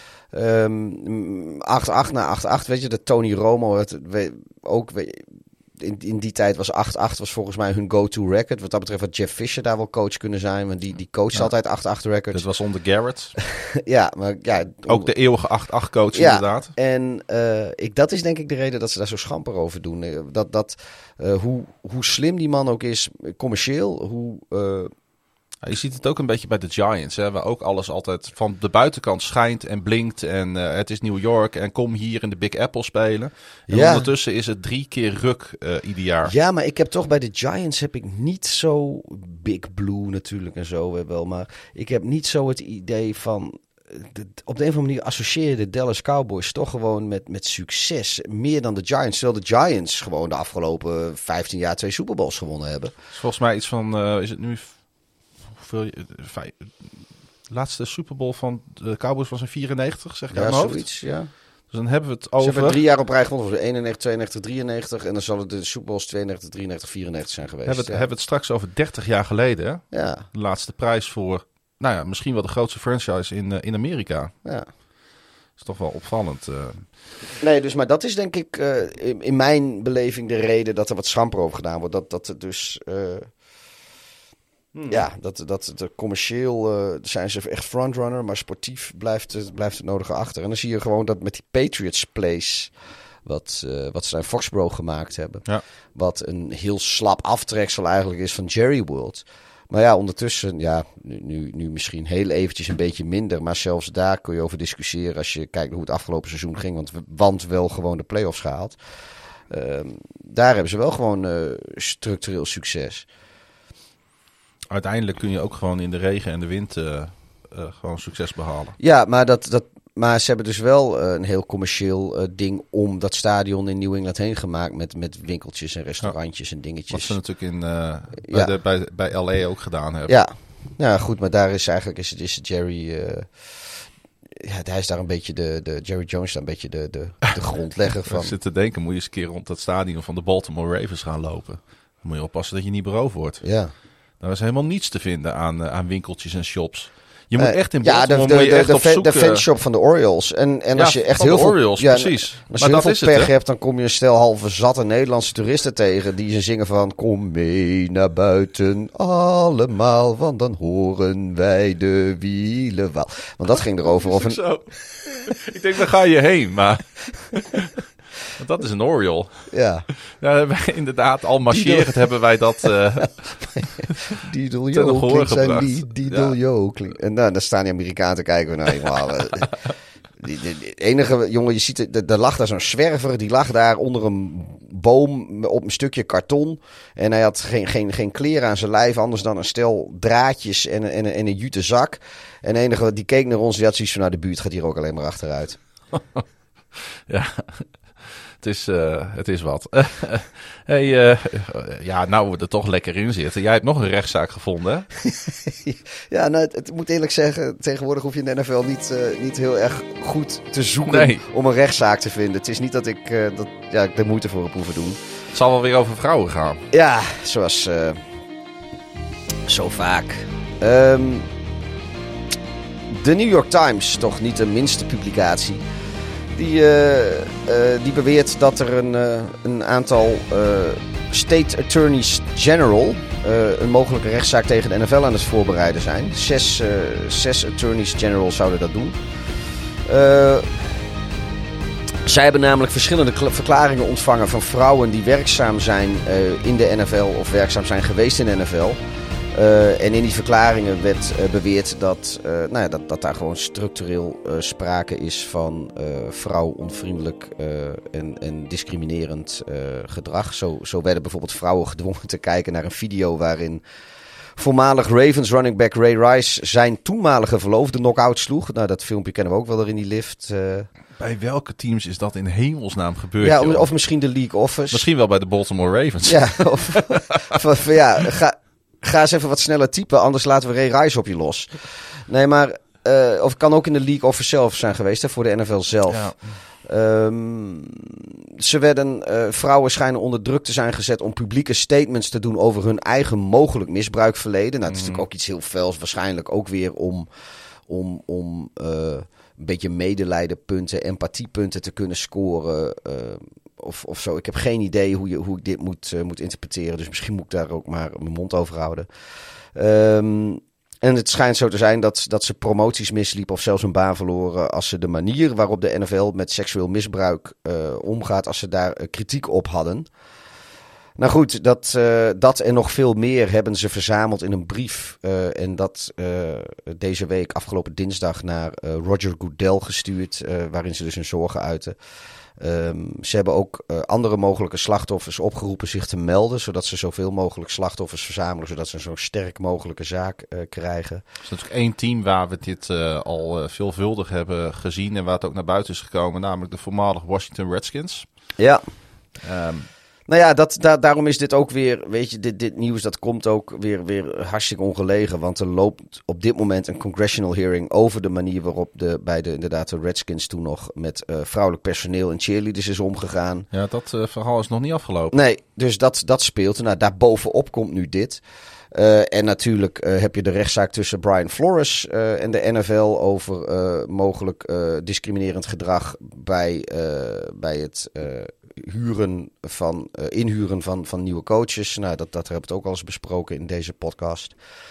Um, acht acht na acht acht, weet je, de Tony Romo, het, we, ook... We, In, in die tijd was acht acht was volgens mij hun go-to record. Wat dat betreft had Jeff Fisher daar wel coach kunnen zijn. Want die, die coacht ja. altijd acht acht records. Dat was onder Garrett. ja, maar ja. Ook de eeuwige acht acht coach ja, inderdaad. En uh, ik, dat is denk ik de reden dat ze daar zo schamper over doen. Dat, dat, uh, hoe, hoe slim die man ook is, commercieel, hoe... Uh, Je ziet het ook een beetje bij de Giants, hè, waar ook alles altijd van de buitenkant schijnt en blinkt. En uh, het is New York en kom hier in de Big Apple spelen. En ja. ondertussen is het drie keer ruk uh, ieder jaar. Ja, maar ik heb toch bij de Giants heb ik niet zo Big Blue natuurlijk en zo wel. Maar ik heb niet zo het idee van... De, op de een of andere manier associeer je de Dallas Cowboys toch gewoon met, met succes. Meer dan de Giants. Terwijl de Giants gewoon de afgelopen vijftien jaar twee Super Bowls gewonnen hebben. Volgens mij iets van, uh, is het nu... De laatste Super Bowl van de Cowboys was in vierennegentig, zeg ik ja, aan mijn hoofd. Zoiets, ja. Dus dan hebben we het over... Ze hebben drie jaar op rij gewonnen. eenennegentig, tweeënnegentig, drieënnegentig. En dan zal het de Super Bowls tweeënnegentig, drieënnegentig, vierennegentig zijn geweest. Hebben we het, ja. hebben het straks over dertig jaar geleden. Hè? Ja. De laatste prijs voor, nou ja, misschien wel de grootste franchise in, uh, in Amerika. Ja. Dat is toch wel opvallend. Uh. Nee, dus maar dat is denk ik uh, in, in mijn beleving de reden dat er wat schamper over gedaan wordt. Dat, dat het dus... Uh, Hmm. Ja, dat, dat de commercieel uh, zijn ze echt frontrunner, maar sportief blijft het, blijft het nodige achter. En dan zie je gewoon dat met die Patriots plays, wat, uh, wat ze in Foxborough gemaakt hebben, ja. wat een heel slap aftreksel eigenlijk is van Jerry World. Maar ja, ondertussen, ja, nu, nu, nu misschien heel eventjes een beetje minder, maar zelfs daar kun je over discussiëren als je kijkt hoe het afgelopen seizoen ging, want, want wel gewoon de playoffs gehaald. Uh, daar hebben ze wel gewoon uh, structureel succes. Uiteindelijk kun je ook gewoon in de regen en de wind uh, uh, gewoon succes behalen. Ja, maar, dat, dat, maar ze hebben dus wel uh, een heel commercieel uh, ding om dat stadion in New England heen gemaakt. Met, met winkeltjes en restaurantjes ja. en dingetjes. Wat ze natuurlijk in, uh, bij, ja. de, bij, bij L A ook gedaan hebben. Ja, ja goed, maar daar is eigenlijk is, is Jerry... Uh, ja, hij is daar een beetje de, de Jerry Jones, daar een beetje de, de, de grondlegger van. Ik zit te denken, moet je eens een keer rond het stadion van de Baltimore Ravens gaan lopen. Dan moet je oppassen dat je niet beroofd wordt. Ja. Daar is helemaal niets te vinden aan, uh, aan winkeltjes en shops. Je moet uh, echt in Baltimore ja, de, de, moet je echt de, op de, zoek... De fanshop van de Orioles. En, en ja, als je echt van heel de veel... Orioles, ja, precies. Als maar je dat heel is veel pech het, hebt, dan kom je een stel halve zatte Nederlandse toeristen tegen die ze zingen van... Kom mee naar buiten allemaal, want dan horen wij de wielen wel. Want dat ging erover of een... Zo. Ik denk, daar ga je heen, maar... Want dat is een Oriole. Ja. Ja, wij inderdaad, al marcherend hebben wij dat uh, Dideljo klinkt zijn lied. Dideljo klinkt. En nou, dan staan die Amerikanen te kijken. Nou, helemaal, uh, die, die, die enige jongen, je ziet, er, er lag daar zo'n zwerver. Die lag daar onder een boom op een stukje karton. En hij had geen, geen, geen kleren aan zijn lijf. Anders dan een stel draadjes en, en, en, en een jute zak. En de enige die keek naar ons, die had zoiets van... Nou, de buurt gaat hier ook alleen maar achteruit. Ja... Het is, uh, het is wat. hey, uh, ja, nou we er toch lekker in zitten. Jij hebt nog een rechtszaak gevonden, hè? Ja, nou, het, het moet eerlijk zeggen... Tegenwoordig hoef je in de N F L niet, uh, niet heel erg goed te zoeken... Nee. om een rechtszaak te vinden. Het is niet dat ik, uh, dat, ja, ik er moeite voor heb hoeven doen. Het zal wel weer over vrouwen gaan. Ja, zoals uh, zo vaak. Um, de New York Times, toch niet de minste publicatie... Die, uh, uh, die beweert dat er een, uh, een aantal uh, State Attorneys General uh, een mogelijke rechtszaak tegen de N F L aan het voorbereiden zijn. Zes, uh, zes Attorneys General zouden dat doen. Uh, zij hebben namelijk verschillende kla- verklaringen ontvangen van vrouwen die werkzaam zijn uh, in de N F L of werkzaam zijn geweest in de N F L. Uh, en in die verklaringen werd uh, beweerd dat, uh, nou ja, dat, dat daar gewoon structureel uh, sprake is van uh, vrouwonvriendelijk uh, en, en discriminerend uh, gedrag. Zo, zo werden bijvoorbeeld vrouwen gedwongen te kijken naar een video waarin voormalig Ravens running back Ray Rice zijn toenmalige verloofde knock-out sloeg. Nou, dat filmpje kennen we ook wel er in die lift. Uh... Bij welke teams is dat in hemelsnaam gebeurd? Ja, of, of misschien de League Office. Misschien wel bij de Baltimore Ravens. Ja, of, of ja, ga... Ga eens even wat sneller typen, anders laten we Ray Rice op je los. Nee, maar... Uh, of het kan ook in de League Office zelf zijn geweest, hè, voor de N F L zelf. Ja. Um, ze werden... Uh, vrouwen schijnen onder druk te zijn gezet om publieke statements te doen over hun eigen mogelijk misbruikverleden. Nou, het is mm. natuurlijk ook iets heel fels. Waarschijnlijk ook weer om... om, om uh, een beetje medelijdenpunten, empathiepunten te kunnen scoren... Uh, Of, of zo. Ik heb geen idee hoe, je, hoe ik dit moet, uh, moet interpreteren. Dus misschien moet ik daar ook maar mijn mond over houden. Um, en het schijnt zo te zijn dat, dat ze promoties misliepen of zelfs een baan verloren als ze de manier waarop de N F L met seksueel misbruik uh, omgaat, als ze daar uh, kritiek op hadden. Nou goed, dat, uh, dat en nog veel meer hebben ze verzameld in een brief. Uh, en dat uh, deze week, afgelopen dinsdag, naar uh, Roger Goodell gestuurd. Uh, waarin ze dus hun zorgen uiten. Um, ze hebben ook uh, andere mogelijke slachtoffers opgeroepen zich te melden, zodat ze zoveel mogelijk slachtoffers verzamelen, zodat ze een zo sterk mogelijke zaak uh, krijgen. Er is natuurlijk één team waar we dit uh, al uh, veelvuldig hebben gezien en waar het ook naar buiten is gekomen, namelijk de voormalige Washington Redskins. Ja. Um, Nou ja, dat, da- daarom is dit ook weer, weet je, dit, dit nieuws dat komt ook weer, weer hartstikke ongelegen. Want er loopt op dit moment een congressional hearing over de manier waarop de, bij de, inderdaad de Redskins toen nog met uh, vrouwelijk personeel en cheerleaders is omgegaan. Ja, dat uh, verhaal is nog niet afgelopen. Nee, dus dat, dat speelt. Nou, daarbovenop komt nu dit. Uh, en natuurlijk uh, heb je de rechtszaak tussen Brian Flores uh, en de N F L over uh, mogelijk uh, discriminerend gedrag bij, uh, bij het uh, huren van, uh, inhuren van, van nieuwe coaches. Nou, dat, dat hebben we het ook al eens besproken in deze podcast.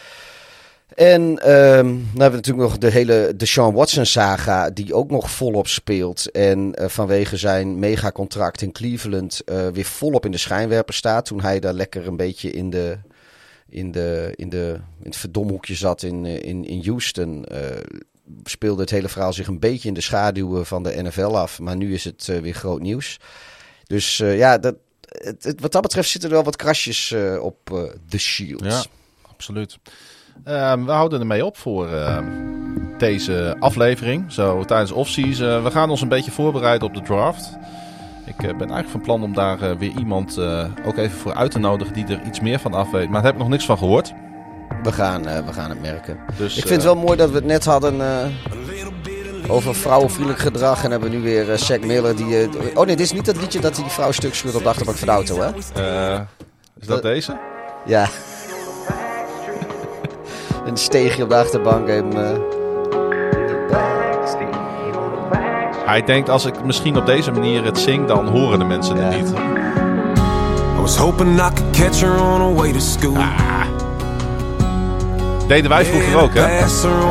En um, dan hebben we natuurlijk nog de hele Deshaun Watson saga die ook nog volop speelt. En uh, vanwege zijn megacontract in Cleveland uh, weer volop in de schijnwerper staat. Toen hij daar lekker een beetje in de... In, de, in, de, in het verdomhoekje zat in, in, in Houston, uh, speelde het hele verhaal zich een beetje in de schaduwen van de N F L af. Maar nu is het uh, weer groot nieuws. Dus uh, ja, dat, het, het, wat dat betreft zitten er wel wat krasjes uh, op uh, The Shield. Ja, absoluut. Uh, we houden ermee op voor uh, deze aflevering. Zo tijdens off-season. We gaan ons een beetje voorbereiden op de draft. Ik uh, ben eigenlijk van plan om daar uh, weer iemand uh, ook even voor uit te nodigen die er iets meer van af weet. Maar daar heb ik nog niks van gehoord. We gaan, uh, we gaan het merken. Dus, ik vind uh, het wel mooi dat we het net hadden uh, over vrouwenvriendelijk gedrag. En hebben we nu weer uh, Shaq Miller die... Uh, oh nee, dit is niet dat liedje dat hij die vrouw stuk schuurt op de achterbank van de auto, hè? Uh, is dat uh, deze? Ja. Een steegje op de achterbank en... Uh, Hij denkt, als ik misschien op deze manier het zing, dan horen de mensen het ja. niet. I was hoping I could catch her on her way to school. Ah. Deden wij vroeger ook, hè? Ja.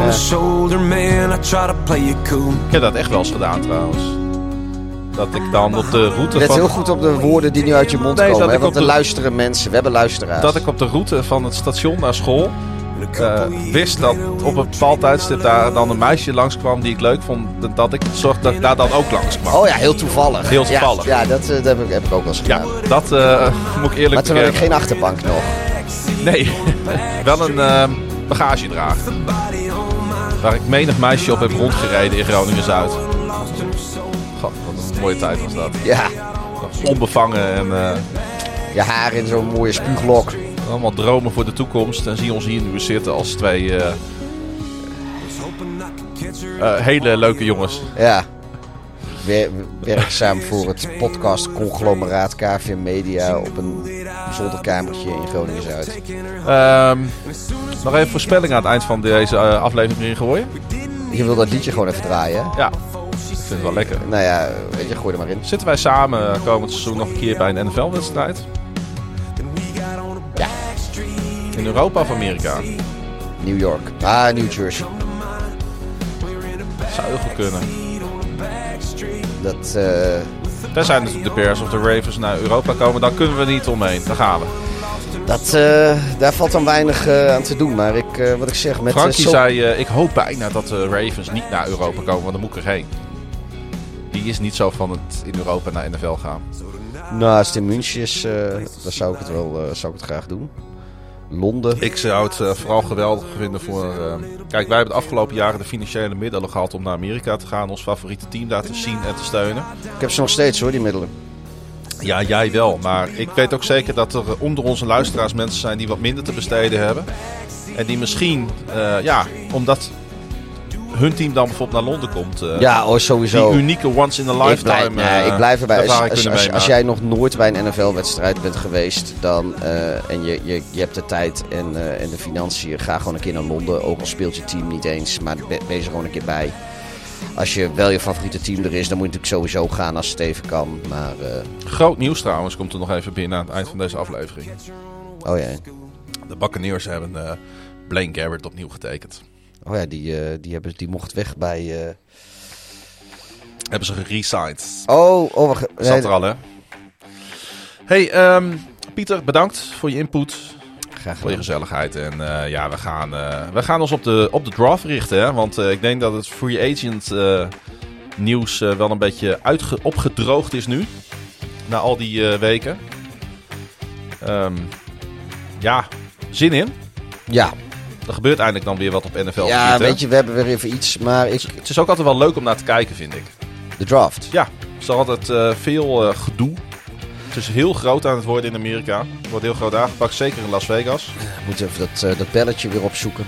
Ik heb dat echt wel eens gedaan, trouwens. Dat ik dan op de route Let van... heel goed op de woorden die nu uit je mond nee, komen, hè? Want de... er luisteren mensen. We hebben luisteraars. Dat ik op de route van het station naar school... Uh, wist dat op een bepaald tijdstip daar dan een meisje langskwam die ik leuk vond, dat ik zorgde dat ik daar dan ook langskwam. Oh ja, heel toevallig. Heel toevallig. Ja, ja dat, dat heb, ik, heb ik ook wel eens gedaan. Ja, dat uh, moet ik eerlijk Maar toen had ik geen achterbank nog. Nee, wel een uh, bagagedrager. Waar ik menig meisje op heb rondgereden in Groningen-Zuid. God, wat een mooie tijd was dat. Ja. Onbevangen en... Uh, je haar in zo'n mooie spuuglok. Allemaal dromen voor de toekomst. En zie ons hier nu zitten als twee uh, uh, hele leuke jongens. Ja. Wer- werkzaam voor het podcast-conglomeraat K V M Media op een zolderkamertje in Groningen-Zuid. Um, nog even voorspelling aan het eind van deze uh, aflevering erin gooien. Je wil dat liedje gewoon even draaien, hè? Ja. vind het wel lekker. Nou ja, weet je, gooi er maar in. Zitten wij samen komend seizoen nog een keer bij een N F L-wedstrijd? Ja. In Europa of Amerika? New York. Ah, New Jersey. Dat zou heel goed kunnen. Dat, uh... Tenzij natuurlijk de Bears of de Ravens naar Europa komen, dan kunnen we niet omheen. Daar gaan we. Dat, uh, daar valt dan weinig uh, aan te doen. Maar ik, uh, wat ik zeg... met Frankie uh, so- zei, uh, ik hoop bijna dat de Ravens niet naar Europa komen, want dan moet ik erheen. Die is niet zo van het in Europa naar N F L gaan. Nou, als het in München is, uh, dan zou ik het wel uh, zou ik het graag doen. Londen. Ik zou het uh, vooral geweldig vinden voor... Uh, kijk, wij hebben de afgelopen jaren de financiële middelen gehad om naar Amerika te gaan. Ons favoriete team daar te zien en te steunen. Ik heb ze nog steeds hoor, die middelen. Ja, jij wel. Maar ik weet ook zeker dat er onder onze luisteraars mensen zijn die wat minder te besteden hebben. En die misschien, uh, ja, omdat hun team dan bijvoorbeeld naar Londen komt. Uh, ja, oh, sowieso. Die unieke once in a lifetime. Ik blijf, nee, uh, ik blijf erbij. Als, als, als, als jij nog nooit bij een N F L-wedstrijd bent geweest dan, uh, en je, je, je hebt de tijd en, uh, en de financiën, ga gewoon een keer naar Londen. Ook al speelt je team niet eens, maar be, wees er gewoon een keer bij. Als je wel je favoriete team er is, dan moet je natuurlijk sowieso gaan als het even kan. Maar, uh... groot nieuws trouwens, komt er nog even binnen aan het eind van deze aflevering. Oh ja. De Buccaneers hebben uh, Blaine Gabbert opnieuw getekend. Oh ja, die, uh, die, hebben, die mocht weg bij... Uh... Hebben ze geresigned. Oh, oh wacht. Nee, zat er al, hè? Hey, um, Pieter, bedankt voor je input. Graag voor je gezelligheid. En uh, ja, we gaan, uh, we gaan ons op de, op de draft richten. Hè? Want uh, ik denk dat het free agent uh, nieuws uh, wel een beetje uitge- opgedroogd is nu. Na al die uh, weken. Um, ja, zin in. Ja. Er gebeurt eindelijk dan weer wat op N F L. Ja, gebied, weet je, we hebben weer even iets. Maar ik... Het is ook altijd wel leuk om naar te kijken, vind ik. De draft? Ja, er is altijd uh, veel uh, gedoe. Het is heel groot aan het worden in Amerika. Het wordt heel groot aangepakt, zeker in Las Vegas. We moeten even dat, uh, dat belletje weer opzoeken.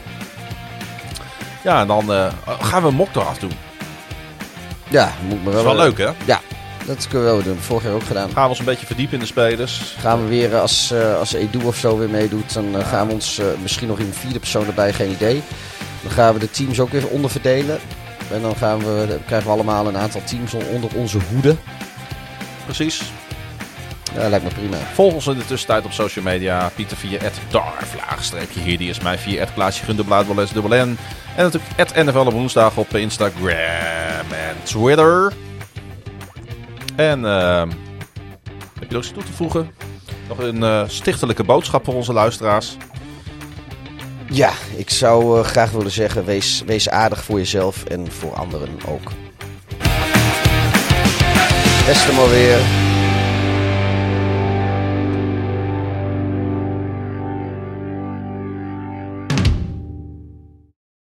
Ja, en dan uh, gaan we een mock draft doen. Ja, moet me wel. Dat is wel leuk, hè? Ja, dat kunnen we wel doen. Vorig jaar ook gedaan. Gaan we ons een beetje verdiepen in de spelers. Gaan we weer, als, uh, als Edu of zo weer meedoet, dan uh, gaan we ons uh, misschien nog in een vierde persoon erbij, geen idee. Dan gaan we de teams ook weer onderverdelen. En dan, gaan we, dan krijgen we allemaal een aantal teams onder onze hoede. Precies. Ja, lijkt me prima. Volg ons in de tussentijd op social media. Pieter via het darvlaagstreepje hier. Die is mij via het plaatsje gunderblaad, dubbel N. En natuurlijk het N F L op woensdag op Instagram en Twitter. En uh, heb je ook iets toe te voegen? Nog een uh, stichtelijke boodschap voor onze luisteraars. Ja, ik zou uh, graag willen zeggen, wees, wees aardig voor jezelf en voor anderen ook. Best hem alweer.